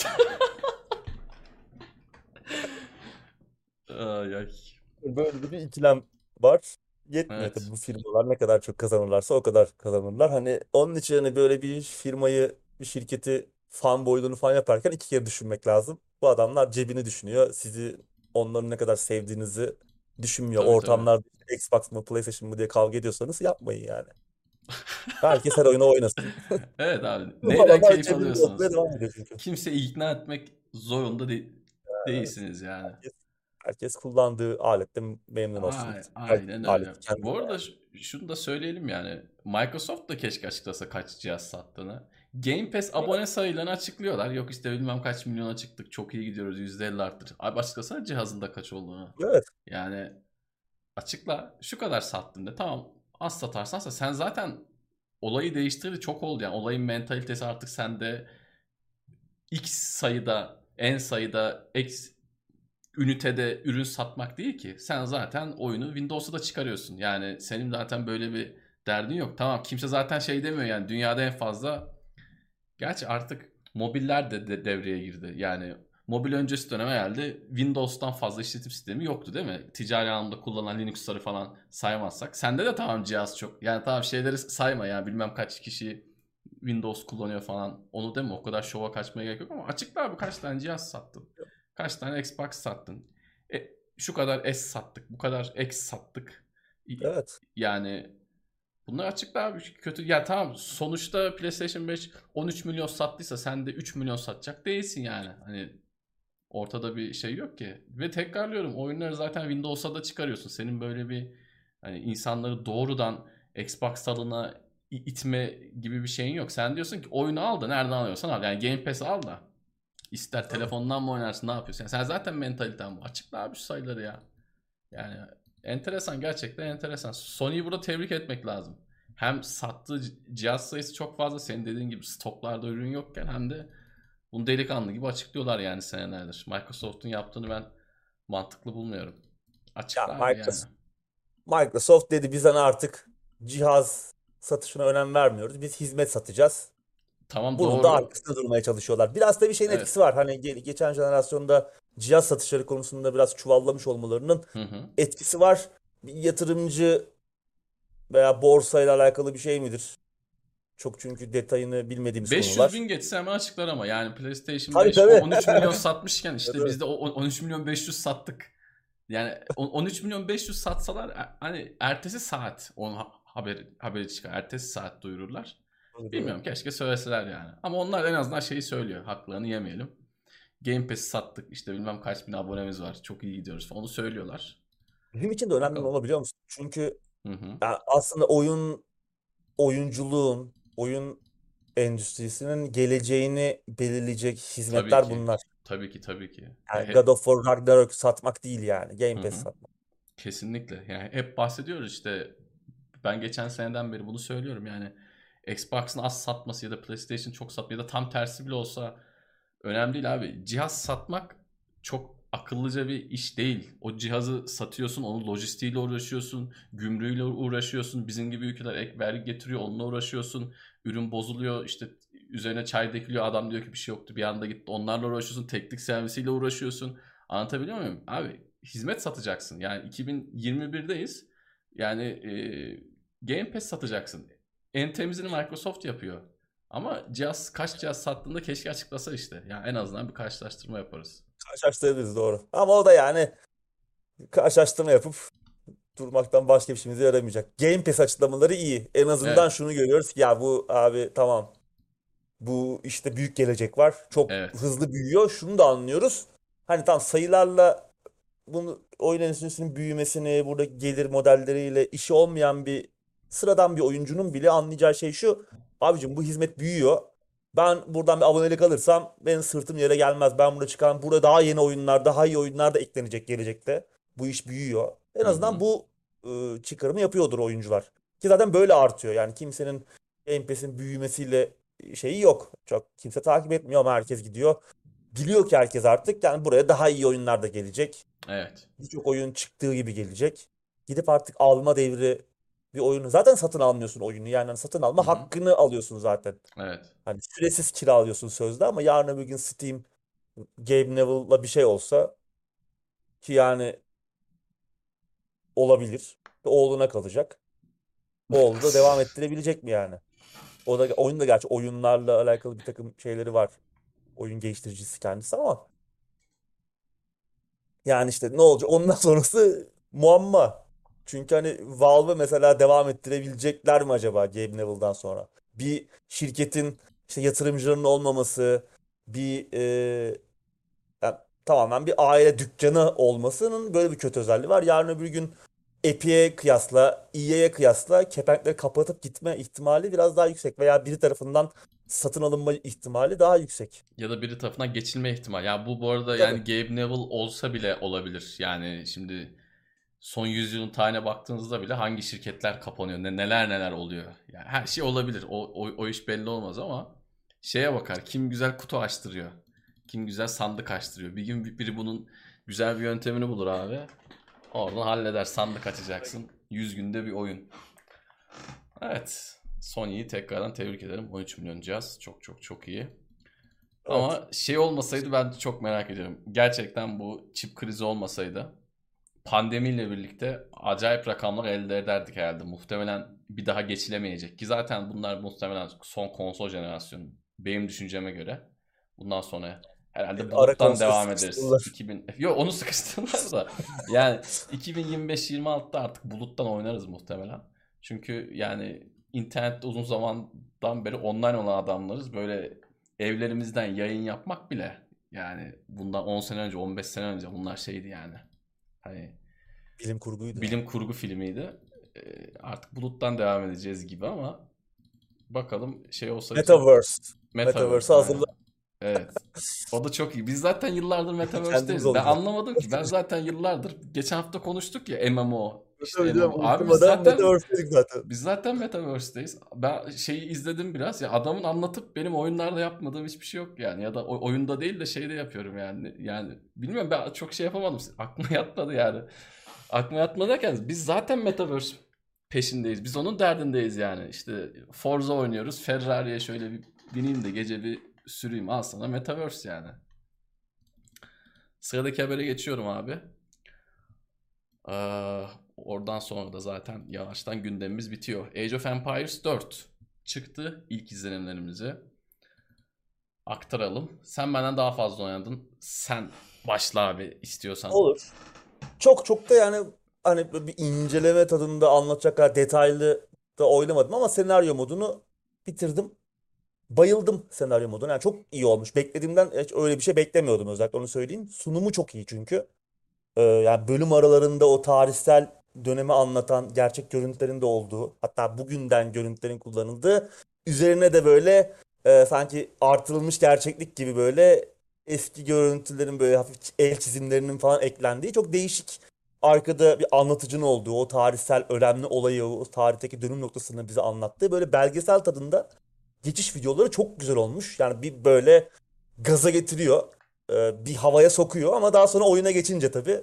Ay ay. Böyle de bir ikilem var. Yetmiyor tabii Evet. bu firmalar ne kadar çok kazanırlarsa o kadar kazanırlar. Hani onun için hani böyle bir firmayı, bir şirketi fanboyluğunu falan yaparken iki kere düşünmek lazım. Bu adamlar cebini düşünüyor. Sizi onların ne kadar sevdiğinizi düşünmüyor. Tabii tabii. Ortamlarda Xbox mı PlayStation mı diye kavga ediyorsanız yapmayın yani. Herkes her oyunu oynasın. Evet abi. Bu Neyden adamlar keyif cebini alıyorsunuz? doldurmaya devam ediyor çünkü. Kimse ikna etmek zorunda de- Evet. değilsiniz yani. Herkes, herkes kullandığı alette memnun olsun. Ay- Herkes Aynen öyle. aleti kendine. Bu arada ş- şunu da söyleyelim yani. Microsoft da keşke açıklasa kaç cihaz sattığını. Game Pass abone sayılarını açıklıyorlar. Yok işte bilmem kaç milyona çıktık. Çok iyi gidiyoruz. yüzde elli arttır. Abi açıklasana cihazında kaç olduğunu. Evet. Yani açıkla. Şu kadar sattın de. Tamam az satarsansa sen zaten olayı değiştirdi. Çok oldu yani. Olayın mentalitesi artık sende X sayıda en sayıda X ünitede ürün satmak değil ki. Sen zaten oyunu Windows'a da çıkarıyorsun. Yani senin zaten böyle bir derdin yok. Tamam kimse zaten şey demiyor yani dünyada en fazla. Gerçi artık mobiller de, de devreye girdi. Yani mobil öncesi dönem herhalde Windows'tan fazla işletim sistemi yoktu değil mi? Ticari anlamda kullanılan Linux'ları falan saymazsak. Sende de tamam cihaz çok. Yani tamam şeyleri sayma yani bilmem kaç kişi Windows kullanıyor falan. Onu değil mi? O kadar şova kaçmaya gerek yok ama açıkla abi kaç tane cihaz sattın? Kaç tane Xbox sattın? E, şu kadar S sattık, bu kadar X sattık. Evet. Yani bunlar açıklar abi, kötü. Ya tamam, sonuçta PlayStation beş on üç milyon sattıysa sen de üç milyon satacak değilsin yani. Hani ortada bir şey yok ki. Ve tekrarlıyorum, oyunları zaten Windows'a da çıkarıyorsun. Senin böyle bir hani insanları doğrudan Xbox salına itme gibi bir şeyin yok. Sen diyorsun ki oyunu al da nereden alıyorsan al. Yani Game Pass al da. İster Tabii. telefondan mı oynarsın, ne yapıyorsun? Yani sen zaten mentaliten bu. Açıkla abi şu sayıları ya. Yani enteresan, gerçekten enteresan. Sony'yi burada tebrik etmek lazım. Hem sattığı cihaz sayısı çok fazla, senin dediğin gibi stoklarda ürün yokken, hem de bunu delikanlı gibi açıklıyorlar yani senelerdir. Microsoft'un yaptığını ben mantıklı bulmuyorum. Ya Açıkla abi yani. Microsoft, Microsoft dedi biz hani artık cihaz satışına önem vermiyoruz. Biz hizmet satacağız. Tamam, Bunun da doğru. arkasında durmaya çalışıyorlar. Biraz da bir şeyin etkisi Evet. var. Hani ge- geçen jenerasyonda cihaz satışları konusunda biraz çuvallamış olmalarının Hı hı. etkisi var. Bir yatırımcı veya borsayla alakalı bir şey midir? Çok çünkü detayını bilmediğimiz beş yüz konular. bin geçse hemen açıklar ama yani PlayStation Tabii beş o tabii. on üç milyon satmışken işte Evet, biz de o on üç milyon beş yüz sattık. Yani on üç milyon beş yüz satsalar e- hani ertesi saat onun ha- haberi, haberi çıkar. Ertesi saat duyururlar. evet. Bilmiyorum, keşke söyleseler yani. Ama onlar en azından şeyi söylüyor. Haklarını yemeyelim. Game Pass'i sattık, işte bilmem kaç bin abonemiz var, çok iyi gidiyoruz falan. Onu söylüyorlar. Bizim için de önemli Bakalım. olan biliyor musun? Çünkü Hı hı. yani aslında oyun oyunculuğun, oyun endüstrisinin geleceğini belirleyecek Tabii hizmetler ki. bunlar. Tabii ki, tabii ki. Ya Yani God he- of War Ragnarok satmak değil yani. hı Game Pass hı. satmak. Kesinlikle. Yani hep bahsediyoruz işte. Ben geçen seneden beri bunu söylüyorum yani. Xbox'ın az satması ya da PlayStation çok satması ya da tam tersi bile olsa önemli değil abi. Cihaz satmak çok akıllıca bir iş değil. O cihazı satıyorsun, onun lojistiğiyle uğraşıyorsun, gümrüğüyle uğraşıyorsun. Bizim gibi ülkeler ek vergi getiriyor, onunla uğraşıyorsun. Ürün bozuluyor, işte üzerine çay dökülüyor, adam diyor ki bir şey yoktu, bir anda gitti. Onlarla uğraşıyorsun, teknik servisiyle uğraşıyorsun. Anlatabiliyor muyum? Abi hizmet satacaksın. Yani iki bin yirmi birdeyiz. Yani e, Game Pass satacaksın. En temizini Microsoft yapıyor. Ama cihaz, kaç cihaz sattığında keşke açıklasa işte. Yani en azından bir karşılaştırma yaparız. Karşılaştırabiliriz doğru. Ama o da yani karşılaştırma yapıp durmaktan başka bir şeyimize yaramayacak. Game Pass açıklamaları iyi. En azından Evet. şunu görüyoruz ki ya bu abi tamam. Bu işte büyük gelecek var. Çok Evet. hızlı büyüyor. Şunu da anlıyoruz. Hani tam sayılarla bunu oyun endüstrisinin büyümesini, burada gelir modelleriyle işi olmayan bir sıradan bir oyuncunun bile anlayacağı şey şu. Abicim bu hizmet büyüyor. Ben buradan bir abonelik alırsam benim sırtım yere gelmez. Ben burada çıkan, burada daha yeni oyunlar, daha iyi oyunlar da eklenecek gelecekte. Bu iş büyüyor. En Hı azından hı. bu ı, çıkarımı yapıyordur oyuncular. Ki zaten böyle artıyor. Yani kimsenin Game Pass'in büyümesiyle şeyi yok. Çok kimse takip etmiyor ama herkes gidiyor. Biliyor ki herkes artık yani buraya daha iyi oyunlar da gelecek. Evet. Birçok oyun çıktığı gibi gelecek. Gidip artık alma devri bir oyunu. Zaten satın almıyorsun oyunu. Yani hani satın Hı alma hı. hakkını alıyorsun zaten. Evet. Hani süresiz kiralıyorsun sözde ama yarın öbür gün Steam, Gabe Neville'la bir şey olsa ki yani olabilir. Oğluna kalacak. Oğlu da devam ettirebilecek mi yani? O da oyun da gerçi oyunlarla alakalı bir takım şeyleri var. Oyun geliştiricisi kendisi ama yani işte ne olacak? Ondan sonrası muamma. Çünkü hani Valve mesela devam ettirebilecekler mi acaba Gabe Neville'dan sonra? Bir şirketin işte yatırımcılarının olmaması, bir e, yani tamamen bir aile dükkanı olmasının böyle bir kötü özelliği var. Yarın öbür gün Epic'e kıyasla, E A'ye kıyasla kepenkleri kapatıp gitme ihtimali biraz daha yüksek veya biri tarafından satın alınma ihtimali daha yüksek. Ya da biri tarafından geçilme ihtimal. Ya bu bu arada yani Tabii. Gabe Neville olsa bile olabilir. Yani şimdi son yüzyılın tarihine baktığınızda bile hangi şirketler kapanıyor, ne, neler neler oluyor. Yani her şey olabilir. O, o, o iş belli olmaz ama şeye bakar. Kim güzel kutu açtırıyor. Kim güzel sandık açtırıyor. Bir gün biri bunun güzel bir yöntemini bulur abi. Oradan halleder, sandık açacaksın. yüz günde bir oyun. Evet. Sony'yi tekrardan tebrik ederim. on üç milyon cihaz. Çok çok çok iyi. Evet. Ama şey olmasaydı, ben çok merak ediyorum. Gerçekten bu çip krizi olmasaydı pandemiyle birlikte acayip rakamlar elde ederdik herhalde. Muhtemelen bir daha geçilemeyecek. Ki zaten bunlar muhtemelen son konsol jenerasyonu. Benim düşünceme göre. Bundan sonra Herhalde Ara buluttan konsere devam ederiz. sıkıştırdılar. iki bin Yok, onu sıkıştırdılar da. Yani iki bin yirmi beş yirmi altıda artık buluttan oynarız muhtemelen. Çünkü yani internette uzun zamandan beri online olan adamlarız. Böyle evlerimizden yayın yapmak bile, yani bundan on sene önce, on beş sene önce bunlar şeydi yani. Hani Bilim kurguydu ya. bilim kurgu filmiydi. Ee, artık buluttan devam edeceğiz gibi ama bakalım, şey olsa güzel. Metaverse. Metaverse, Metaverse'e aynen. hazırlan. Evet. O da çok iyi. Biz zaten yıllardır Kendimiz Metaverse'teyiz. Ben olacağız. anlamadım ki. Ben zaten yıllardır, geçen hafta konuştuk ya, M M O. İşte Tabii canım M M O. Abi biz unutmadan zaten Metaverse'dedik zaten. biz zaten Metaverse'teyiz. Ben şeyi izledim biraz ya, adamın anlatıp benim oyunlarda yapmadığım hiçbir şey yok yani, ya da o- oyunda değil de şeyde yapıyorum yani. Yani bilmiyorum, ben çok şey yapamadım. Aklıma yatmadı yani. Aklıma yatmadı derken biz zaten Metaverse peşindeyiz. Biz onun derdindeyiz yani. İşte Forza oynuyoruz. Ferrari'ye şöyle bir bineyim de gece bir süreyim. Al sana Metaverse yani. Sıradaki habere geçiyorum abi. Ee, Oradan sonra da zaten yavaştan gündemimiz bitiyor. Age of Empires dört çıktı. İlk izlenimlerimizi aktaralım. Sen benden daha fazla oynadın. Sen başla abi istiyorsan. Olur. Çok çok da yani hani böyle bir inceleme tadında anlatacak kadar detaylı da oynamadım ama senaryo modunu bitirdim. Bayıldım senaryo moduna. Yani çok iyi olmuş. Beklediğimden hiç öyle bir şey beklemiyordum, özellikle onu söyleyeyim. Sunumu çok iyi çünkü. Ee, yani bölüm aralarında o tarihsel dönemi anlatan gerçek görüntülerin de olduğu, hatta bugünden görüntülerin kullanıldığı, üzerine de böyle e, sanki artırılmış gerçeklik gibi böyle eski görüntülerin böyle hafif el çizimlerinin falan eklendiği çok değişik, arkada bir anlatıcının olduğu, o tarihsel önemli olayı, o tarihteki dönüm noktasını bize anlattığı böyle belgesel tadında geçiş videoları çok güzel olmuş. Yani bir böyle gaza getiriyor, e, bir havaya sokuyor ama daha sonra oyuna geçince tabii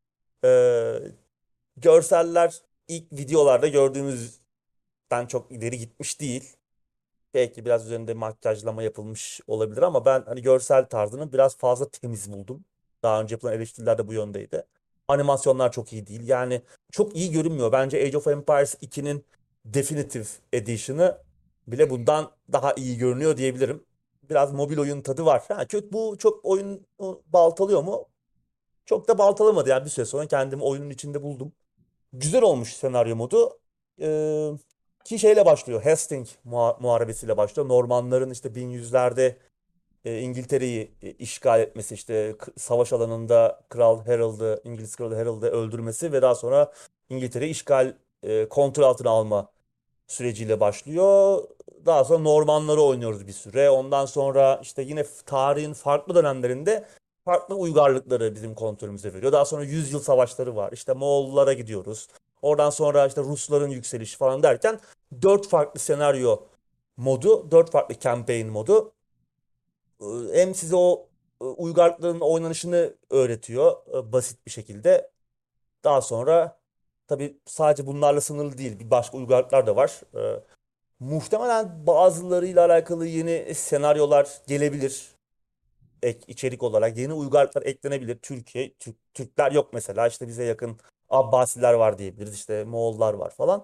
ee, görseller ilk videolarda gördüğümüzden çok ileri gitmiş değil. Belki biraz üzerinde makyajlama yapılmış olabilir ama ben hani görsel tarzını biraz fazla temiz buldum. Daha önce yapılan eleştiriler de bu yöndeydi. Animasyonlar çok iyi değil. Yani çok iyi görünmüyor. Bence Age of Empires ikinin Definitive Edition'ı bile bundan daha iyi görünüyor diyebilirim. Biraz mobil oyun tadı var. Ha, kötü, bu çok oyun baltalıyor mu? Çok da baltalamadı, yani bir süre sonra kendimi oyunun içinde buldum. Güzel olmuş senaryo modu. Ee, Ki şeyle başlıyor. Hastings muha- muharebesiyle başlıyor. Normanların işte bin yüzlerde e, İngiltere'yi e, işgal etmesi, işte k- savaş alanında Kral Harold'ı, İngiliz Kralı Harold'ı öldürmesi ve daha sonra İngiltere'yi işgal, e, kontrol altına alma süreciyle başlıyor. Daha sonra Normanları oynuyoruz bir süre. Ondan sonra işte yine f- tarihin farklı dönemlerinde farklı uygarlıkları bizim kontrolümüze veriyor. Daha sonra Yüzyıl Savaşları var. İşte Moğollara gidiyoruz. Oradan sonra işte Rusların yükselişi falan derken dört farklı senaryo modu, dört farklı campaign modu. Ee, Hem size o e, uygarlıkların oynanışını öğretiyor e, basit bir şekilde. Daha sonra tabii sadece bunlarla sınırlı değil. Bir başka uygarlıklar da var. Ee, Muhtemelen bazılarıyla alakalı yeni senaryolar gelebilir. Ek içerik olarak yeni uygarlıklar eklenebilir. Türkiye, Türk, Türkler yok mesela. İşte bize yakın Abbasiler var diyebiliriz. İşte Moğollar var falan.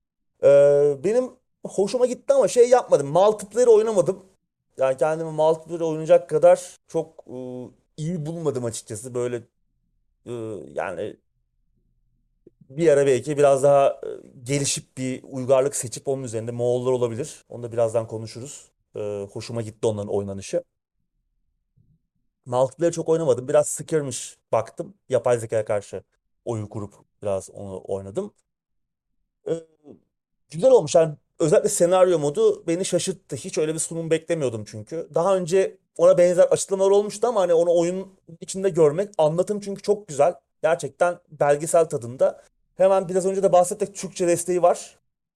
Ee, benim hoşuma gitti ama şey yapmadım. Multiplayer oynamadım. Yani kendimi multiplayer oynayacak kadar çok e, iyi bulmadım açıkçası. Böyle e, yani bir ara belki biraz daha e, gelişip bir uygarlık seçip onun üzerinde Moğollar olabilir. Onu da birazdan konuşuruz. E, hoşuma gitti onların oynanışı. Multiplayer çok oynamadım. Biraz skirmish baktım. Yapay zekaya karşı oyun kurup biraz onu oynadım. E, Güzel olmuş. Yani özellikle senaryo modu beni şaşırttı. Hiç öyle bir sunum beklemiyordum çünkü. Daha önce ona benzer açıklamalar olmuştu ama hani onu oyun içinde görmek, anlatım çünkü çok güzel. Gerçekten belgesel tadında. Hemen biraz önce de bahsettik, Türkçe desteği var.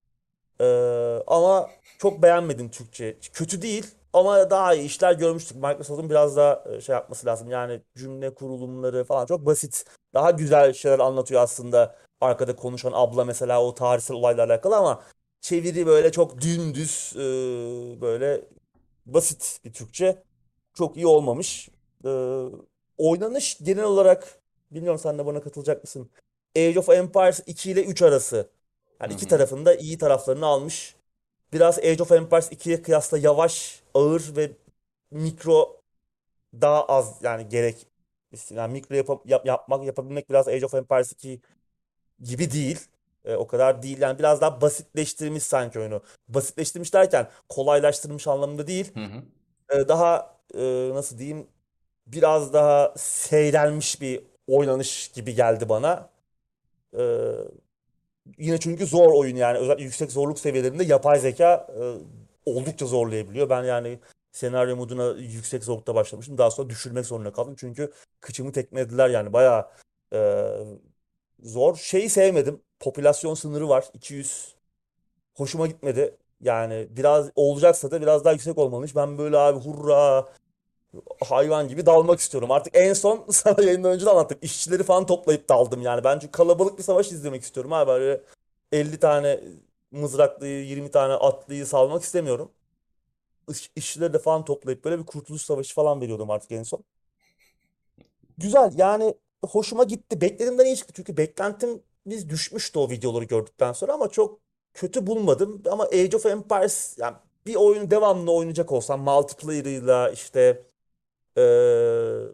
Ee, ama çok beğenmedim Türkçe. Kötü değil ama daha iyi işler görmüştük. Microsoft'un biraz daha e, şey yapması lazım. Yani cümle kurulumları falan çok basit. Daha güzel şeyler anlatıyor aslında. Arkada konuşan abla mesela o tarihsel olayla alakalı ama çeviri böyle çok dümdüz, e, böyle basit bir Türkçe. Çok iyi olmamış. Ee, Oynanış genel olarak, bilmiyorum sen de bana katılacak mısın? Age of Empires iki ile üç arası. Hı Yani iki hı. tarafında iyi taraflarını almış. Biraz Age of Empires ikiye kıyasla yavaş, ağır ve mikro daha az yani gerek. Yani mikro yapa- yap- yapmak yapabilmek biraz Age of Empires iki gibi değil. E, o kadar değil. Yani biraz daha basitleştirmiş sanki oyunu. Basitleştirmiş derken kolaylaştırmış anlamında değil. Hı hı. E, daha e, nasıl diyeyim, biraz daha seyrelmiş bir oynanış gibi geldi bana. E, Yine çünkü zor oyun yani. Özellikle yüksek zorluk seviyelerinde yapay zeka e, oldukça zorlayabiliyor. Ben yani senaryo moduna yüksek zorlukta başlamıştım. Daha sonra düşürmek zorunda kaldım. Çünkü kıçımı tekmelediler yani. Bayağı e, zor. Şeyi sevmedim. Popülasyon sınırı var. iki yüz. Hoşuma gitmedi. Yani biraz olacaksa da biraz daha yüksek olmalıymış. Ben böyle abi hurra hayvan gibi dalmak istiyorum. Artık en son sana yayından önce de anlattım. İşçileri falan toplayıp daldım yani. Ben çünkü kalabalık bir savaş izlemek istiyorum abi. Böyle elli tane mızraklıyı, yirmi tane atlıyı salmak istemiyorum. İş, işçileri de falan toplayıp böyle bir kurtuluş savaşı falan veriyordum artık en son. Güzel yani, hoşuma gitti. Beklediğimden iyi çıktı. Çünkü beklentim biz düşmüştü o videoları gördükten sonra ama çok kötü bulmadım. Ama Age of Empires yani bir oyunu devamlı oynayacak olsam multiplayer'ıyla işte eee,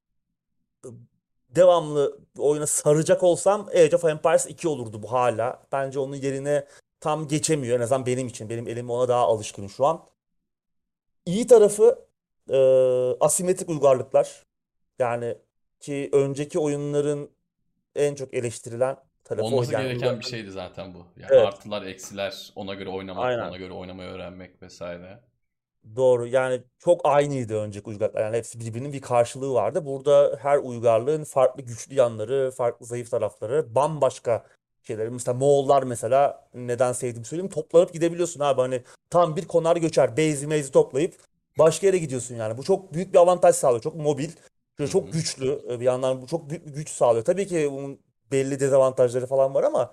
devamlı oyuna saracak olsam Age of Empires iki olurdu bu hala. Bence onun yerine tam geçemiyor en azından benim için. Benim elim ona daha alışkın şu an. İyi tarafı eee, asimetrik uygarlıklar. Yani ki önceki oyunların en çok eleştirilen tarafı oydu. Olması Yani gereken bir uygarlığın, şeydi zaten bu. Yani evet, artılar, eksiler, ona göre oynamak, ona aynen. göre oynamayı öğrenmek vesaire. Doğru. Yani çok aynıydı önceki uygarlıklar. Yani hepsi birbirinin bir karşılığı vardı. Burada her uygarlığın farklı güçlü yanları, farklı zayıf tarafları, bambaşka şeyleri. Mesela Moğollar mesela neden sevdiğimi söyleyeyim. Toplanıp gidebiliyorsun abi. Hani tam bir konar göçer. Beyzi meyzi toplayıp başka yere gidiyorsun yani. Bu çok büyük bir avantaj sağlıyor. Çok mobil. Hı Şöyle çok hı. güçlü. Bir yandan bu çok büyük bir güç sağlıyor. Tabii ki bunun belli dezavantajları falan var ama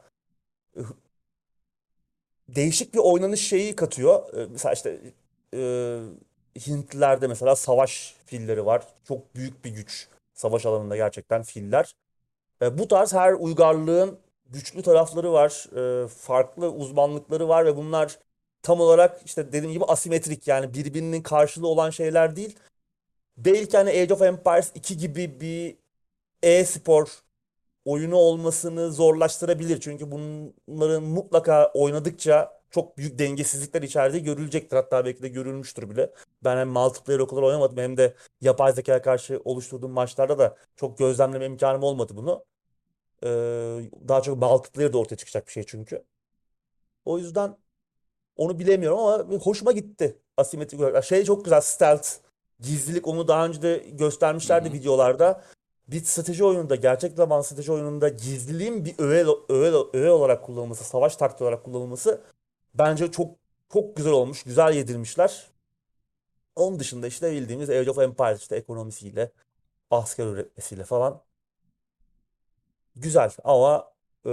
değişik bir oynanış şeyi katıyor. Ee, Mesela işte e, Hintlilerde mesela savaş filleri var. Çok büyük bir güç. Savaş alanında gerçekten filler. E, bu tarz her uygarlığın güçlü tarafları var. E, farklı uzmanlıkları var ve bunlar tam olarak işte dediğim gibi asimetrik, yani birbirinin karşılığı olan şeyler değil. Belki hani Age of Empires iki gibi bir e-spor oyunu olmasını zorlaştırabilir. Çünkü bunların mutlaka oynadıkça çok büyük dengesizlikler içerdiği görülecektir. Hatta belki de görülmüştür bile. Ben hem multiplayer o kadar oynamadım hem de yapay zekaya karşı oluşturduğum maçlarda da çok gözlemleme imkanım olmadı bunu. Ee, Daha çok multiplayer de ortaya çıkacak bir şey çünkü. O yüzden onu bilemiyorum ama hoşuma gitti asimetrik olarak. Şey çok güzel, stealth, gizlilik, onu daha önce de Hı göstermişlerdi hı. videolarda. Bir strateji oyununda, gerçek zaman strateji oyununda gizliliğin bir öğe, öğe, öğe olarak kullanılması, savaş taktiği olarak kullanılması bence çok çok güzel olmuş, güzel yedirmişler. Onun dışında işte bildiğimiz Age of Empires işte ekonomisiyle, asker üretmesiyle falan güzel ama e,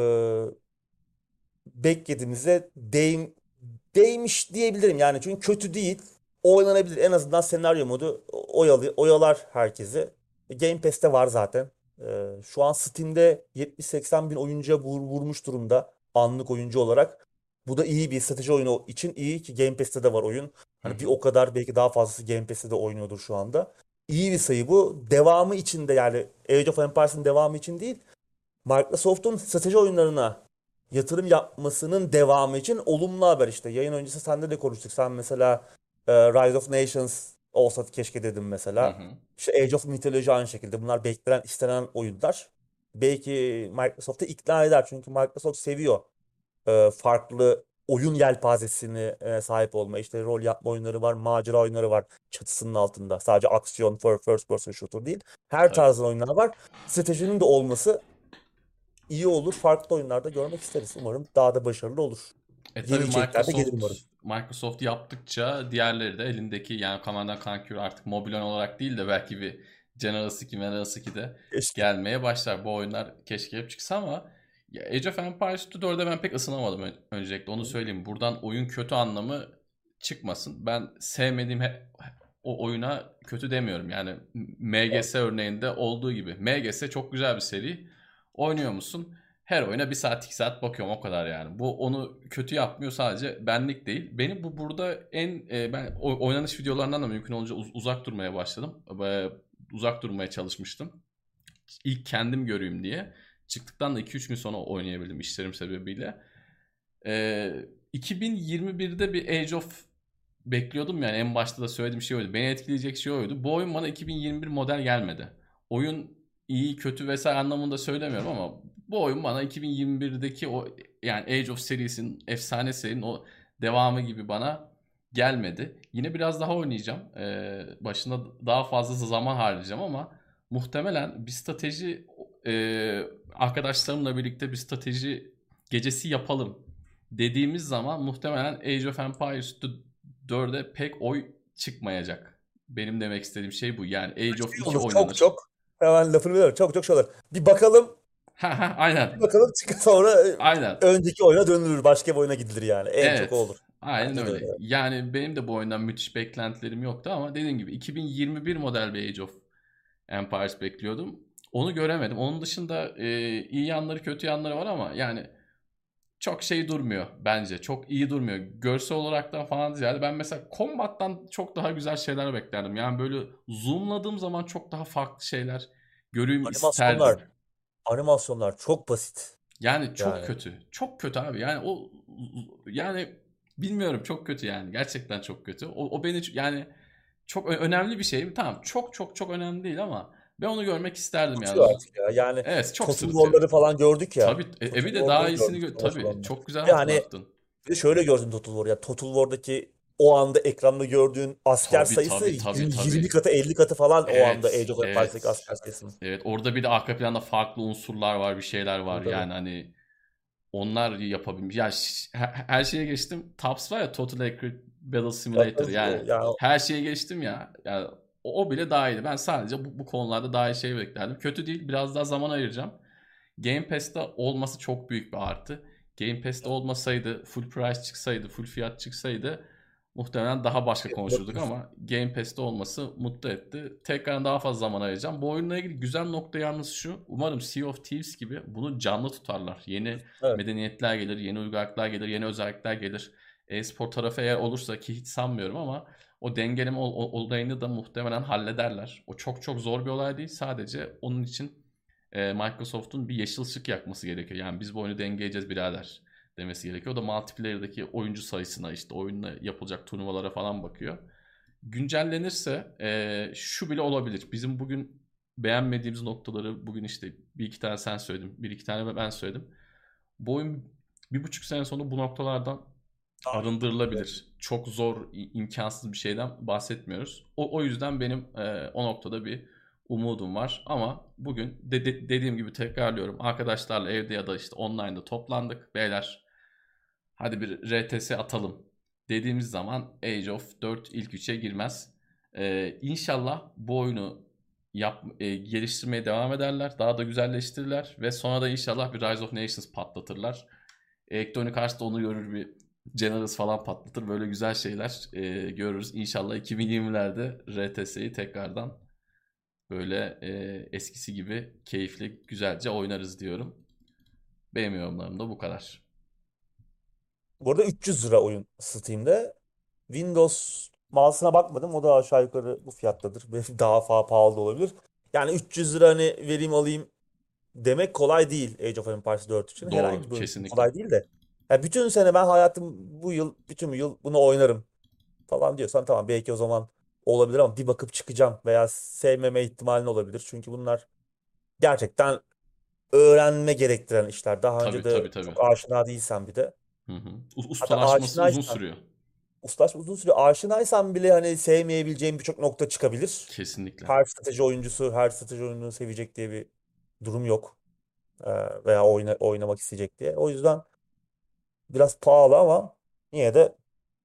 beklediğimize değim, değmiş diyebilirim yani, çünkü kötü değil. Oynanabilir. En azından senaryo modu oyalı, oyalar herkesi. E, Game Pass'te var zaten. Ee, şu an Steam'de yetmiş seksen bin oyuncuya vur- vurmuş durumda anlık oyuncu olarak. Bu da iyi bir strateji oyunu için iyi ki Game Pass'te de var oyun. Hı Hani bir hı. o kadar belki daha fazlası Game Pass'te de oynuyordur şu anda. İyi bir sayı bu. Devamı için de, yani Age of Empires'ın devamı için değil, Microsoft'un strateji oyunlarına yatırım yapmasının devamı için olumlu haber işte. Yayın öncesi sende de konuştuk. Sen mesela e, Rise of Nations olsa keşke dedim Hı mesela. hı. İşte Age of Mythology aynı şekilde. Bunlar beklenen, istenen oyunlar. Belki Microsoft'u ikna eder. Çünkü Microsoft seviyor e, farklı oyun yelpazesine e, sahip olma. İşte rol yapma oyunları var, macera oyunları var çatısının altında. Sadece aksiyon, fir- first person shooter değil. Her Tabii. tarzın oyunlar var. Stratejinin de olması iyi olur. Farklı oyunlarda görmek isteriz. Umarım daha da başarılı olur. E Yeni tabii içerikler de gelir Microsoft umarım. Microsoft yaptıkça diğerleri de elindeki, yani Command and Conquer artık mobil oyun olarak değil de belki bir General iki, General iki de Keşke. gelmeye başlar. Bu oyunlar keşke hep çıksa ama ya Age of Empires dörde ben pek ısınamadım ön- öncelikle onu söyleyeyim. Buradan oyun kötü anlamı çıkmasın. Ben sevmediğim he- o oyuna kötü demiyorum. Yani M G S örneğinde olduğu gibi. M G S çok güzel bir seri. Oynuyor musun? Her oyuna bir saat iki saat bakıyorum, o kadar yani. Bu onu kötü yapmıyor, sadece benlik değil. Benim bu burada en e, ben o- oynanış videolarından da mümkün olunca uz- uzak durmaya başladım. E, uzak durmaya çalışmıştım. İlk kendim göreyim diye. Çıktıktan da iki üç gün sonra oynayabildim işlerim sebebiyle. E, iki bin yirmi birde bir Age of bekliyordum, yani en başta da söylediğim şey oydu. Beni etkileyecek şey oydu. Bu oyun bana iki bin yirmi bir model gelmedi. Oyun iyi, kötü vesaire anlamında söylemiyorum ama bu oyun bana iki bin yirmi birdeki o, yani Age of serisinin, efsane serinin o devamı gibi bana gelmedi. Yine biraz daha oynayacağım. Ee, başında daha fazla zaman harcayacağım ama muhtemelen bir strateji, e, arkadaşlarımla birlikte bir strateji gecesi yapalım dediğimiz zaman muhtemelen Age of Empires dörde pek oy çıkmayacak. Benim demek istediğim şey bu. Yani Age of Şey iki olur çok oynanır. çok. Hemen lafını veriyorum. Çok çok şey olur. Bir bakalım. Ha ha, Bir aynen. bakalım çıkar sonra e, Aynen. önceki oyuna dönülür. Başka bir oyuna gidilir yani. En çok o Evet. olur. Aynen Bence de öyle. öyle. Yani benim de bu oyundan müthiş beklentilerim yoktu ama dediğim gibi iki bin yirmi bir model bir Age of Empires bekliyordum. Onu göremedim. Onun dışında e, iyi yanları kötü yanları var ama yani çok şey durmuyor bence. Çok iyi durmuyor. Görsel olaraktan falan ziyade ben mesela Combat'tan çok daha güzel şeyler beklerdim. Yani böyle zoomladığım zaman çok daha farklı şeyler göreyim isterdim. Animasyonlar, animasyonlar çok basit. Yani çok Yani kötü. Çok kötü abi. Yani o, yani bilmiyorum, çok kötü yani. Gerçekten çok kötü. O, o beni yani çok ö- önemli bir şey mi? Tamam. Çok çok çok önemli değil ama ben onu görmek isterdim yani. sırıtıyor Z- artık ya. Yani Evet, çok Total sırıtıyor. War'ları falan gördük ya. Tabii, e, e Total bir de daha War'ları iyisini gördük gö- savaş tabii alanında. çok güzel Ve hani hatırlattın. bir de şöyle gördüm Total War ya. Total War'daki o anda ekranda gördüğün asker Tabii sayısı tabii tabii yirmi tabii. katı elli katı falan o anda Evet, Age of Empires'taki evet. asker sayısının. Evet, orada bir de arka planda farklı unsurlar var, bir şeyler var. Tabii tabii. Yani hani onlar yapabilmiş. Ya ş- he- her şeye geçtim. TAPS var ya, Total Accurate Battle Tabii Simulator. tabii. Yani O, ya her şeye geçtim ya. Yani o, o bile daha iyiydi. Ben sadece bu, bu konularda daha iyi şey beklerdim. Kötü değil. Biraz daha zaman ayıracağım. Game Pass'te olması çok büyük bir artı. Game Pass'te olmasaydı, full price çıksaydı, full fiyat çıksaydı muhtemelen daha başka konuşurduk olabilir. ama Game Pass'te olması mutlu etti. Tekrar daha fazla zaman ayıracağım. Bu oyunla ilgili güzel nokta yalnız şu. Umarım Sea of Thieves gibi bunu canlı tutarlar. Yeni Evet. medeniyetler gelir, yeni uygarlıklar gelir, yeni özellikler gelir. E-spor tarafı eğer olursa, ki hiç sanmıyorum ama o dengeleme ol- ol- olayını da muhtemelen hallederler. O çok çok zor bir olay değil. Sadece onun için e, Microsoft'un bir yeşil ışık yakması gerekiyor. Yani biz bu oyunu dengeleyeceğiz birader demesi gerekiyor. O da multiplayer'daki oyuncu sayısına, işte oyunla yapılacak turnuvalara falan bakıyor. Güncellenirse e, şu bile olabilir. Bizim bugün beğenmediğimiz noktaları bugün işte bir iki tane sen söyledin, bir iki tane ben söyledim. Bu oyun bir buçuk sene sonra bu noktalardan Daha iyi. arındırılabilir. Çok zor, imkansız bir şeyden bahsetmiyoruz. O, o yüzden benim e, o noktada bir umudum var. Ama bugün de, de- dediğim gibi tekrarlıyorum. Arkadaşlarla evde ya da işte online'da toplandık. Beyler, hadi bir R T S atalım dediğimiz zaman Age of dört ilk üçe girmez. E, İnşallah bu oyunu yap, e, geliştirmeye devam ederler. Daha da güzelleştirirler. Ve sonra da inşallah bir Rise of Nations patlatırlar. Electronic Arts da onu görür, bir Generous falan patlatır. Böyle güzel şeyler e, görürüz. İnşallah iki bin yirmilerde R T S'yi tekrardan böyle e, eskisi gibi keyifli, güzelce oynarız diyorum. Benim yorumlarım da bu kadar. Bu arada üç yüz lira oyun Steam'de. Windows mağazasına bakmadım. O da aşağı yukarı bu fiyattadır. Belki daha fa- pahalı da olabilir. Yani üç yüz lira hani vereyim alayım demek kolay değil Age of Empires dört için. Herhangi Doğru, bir oyun için kesinlikle. kolay değil de. Ya bütün sene ben hayatım bu yıl, bütün bu yıl bunu oynarım falan diyorsan tamam belki o zaman olabilir ama bir bakıp çıkacağım veya sevmeme ihtimalin olabilir. Çünkü bunlar gerçekten öğrenme gerektiren işler. Daha önce Tabii de tabii tabii. çok aşina değilsen bir de. Hı hı. U- Hatta Ustalaşması uzun aşinaysan, sürüyor. ustaş uzun süre aşinaysan bile hani sevmeyebileceğin birçok nokta çıkabilir. Kesinlikle. Her strateji oyuncusu her strateji oyununu sevecek diye bir durum yok. Ee, veya oyna, oynamak isteyecek diye. O yüzden biraz pahalı ama yine de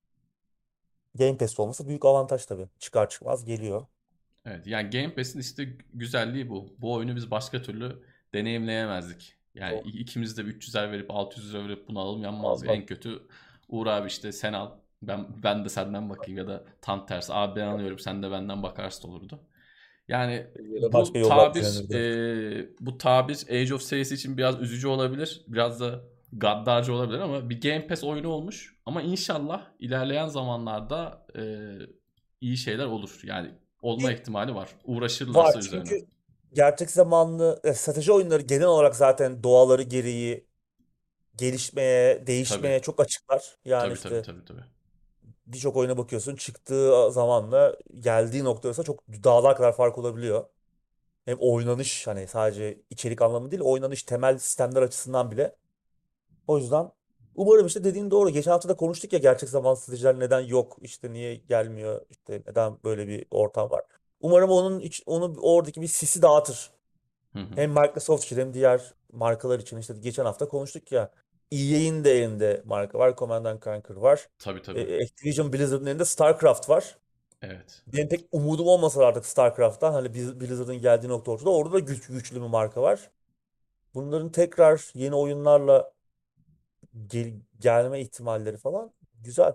Game Pass'te olması büyük avantaj tabii. Çıkar çıkmaz geliyor. Evet, yani Game Pass'in işte güzelliği bu. Bu oyunu biz başka türlü deneyimleyemezdik. Yani Doğru. i- ikimiz de üç yüzer verip altı yüz lira verip bunu alalım yanmazdık. Olmaz. En kötü Uğur abi işte sen al. Ben ben de senden bakayım ya da tam tersi. Abi ben alıyorum, sen de benden bakarsın olurdu. Yani Ya da başka bu yollar tabir denenirdi. e, bu tabir Age of serisi için biraz üzücü olabilir. Biraz da gaddarcı olabilir ama bir Game Pass oyunu olmuş. Ama inşallah ilerleyen zamanlarda e, iyi şeyler olur. Yani olma Ki ihtimali var. var Uğraşırlarsa üzerine. çünkü gerçek zamanlı e, strateji oyunları genel olarak zaten doğaları gereği gelişmeye, Tabii. değişmeye çok açıklar. Yani Tabii tabii işte tabii tabii. birçok oyuna bakıyorsun çıktığı zamanla geldiği nokta arasında çok dağlar kadar fark olabiliyor. Hem oynanış hani sadece içerik anlamı değil oynanış temel sistemler açısından bile. O yüzden umarım işte dediğin doğru. Geçen hafta da konuştuk ya gerçek zaman stratejiler neden yok, işte niye gelmiyor, işte neden böyle bir ortam var. Umarım onun iç, onu oradaki bir sisi dağıtır. Hı hı. Hem Microsoft için hem diğer markalar için işte geçen hafta konuştuk ya. E A'in de elinde marka var. Command and Conquer var. Tabii E, tabii. Activision Blizzard'ın elinde StarCraft var. Evet. Benim pek umudum olmasa da artık StarCraft'tan hani Blizz- Blizzard'ın geldiği nokta ortada. Orada da güç, güçlü bir marka var. Bunların tekrar yeni oyunlarla gel- gelme ihtimalleri falan güzel.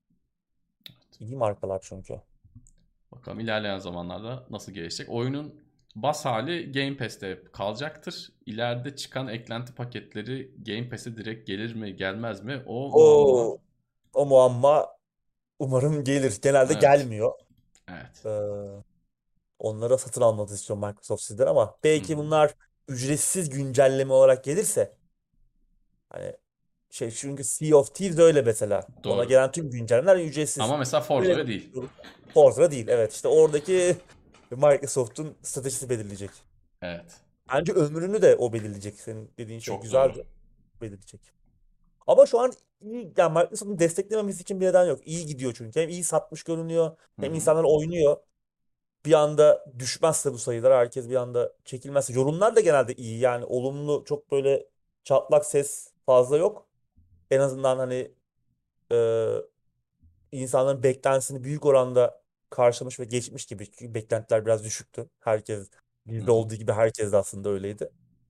İyi markalar çünkü. Bakalım ilerleyen zamanlarda nasıl gelişecek. Oyunun bas hali Game Pass'te kalacaktır. İleride çıkan eklenti paketleri Game Pass'e direkt gelir mi gelmez mi? O muamma. O o muamma umarım gelir. Genelde Evet. gelmiyor. Evet. Ee, onlara satın almanızı istiyor Microsoft sizden ama Hı belki hı. bunlar ücretsiz güncelleme olarak gelirse hani şey çünkü Sea of Thieves öyle mesela. Ona Doğru. gelen tüm güncellemeler ücretsiz. Ama mesela Öyle Forza'ya bir değil. Forza değil. Evet işte oradaki Microsoft'un stratejisi belirleyecek. Evet. Bence ömrünü de o belirleyecek. Senin dediğin şey Çok doğru. güzeldi. Belirleyecek. Ama şu an iyi, yani Microsoft'un desteklememesi için bir neden yok. İyi gidiyor çünkü. Hem iyi satmış görünüyor, Hı hem hı. insanlar oynuyor. Bir anda düşmezse bu sayılar, herkes bir anda çekilmezse. Yorumlar da genelde iyi. Yani olumlu, çok böyle çatlak ses fazla yok. En azından hani e, insanların beklentisini büyük oranda karşılamış ve geçmiş gibi. Çünkü beklentiler biraz düşüktü. Herkes, Hı bizde hı. olduğu gibi herkes de aslında öyleydi.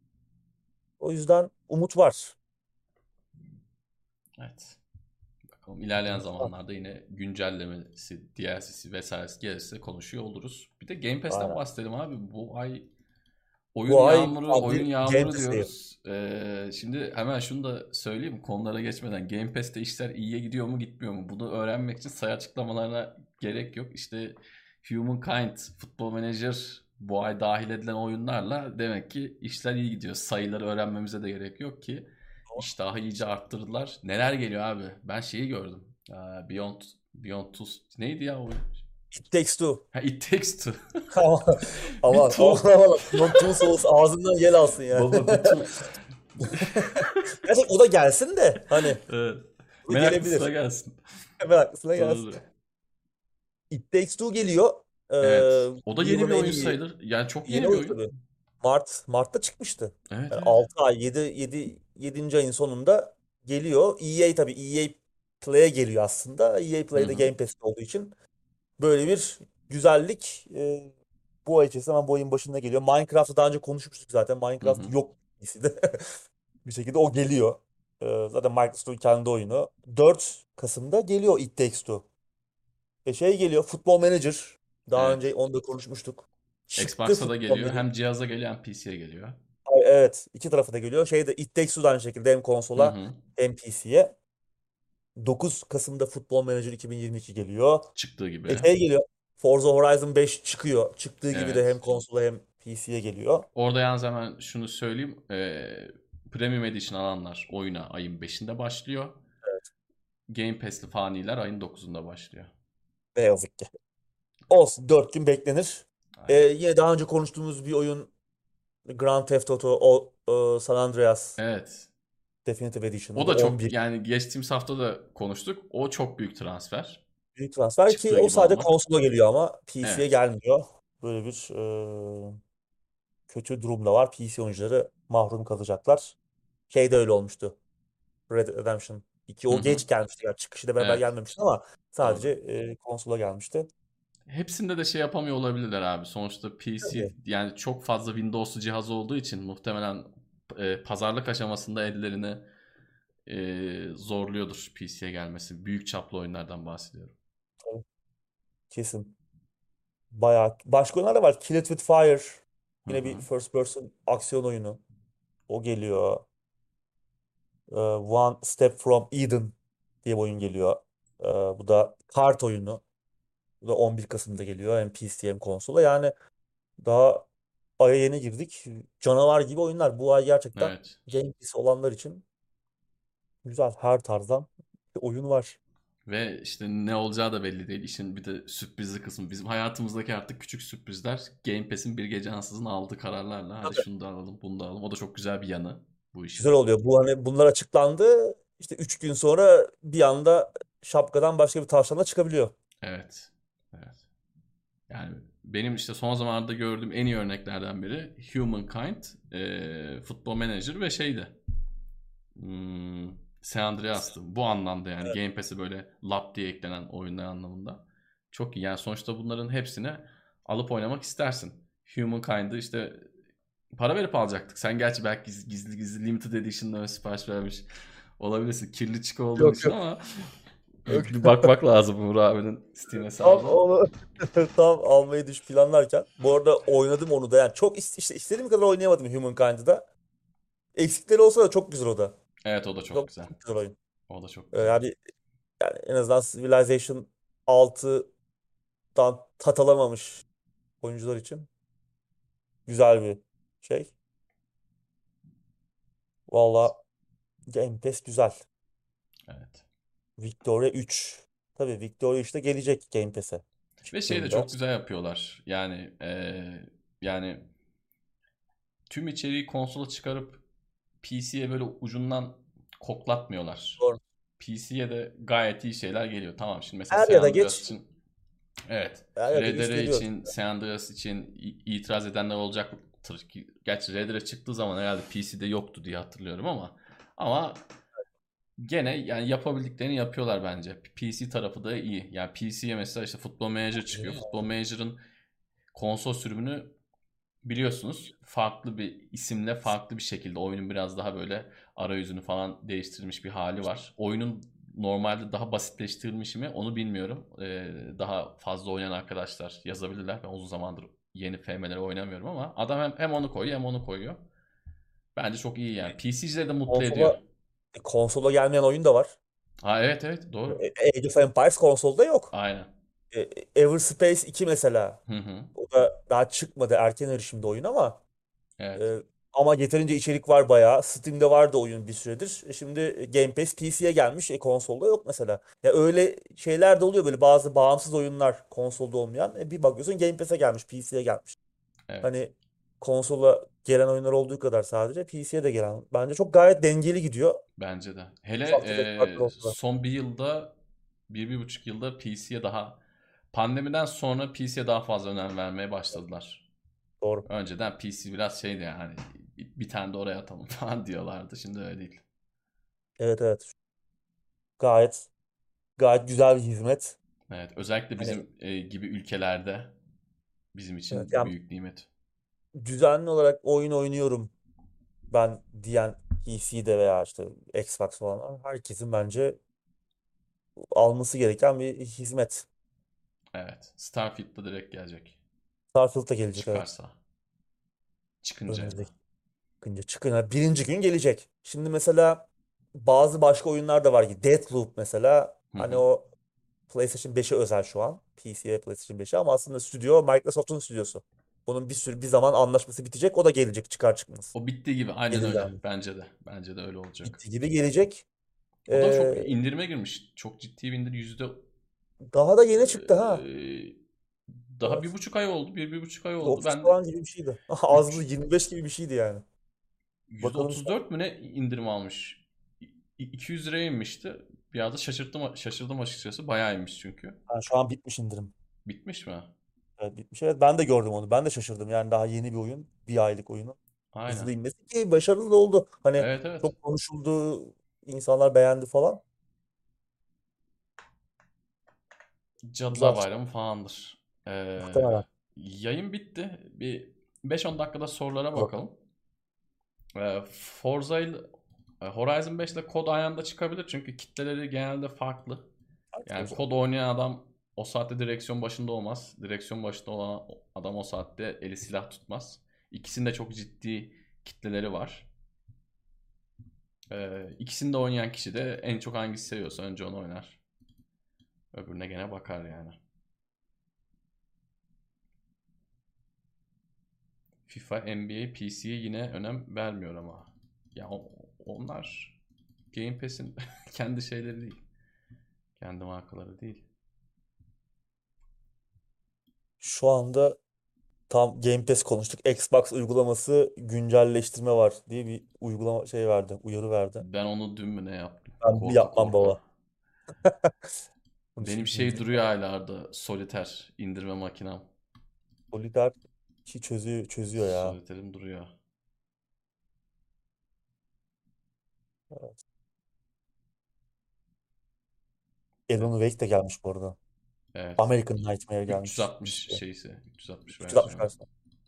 O yüzden umut var. Evet. Bakalım ilerleyen Umut var. zamanlarda yine güncellemesi, D L C'si vesairesi gelirse konuşuyor oluruz. Bir de Game Pass'ten Aynen. bahsedelim abi. Bu ay oyun Bu ay yağmuru, tam oyun bir Game yağmuru Pass ayı. diyoruz. Ee, şimdi hemen şunu da söyleyeyim konulara geçmeden. Game Pass'te işler iyiye gidiyor mu gitmiyor mu? Bunu öğrenmek için say açıklamalarına gerek yok. İşte Humankind, Football Manager bu ay dahil edilen oyunlarla demek ki işler iyi gidiyor. Sayıları öğrenmemize de gerek yok ki. İştahı iyice arttırdılar. Neler geliyor abi? Ben şeyi gördüm. Aa, Beyond Beyond Two neydi ya oyun? It Takes Two. Ha, It Takes Two. Aman Bir aman tu aman. Beyond Two Souls ağzından yel alsın yani. baba bir tu Gerçekten o da gelsin de hani Evet. o da Meraklısına gelebilir. gelsin. Hemen aklına gelsin. Doğru. It Takes Two geliyor. Ee, Evet. O da bu yeni yılın bir en oyun iyi sayılır. Yani çok yeni yeni bir oyun oyun. tabii. Mart Mart'ta çıkmıştı. Evet Yani evet. altı ay yedi yedi yedinci ayın sonunda geliyor. E A tabii E A Play'e geliyor aslında. E A Hı Play'de hı. Game Pass'te olduğu için böyle bir güzellik e, bu ay içerisinde hemen bu ayın başında geliyor. Minecraft'ı daha önce konuşmuştuk zaten. Hı Minecraft hı. yok de bir şekilde o geliyor. E, zaten Microsoft'un kendi oyunu. dört Kasım'da geliyor It Takes Two. E şey geliyor Football Manager. Daha önce Evet. onu da konuşmuştuk. Çıktı Xbox'a da Football geliyor. Manager. Hem cihaza geliyor hem P C'ye geliyor. Ay, evet, iki tarafı da geliyor. Şey de It Takes Two da aynı şekilde hem Hı konsola hı. hem P C'ye. dokuz Kasım'da Football Manager iki bin yirmi iki geliyor. Çıktığı E gibi. şey geliyor. Forza Horizon beş çıkıyor. Çıktığı gibi de hem Evet. konsola hem P C'ye geliyor. Orada yalnız hemen şunu söyleyeyim. Ee, Premium Edition alanlar oyuna ayın beşinde başlıyor. Game Pass'li faniler ayın dokuzunda başlıyor. Ne yazık ki. Olsun, dört gün beklenir. E, Aynen. yine daha önce konuştuğumuz bir oyun Grand Theft Auto o, o San Andreas Evet. Definitive O Edition'ında da çok on bir yani geçtiğimiz hafta da konuştuk. O çok büyük transfer. büyük transfer ki Çıktığı o gibi sadece almak. konsola geliyor ama P C'ye Evet. gelmiyor. Böyle bir e, kötü durum da var. P C oyuncuları mahrum kalacaklar. Şey de öyle olmuştu. Red Dead Redemption iki Hı o hı. geç gelmişti. Yani çıkışıyla beraber Evet. gelmemişti ama sadece Doğru. e, konsola gelmişti. Hepsinde de şey yapamıyor olabilirler abi. Sonuçta P C Tabii. yani çok fazla Windows'lu cihaz olduğu için muhtemelen e, pazarlık aşamasında ellerini e, zorluyordur P C'ye gelmesi. Büyük çaplı oyunlardan bahsediyorum. Tabii. Kesin. Bayağı. Başka oyunlar da var. Kill It With Fire. Hı Yine bir hı. first person aksiyon oyunu. O geliyor. Ee, One Step From Eden diye bir oyun geliyor. Ee, bu da kart oyunu. Bu da on bir Kasım'da geliyor. Hem P C hem konsola. Yani daha aya yeni girdik. Canavar gibi oyunlar. Bu ay gerçekten Evet. Game Pass olanlar için güzel. Her tarzdan bir oyun var. Ve işte ne olacağı da belli değil. İşin bir de sürprizli kısmı. Bizim hayatımızdaki artık küçük sürprizler Game Pass'in bir gece ansızın aldığı kararlarla hadi Tabii. şunu da alalım, bunu da alalım. O da çok güzel bir yanı bu işin. Güzel oluyor. Bu hani bunlar açıklandı. İşte üç gün sonra bir anda şapkadan başka bir tavşanla çıkabiliyor. Evet. Evet. Yani benim işte son zamanlarda gördüğüm en iyi örneklerden biri Humankind, e, Football Manager ve şeydi. Hmm, San Andreas'tı. Bu anlamda yani Game Pass'e böyle lap diye eklenen oyunlar anlamında. Çok iyi. Yani sonuçta bunların hepsini alıp oynamak istersin. Humankind'ı işte para verip alacaktık. Sen gerçi belki gizli gizli, gizli limited edition'la sipariş vermiş olabilirsin. Kirli çıkı olduğun Yok için yok. ama Yok. bir bakmak lazım Uğur abinin Steam Tam hesabına. onu tam almayı düş planlarken. Bu arada oynadım onu da. Yani çok ist- işte istediğim kadar oynayamadım Humankind'ı da. Eksikleri olsa da çok güzel o da. Evet, o da çok Çok, güzel. çok güzel oyun. O da çok Ee, güzel. yani, yani en azından Civilization altıdan tat alamamış oyuncular için güzel bir şey. Valla Game Pass güzel. Evet. Victoria üç. Tabii Victoria üç de gelecek Game Pass'e Ve şey de çıktığında. çok güzel yapıyorlar. Yani eee, yani tüm içeriği konsola çıkarıp P C'ye böyle ucundan koklatmıyorlar. Doğru. P C'ye de gayet iyi şeyler geliyor. Tamam, şimdi mesela Er San ya da Andreas geç, için, evet, er ya da R D geç R geliyor. için, San Andreas için i- itiraz edenler olacaktır ki. Gerçi R D R çıktığı zaman herhalde P C'de yoktu diye hatırlıyorum ama ama gene yani yapabildiklerini yapıyorlar bence. P C tarafı da iyi. Yani P C'ye mesela işte Football Manager çıkıyor. Football Manager'ın konsol sürümünü biliyorsunuz farklı bir isimle farklı bir şekilde oyunun biraz daha böyle arayüzünü falan değiştirilmiş bir hali var. Oyunun normalde daha basitleştirilmiş mi onu bilmiyorum. Ee, daha fazla oynayan arkadaşlar yazabilirler. Ben uzun zamandır yeni F M'leri oynamıyorum ama adam hem, hem onu koyuyor hem onu koyuyor. Bence çok iyi yani. P C'cileri de mutlu ediyor. Konsola, konsola gelmeyen oyun da var. Ha, evet evet, doğru. E- Age of Empires konsolda yok. Aynen. E, Everspace iki mesela. Hı hı. O da daha çıkmadı, erken erişimde oyun ama Evet. e, ama yeterince içerik var bayağı. Steam'de vardı oyun bir süredir. E, şimdi Game Pass P C'ye gelmiş. E, konsolda yok mesela. Ya öyle şeyler de oluyor, böyle bazı bağımsız oyunlar konsolda olmayan. E, bir bakıyorsun Game Pass'e gelmiş, P C'ye gelmiş. Evet. Hani konsola gelen oyunlar olduğu kadar sadece P C'ye de gelen. Bence çok gayet dengeli gidiyor. Bence de. Hele Ufak tefek farklar e, olsa da. son bir yılda, bir, bir buçuk yılda P C'ye daha, pandemiden sonra P C'ye daha fazla önem vermeye başladılar. Doğru. Önceden P C biraz şeydi yani, bir, bir tane de oraya atalım falan diyorlardı. Şimdi öyle değil. Evet evet. Gayet gayet güzel bir hizmet. Evet, özellikle Hani bizim e, gibi ülkelerde bizim evet, için yani büyük nimet. düzenli olarak oyun oynuyorum ben diyen P C'de veya işte Xbox falan herkesin bence alması gereken bir hizmet. Evet, Starfield'da direkt gelecek. Starfield da gelecek, evet. Çıkarsa. Çıkınca ya da. Önümüzdeki çıkınca çıkın. Ha, birinci gün gelecek. Şimdi mesela bazı başka oyunlar da var ki Deathloop mesela, Hı hani hı. o PlayStation beşe özel şu an. P C'ye PlayStation beşe ama aslında stüdyo Microsoft'un stüdyosu. Bunun bir sürü bir zaman anlaşması bitecek. O da gelecek çıkar çıkmaz. O bittiği gibi aynen Gelir öyle. yani. Bence de. Bence de öyle olacak. Bitti gibi gelecek. O da çok Ee, indirime girmiş. Çok ciddi bir indir. Yüzde daha da yeni çıktı ha. Eee, daha bir Evet. buçuk ay oldu. Bir, bir buçuk ay oldu. yüzde otuz Ben falan gibi bir şeydi. Az buz üç, yirmi beş gibi bir şeydi yani. yüzde Bakalım şu otuz dört mü ne indirim almış? İ- iki yüz liraya inmişti. Bir anda şaşırdım, şaşırdım açıkçası. Bayağı inmiş çünkü. an, şu an bitmiş indirim. Bitmiş mi? Evet bitmiş. Evet ben de gördüm onu. Ben de şaşırdım. Yani daha yeni bir oyun. Bir aylık oyunun. Aynen. Hızlı inmesi ki başarılı da oldu. Hani Evet evet. çok konuşuldu. İnsanlar beğendi falan. Cadılar Güzel. Bayramı falandır. Eee, Muhtemelen. yayın bitti. Bir beş on dakikada sorulara Hadi bakalım. bakalım. Eee Forza ile e, Horizon beş ile kod aynı anda çıkabilir çünkü kitleleri genelde farklı. Hadi o Yani zaman. kod oynayan adam o saatte direksiyon başında olmaz. Direksiyon başında olan adam o saatte eli silah tutmaz. İkisinde çok ciddi kitleleri var. Ee, ikisini de oynayan kişi de en çok hangisi seviyorsa önce onu oynar. Öbürüne gene bakar yani. FIFA, N B A, P C'ye yine önem vermiyor ama. Ya onlar Game Pass'in kendi şeyleri değil. Kendi markaları değil. Şu anda tam Game Pass konuştuk. Xbox uygulaması güncelleştirme var diye bir uygulama şey verdi, uyarı verdi. Ben onu dün mü ne yaptım? Ben bir Korka yapmam korka. baba. Bunu Benim şimdi şey duruyor indireceğim. hala orada. Solitaire indirme makinem. Solitaire işi çözüyor, çözüyor ya. Solitaire'im duruyor. Evet. Evet. Alan Wake de gelmiş bu arada. Evet. American Nightmare gelmiş üç yüz altmış listeye. şeysi. üç yüz altmış üç yüz altmış versiyonu. versiyon.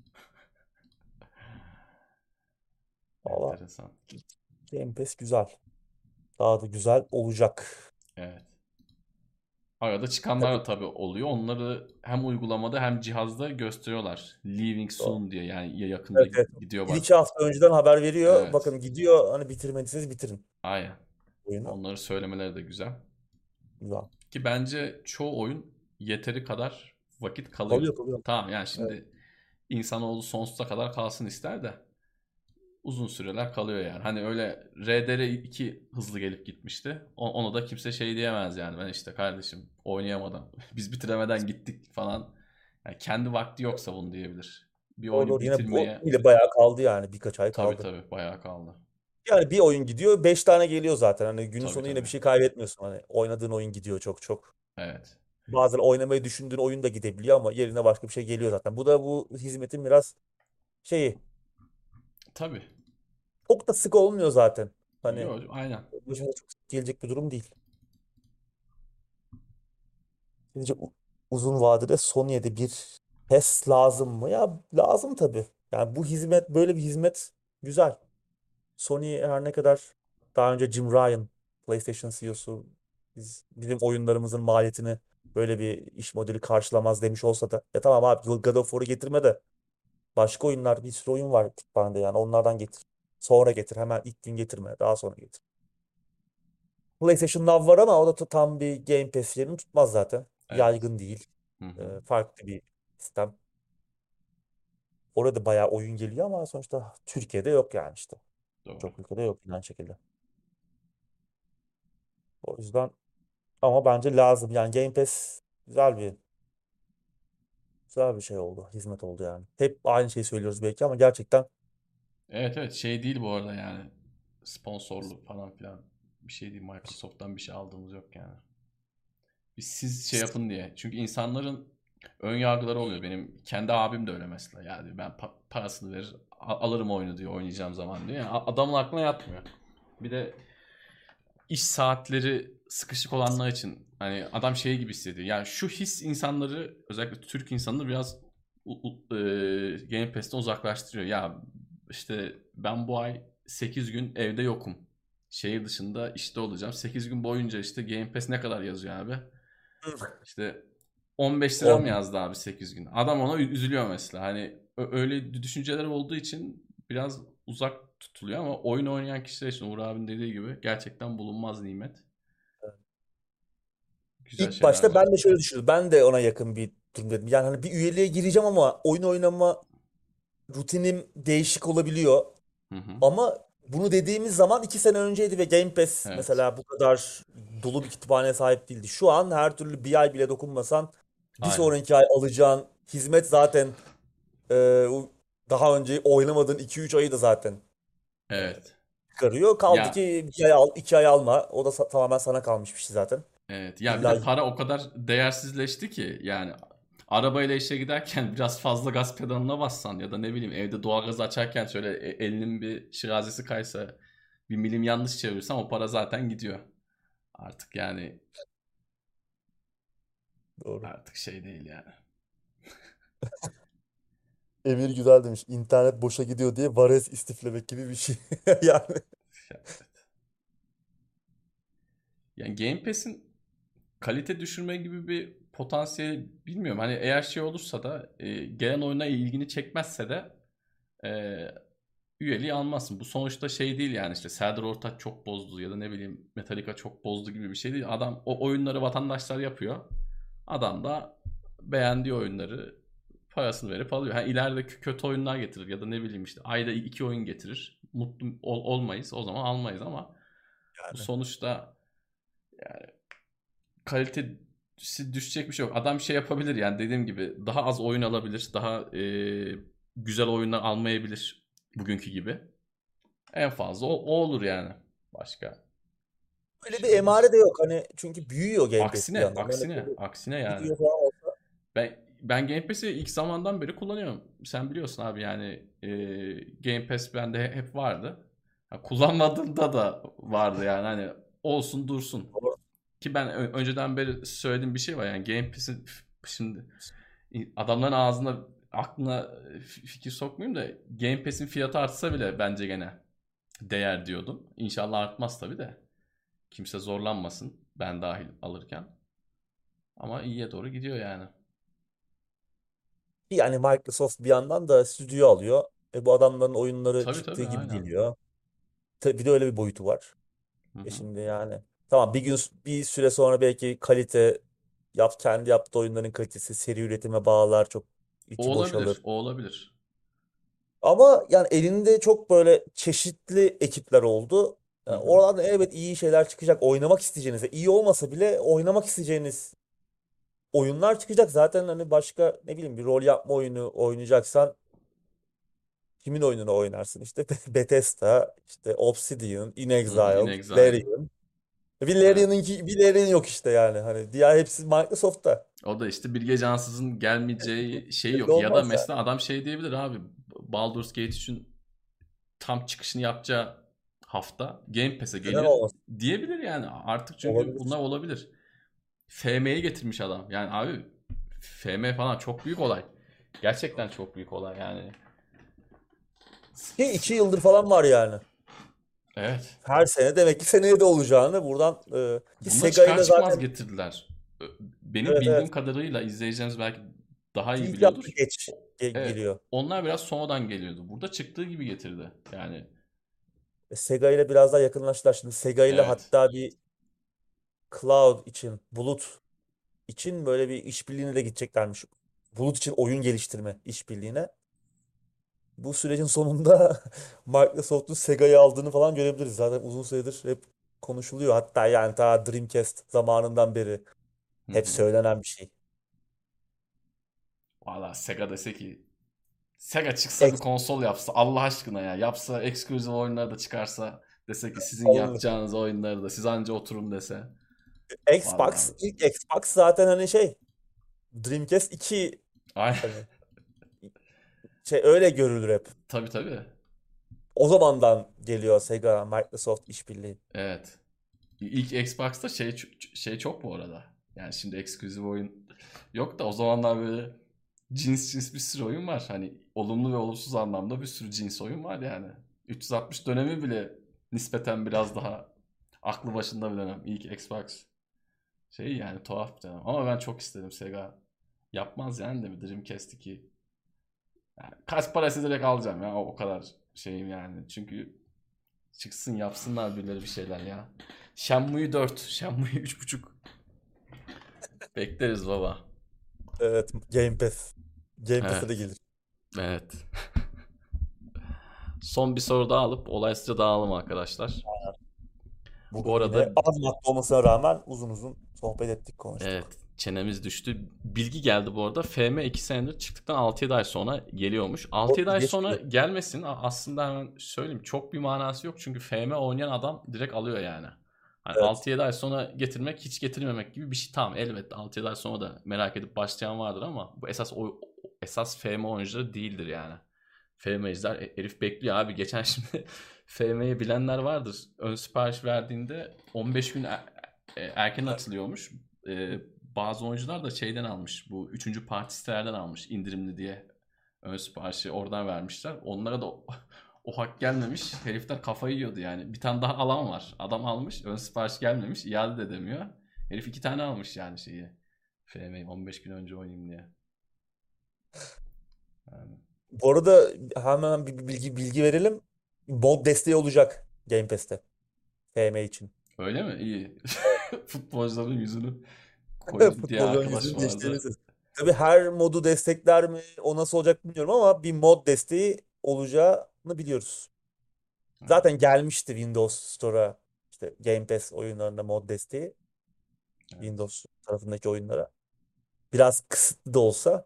Valla Enteresan. Game Pass güzel. Daha da güzel olacak. Evet. Arada çıkanlar Tabii. da tabii oluyor. Onları hem uygulamada hem cihazda gösteriyorlar. Leaving Doğru. soon diye, yani ya yakında Evet, evet. gidiyor Bir bak. iki hafta önceden haber veriyor. Evet. Bakın gidiyor. Hani bitirmediyseniz bitirin Aynen. oyunu. Onları söylemeleri de güzel. Güzel. Ki bence çoğu oyun yeteri kadar vakit kalıyor. Kalıyor kalıyor. Tamam yani Evet. şimdi insanoğlu sonsuza kadar kalsın ister de uzun süreler kalıyor yani. Hani öyle R D R iki hızlı gelip gitmişti. O- Onu da kimse şey diyemez yani. Ben işte kardeşim oynayamadım. Biz bitiremeden gittik falan. Yani kendi vakti yoksa bunu diyebilir. Bir Doğru oyunu doğru. Yine bu bitirmeye bile bayağı kaldı yani. Birkaç ay tabii kaldı. tabii bayağı kaldı. Yani bir oyun gidiyor. Beş tane geliyor zaten. Hani günün Tabii sonu yine tabii. bir şey kaybetmiyorsun. Hani oynadığın oyun gidiyor çok çok. Evet. Bazen oynamayı düşündüğün oyun da gidebiliyor ama yerine başka bir şey geliyor zaten. Bu da bu hizmetin biraz şeyi. Tabii. Çok da sık olmuyor zaten. Hani Yok aynen. başına çok sık gelecek bir durum değil. Sizce u- uzun vadede Sony'ye bir PES lazım mı? Ya lazım tabii. Yani bu hizmet böyle bir hizmet güzel. Sony her ne kadar daha önce Jim Ryan PlayStation C E O'su biz, bizim oyunlarımızın maliyetini böyle bir iş modeli karşılamaz demiş olsa da ya tamam abi God of War'u getirme de başka oyunlar bir sürü oyun var kütüphanede yani onlardan getir. Sonra getir hemen ilk gün getirme daha sonra getir. PlayStation Now var ama o da ta- tam bir Game Pass yerini tutmaz zaten. Evet. Yaygın değil. Hı hı. Ee, farklı bir sistem. Orada bayağı oyun geliyor ama sonuçta Türkiye'de yok yani işte. Doğru. Çok ülkede yok aynı şekilde. O yüzden ama bence lazım. Yani Game Pass güzel bir güzel bir şey oldu. Hizmet oldu yani. Hep aynı şeyi söylüyoruz belki ama gerçekten Evet evet şey değil bu arada yani. Sponsorlu falan filan bir şey değil. Microsoft'tan bir şey aldığımız yok yani. Biz siz şey yapın diye. Çünkü insanların ön yargıları oluyor. Benim kendi abim de öyle mesela. Yani ben pa- parasını verir a- alırım oyunu diyor oynayacağım zaman diyor. Yani a- adamın aklına yatmıyor. Bir de iş saatleri sıkışık olanlar için hani adam şey gibi hissediyor. Yani şu his insanları özellikle Türk insanını biraz u- u- e, Game Pass'ten uzaklaştırıyor. Ya işte ben bu ay sekiz gün evde yokum. Şehir dışında işte olacağım. sekiz gün boyunca işte Game Pass ne kadar yazıyor abi? İşte on beş lira mı on yazdı abi sekiz gün? Adam ona üzülüyor mesela. Hani öyle düşünceler olduğu için biraz uzak tutuluyor ama oyun oynayan kişiler için Uğur abinin dediği gibi gerçekten bulunmaz nimet. Güzel ilk şeyler başta var. ben de şöyle düşündüm. Ben de ona yakın bir durum dedim. Yani hani bir üyeliğe gireceğim ama oyun oynama rutinim değişik olabiliyor. Hı hı. Ama bunu dediğimiz zaman iki sene önceydi ve Game Pass Evet. mesela bu kadar dolu bir kütüphaneye sahip değildi. Şu an her türlü bir ay bile dokunmasan bir Aynen. sonraki ay alacağın hizmet zaten e, o daha önce oynamadığın iki üç ayı da zaten Evet. çıkarıyor. Kaldı Ya ki bir ay al, iki ay alma. O da sa- tamamen sana kalmış bir şey zaten. evet. Ya bir İlla de para o kadar değersizleşti ki yani arabayla işe giderken biraz fazla gaz pedalına bassan ya da ne bileyim evde doğalgaz açarken şöyle e- elinin bir şirazesi kaysa bir milim yanlış çevirirsen o para zaten gidiyor. Artık yani Doğru. artık şey değil yani. Emir güzel demiş. İnternet boşa gidiyor diye varis istiflemek gibi bir şey. Yani Yani Game Pass'in kalite düşürme gibi bir potansiyeli bilmiyorum. Hani eğer şey olursa da e, gelen oyuna ilgini çekmezse de e, üyeliği almazsın. Bu sonuçta şey değil yani işte Serdar Ortaç çok bozdu ya da ne bileyim Metallica çok bozdu gibi bir şey değil. Adam o oyunları vatandaşlar yapıyor. Adam da beğendiği oyunları parasını verip alıyor. Ha, ileride kö- kötü oyunlar getirir ya da ne bileyim işte ayda iki oyun getirir. Mutlu ol- olmayız. O zaman almayız ama bu Yani. sonuçta kalitesi düşecek bir şey yok. Adam şey yapabilir yani dediğim gibi daha az oyun alabilir. Daha e, güzel oyunlar almayabilir bugünkü gibi. En fazla o, o olur yani. Başka bir Öyle şey bir olmaz. emare de yok. Hani çünkü büyüyor Game Pass bir Aksine, yandan. Böyle aksine, bir aksine yani. video falan olsa Ben ben Game Pass'i ilk zamandan beri kullanıyorum. Sen biliyorsun abi yani e, Game Pass bende hep vardı. Ha, kullanmadığımda da vardı yani hani olsun dursun. doğru. Ki ben ö- önceden beri söylediğim bir şey var yani Game Pass'in f- şimdi adamların ağzına aklına f- fikir sokmayayım da Game Pass'in fiyatı artsa bile bence gene değer diyordum. İnşallah artmaz tabii de. Kimse zorlanmasın ben dahil alırken. Ama iyiye doğru gidiyor yani. Yani Microsoft bir yandan da stüdyo alıyor. E bu adamların oyunları Tabii çıktığı tabii gibi aynen. geliyor. Tabii bir de öyle bir boyutu var. Hı E hı. şimdi yani tamam bir gün bir süre sonra belki kalite yap kendi yaptığı oyunların kalitesi seri üretime bağlar çok O içi olabilir, boşalır. o olabilir. Ama yani elinde çok böyle çeşitli ekipler oldu. Hı Yani hı. oralardan evet iyi şeyler çıkacak. Oynamak isteyeceğiniz, iyi olmasa bile oynamak isteyeceğiniz oyunlar çıkacak. Zaten hani başka ne bileyim bir rol yapma oyunu oynayacaksan kimin oyununu oynarsın? İşte Bethesda, işte Obsidian, In Hı hı. In Exile, Exile. Larian. Evet. Valerian'ınki bir Larian yok işte yani. Hani diğer hepsi Microsoft'ta. O da işte Bilge Cansız'ın gelmeyeceği şey Belli yok. Ya da olmaz yani. mesela adam şey diyebilir abi. Baldur's Gate için tam çıkışını yapacağı hafta Game Pass'e Neden gelir olmasın? diyebilir yani. Artık çünkü Olabilir. bunlar olabilir. F M'yi getirmiş adam. Yani abi F M falan çok büyük olay. Gerçekten çok büyük olay yani. Ki iki yıldır falan var yani. Evet. Her sene demek ki seneye de olacağını buradan e, ki Bununla Sega çıkar ile çıkmaz zaten getirdiler. Benim evet bildiğim evet kadarıyla izleyeceğimiz belki daha iyi ilk hafta biliyordur. geç O- ge- Evet, geliyor. onlar biraz sonradan geliyordu. Burada çıktığı gibi getirdi. Yani E, Sega ile biraz daha yakınlaştılar. Şimdi Sega ile evet. hatta bir cloud için, bulut için böyle bir işbirliğine de gideceklermiş. Bulut için oyun geliştirme işbirliğine. Bu sürecin sonunda Microsoft'un Sega'yı aldığını falan görebiliriz. Zaten uzun süredir hep konuşuluyor. Hatta yani ta Dreamcast zamanından beri Hı hep hı. söylenen bir şey. Valla Sega dese ki Sega çıksa bir X, konsol yapsa Allah aşkına ya yapsa exclusive oyunları da çıkarsa dese ki sizin alınır. yapacağınız oyunları da siz anca oturun dese. Xbox, Valla ilk Xbox zaten hani şey Dreamcast iki ay hani şey öyle görülür hep. tabii tabii. O zamandan geliyor Sega Microsoft işbirliği. Evet. İlk Xbox'ta şey ç- şey çok bu arada. Yani şimdi exclusive oyun yok da o zamanlar böyle cins cins bir sürü oyun var. Hani olumlu ve olumsuz anlamda bir sürü cins oyun var yani. üç yüz altmış dönemi bile nispeten biraz daha aklı başında bir dönem. İlk Xbox şey yani tuhaf bir dönem. Ama ben çok istedim Sega. Yapmaz yani de bir Dreamcast iki. Yani kaç parası direkt alacağım ya o o kadar şeyim yani. Çünkü çıksın yapsınlar birileri bir şeyler ya. Shenmue dört, Shenmue üç buçuk. Bekleriz baba. Evet, Game Pass. Game Pass'e de Evet. gelir. Evet. Son bir soru daha alıp olaysızca dağılalım arkadaşlar. Bu Bugün arada yine az madde olmasına rağmen uzun uzun sohbet ettik, evet konuştuk. çenemiz düştü. Bilgi geldi bu arada. F M iki senedir çıktıktan altı yedi ay sonra geliyormuş. altı yedi Çok ay geç sonra geliyor. gelmesin. A- Aslında hemen söyleyeyim çok bir manası yok. Çünkü F M oynayan adam direkt alıyor yani. Hani Evet. altı yedi ay sonra getirmek hiç getirmemek gibi bir şey. Tamam elbette altı yedi ay sonra da merak edip başlayan vardır ama bu esas o, esas F M oyuncuları değildir yani. F M'ciler e- herif bekliyor abi. Geçen şimdi F M'yi bilenler vardır. Ön sipariş verdiğinde on beş gün er- e, erken açılıyormuş. E, bazı oyuncular da şeyden almış. Bu üçüncü parti sitelerden almış indirimli diye. Ön siparişi oradan vermişler. Onlara da o, o hak gelmemiş. Herifler kafayı yiyordu yani. Bir tane daha alan var. Adam almış. Ön sipariş gelmemiş. İade de edemiyor. Herif iki tane almış yani şeyi. F M'yi on beş gün önce oynayayım diye. Yani. Bu arada hemen bir bir bilgi bilgi verelim. Mod desteği olacak Game Pass'te. F M için. Öyle mi? İyi. Futbolcuların yüzünü koydu diye Futbolcuların arkadaş yüzünü vardı. değiştirebilirsiniz. Tabii her modu destekler mi? O nasıl olacak bilmiyorum ama bir mod desteği olacağını biliyoruz. Evet, Zaten gelmişti Windows Store'a işte Game Pass oyunlarında mod desteği. evet. Windows tarafındaki oyunlara. Biraz kısıtlı da olsa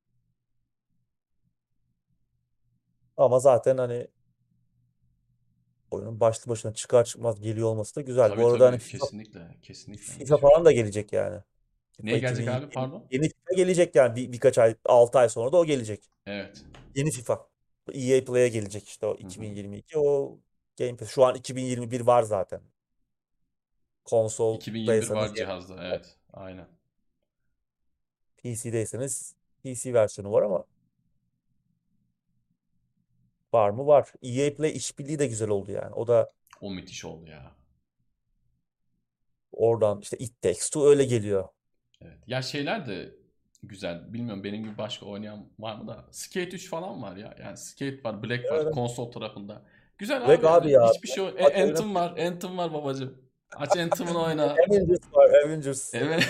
ama zaten hani oyunun başlı başına çıkar çıkmaz geliyor olması da güzel. Tabii Bu arada hani tabii, FIFA, kesinlikle. Kesinlikle FIFA müthiş bir falan da şey. gelecek yani. FIFA Neye gelecek iki bin yirmi abi, yeni, pardon? yeni FIFA gelecek yani bir, birkaç ay altı ay sonra da o gelecek. Evet. Yeni FIFA. E A Play'e gelecek işte o Hı hı. iki bin yirmi iki o Game Pass. Şu an iki bin yirmi bir var zaten. iki bin yirmi bir Konsoldaysanız var ya cihazda. Evet. Aynen. P C'deyseniz P C versiyonu var ama var mı? Var. E A Play işbirliği de güzel oldu yani. O da O müthiş oldu ya. oradan işte It Takes Two öyle geliyor. Evet. Ya şeyler de güzel. Bilmiyorum benim gibi başka oynayan var mı da. Skate üç falan var ya. Yani Skate var, Black var Evet. konsol tarafında. Güzel Black abi abi yani. ya. Hiçbir şey... o- Aç E, oyna. Anthem var. Anthem var babacım. Aç Anthem'ını oyna. Avengers var. Avengers. Evet.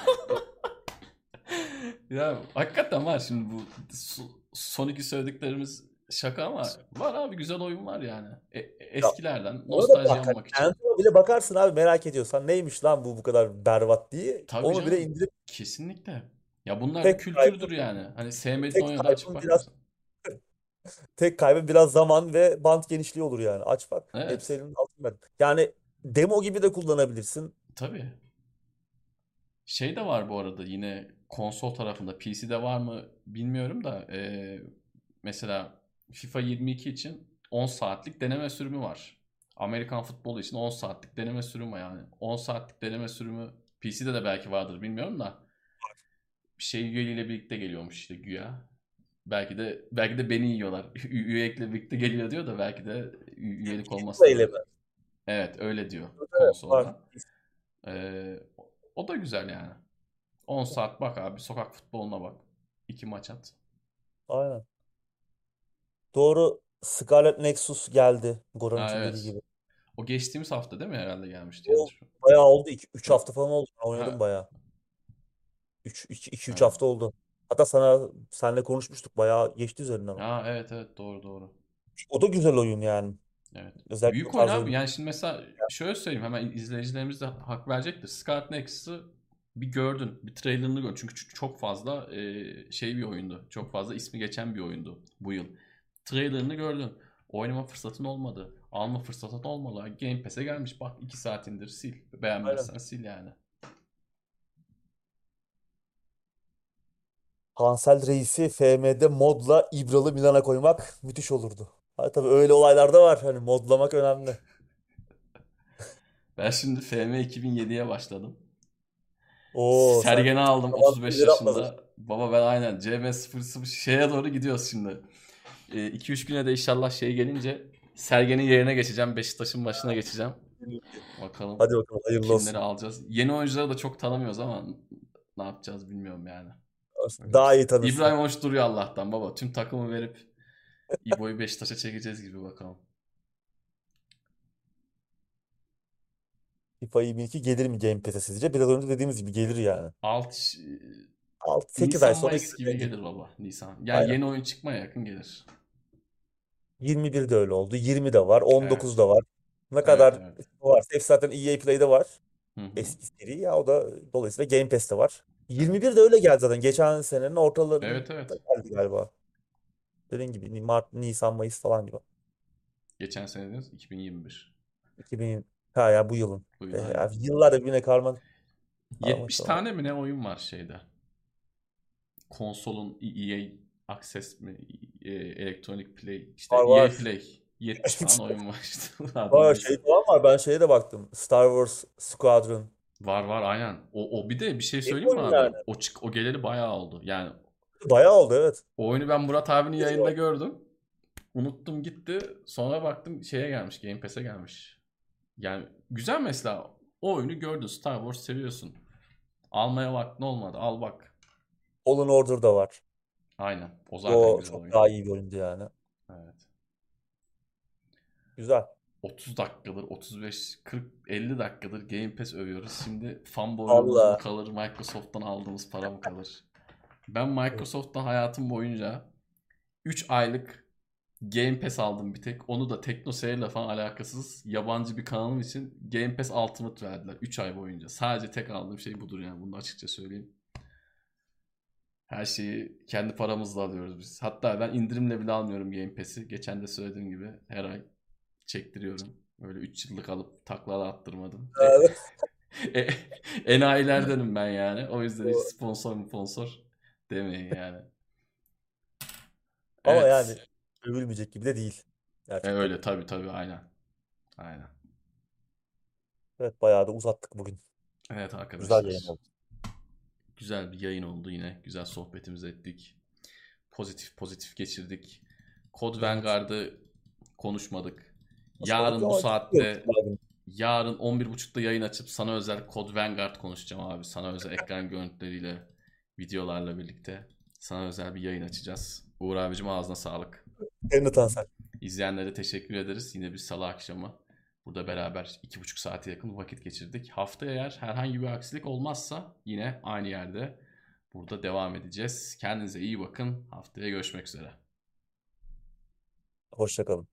Ya hakikaten var şimdi bu so- son iki söylediklerimiz şaka ama var abi, güzel oyun var yani. E- e- Ya eskilerden ona da nostalji bak. Hani yapmak için. Anthem'a bile bakarsın abi merak ediyorsan neymiş lan bu bu kadar berbat diye. Tabii Onu bile canım. indirip Kesinlikle. Ya bunlar bir tek kültürdür kaybı yani. Hani sevmediğin tek oyuna da açıp kaybın biraz bakarsın. tek kaybın biraz zaman ve bant genişliği olur yani. Aç bak. Hepsi Evet. elinin altında. Yani demo gibi de kullanabilirsin. Tabii. Şey de var bu arada, yine konsol tarafında. P C'de var mı bilmiyorum da eee, mesela FIFA yirmi iki için on saatlik deneme sürümü var. Amerikan futbolu için on saatlik deneme sürümü var yani. on saatlik deneme sürümü P C'de de belki vardır bilmiyorum da şey üyeliğiyle birlikte geliyormuş işte güya. Belki de belki de beni yiyorlar. Ü- Üyelikle birlikte geliyor diyor da belki de ü- üyelik olması FIFA ile da, mi? evet öyle diyor Evet, var. konsolda. Eee, o da güzel yani. on saat bak abi, sokak futboluna bak. İki maç at. Aynen. Doğru. Scarlet Nexus geldi. Ha Goran'ın dediği evet. gibi. O geçtiğimiz hafta değil mi herhalde gelmişti, O yanlış mı? bayağı oldu. üç Hı? hafta falan oldu. Ben oynadım Ha, bayağı. iki üç evet. hafta oldu. Hatta sana senle konuşmuştuk. Bayağı geçti üzerinden o. Ha evet evet, doğru doğru. O da güzel oyun yani. Evet. Özellikle bu Büyük oyun tarz abi. oyunlar. Yani şimdi mesela şöyle söyleyeyim, hemen izleyicilerimiz de hak verecektir. Scarlet Nexus'ı bir gördün. Bir trailerını gördün. Çünkü ç- çok fazla e, şey bir oyundu. Çok fazla ismi geçen bir oyundu bu yıl. Trailerını gördün. Oynama fırsatın olmadı. Alma fırsatın olmalı. Game Pass'e gelmiş. Bak iki saat indir, sil. Aynen. Beğenmezsen sil yani. Hansel Reis'i F M'de modla İbralı Milan'a koymak müthiş olurdu. Ha, tabii öyle olaylar da var. Hani modlamak önemli. Ben şimdi F M iki bin yediye başladım. Oo sen Sergen'i aldım tamam otuz beş ileri atladın. yaşında. Baba ben aynen C B sıfır sıfır şeye doğru gidiyoruz şimdi. iki üç güne de inşallah şey gelince Sergen'in yerine geçeceğim. Beşiktaş'ın başına geçeceğim. Bakalım Hadi bakalım hayırlı kimleri olsun. alacağız. Yeni oyuncuları da çok tanımıyoruz ama ne yapacağız bilmiyorum yani. Daha iyi İbrahim tanırsın. Hoş duruyor Allah'tan baba. Tüm takımı verip İbo'yu Beşiktaş'a çekeceğiz gibi bakalım. FIFA yirmi iki gelir mi Game Pass'e sizce? Biraz önce dediğimiz gibi gelir yani. Alt altı sekiz ay Nisan sonra Mayıs gelir gibi bence. gelir baba. Nisan. Yani Aynen. yeni oyun çıkmaya yakın gelir. yirmi bir de öyle oldu. yirmi de var. Evet. on dokuz da var. Ne Evet kadar evet. varsa hepsi zaten E A Play'de var. Hı hı. Eski seri ya o da dolayısıyla Game Pass'te var. Evet. yirmi bir de öyle geldi zaten. Geçen senenin ortalarında Evet evet. geldi galiba. Dediğin gibi Mart, Nisan, Mayıs falan gibi. Geçen seneniz iki bin yirmi bir. iki bin ha ya bu yılın. Bu yıl E, aynen. ya yıllar birbirine karma karma yetmiş çorman. tane mi ne oyun var şeyde? Konsolun E A Access mi? E, Electronic Play. İşte Var E A var. Play. yetmiş tane oyun var işte. Adı Var şey neyse. falan var. Ben şeye de baktım. Star Wars Squadron. Var var aynen. O, o bir de bir şey İyi söyleyeyim mi oyun abi? yani. O çık o geleli bayağı oldu. Yani Bayağı oldu evet. o oyunu ben Murat abinin Biz yayında gördüm. Unuttum gitti. Sonra baktım şeye gelmiş. Game Pass'e gelmiş. Yani güzel mesela. O oyunu gördün. Star Wars seviyorsun. Almaya vaktin olmadı. Al bak. Fallen Order da var. Aynen. O zaten O güzel çok oyun. daha iyi bir oyundu yani. Evet. Güzel. otuz dakikadır, otuz beş, kırk, elli dakikadır Game Pass övüyoruz. Şimdi fanboyluğumuz mu Valla. kalır, Microsoft'tan aldığımız para mı kalır? Ben Evet. Microsoft'ta hayatım boyunca üç aylık Game Pass aldım bir tek. Onu da TeknoSeyir'le falan alakasız yabancı bir kanalım için Game Pass Ultimate verdiler üç ay boyunca. Sadece tek aldığım şey budur yani. Bunu da açıkça söyleyeyim. Her şeyi kendi paramızla alıyoruz biz. Hatta ben indirimle bile almıyorum Game Pass'i. Geçen de söylediğim gibi her ay çektiriyorum. Öyle üç yıllık alıp taklalar attırmadım. E, Evet. e, enayilerdenim ben yani. O yüzden hiç O- sponsor mu sponsor demeyin yani. Ama yani Evet. övülmeyecek gibi de değil. E, Gerçekten. öyle tabii tabii aynen. Aynen. Evet, bayağı da uzattık bugün. Evet Güzel yayın arkadaşlar. oldu. Güzel bir yayın oldu yine. Güzel sohbetimizi ettik. Pozitif pozitif geçirdik. Code Evet. Vanguard'ı konuşmadık. Konuşmadık Yarın bu ama düşünüyorum saatte Cuma günü. yarın on bir buçukta yayın açıp sana özel Code Vanguard konuşacağım abi. Sana özel ekran görüntüleriyle, videolarla birlikte sana özel bir yayın açacağız. Uğur abicim ağzına sağlık. Elini Tansel. İzleyenlere teşekkür ederiz. Yine bir salı akşamı burada beraber iki buçuk saate yakın vakit geçirdik. Haftaya eğer herhangi bir aksilik olmazsa yine aynı yerde burada devam edeceğiz. Kendinize iyi bakın. Haftaya görüşmek üzere. Hoşça kalın.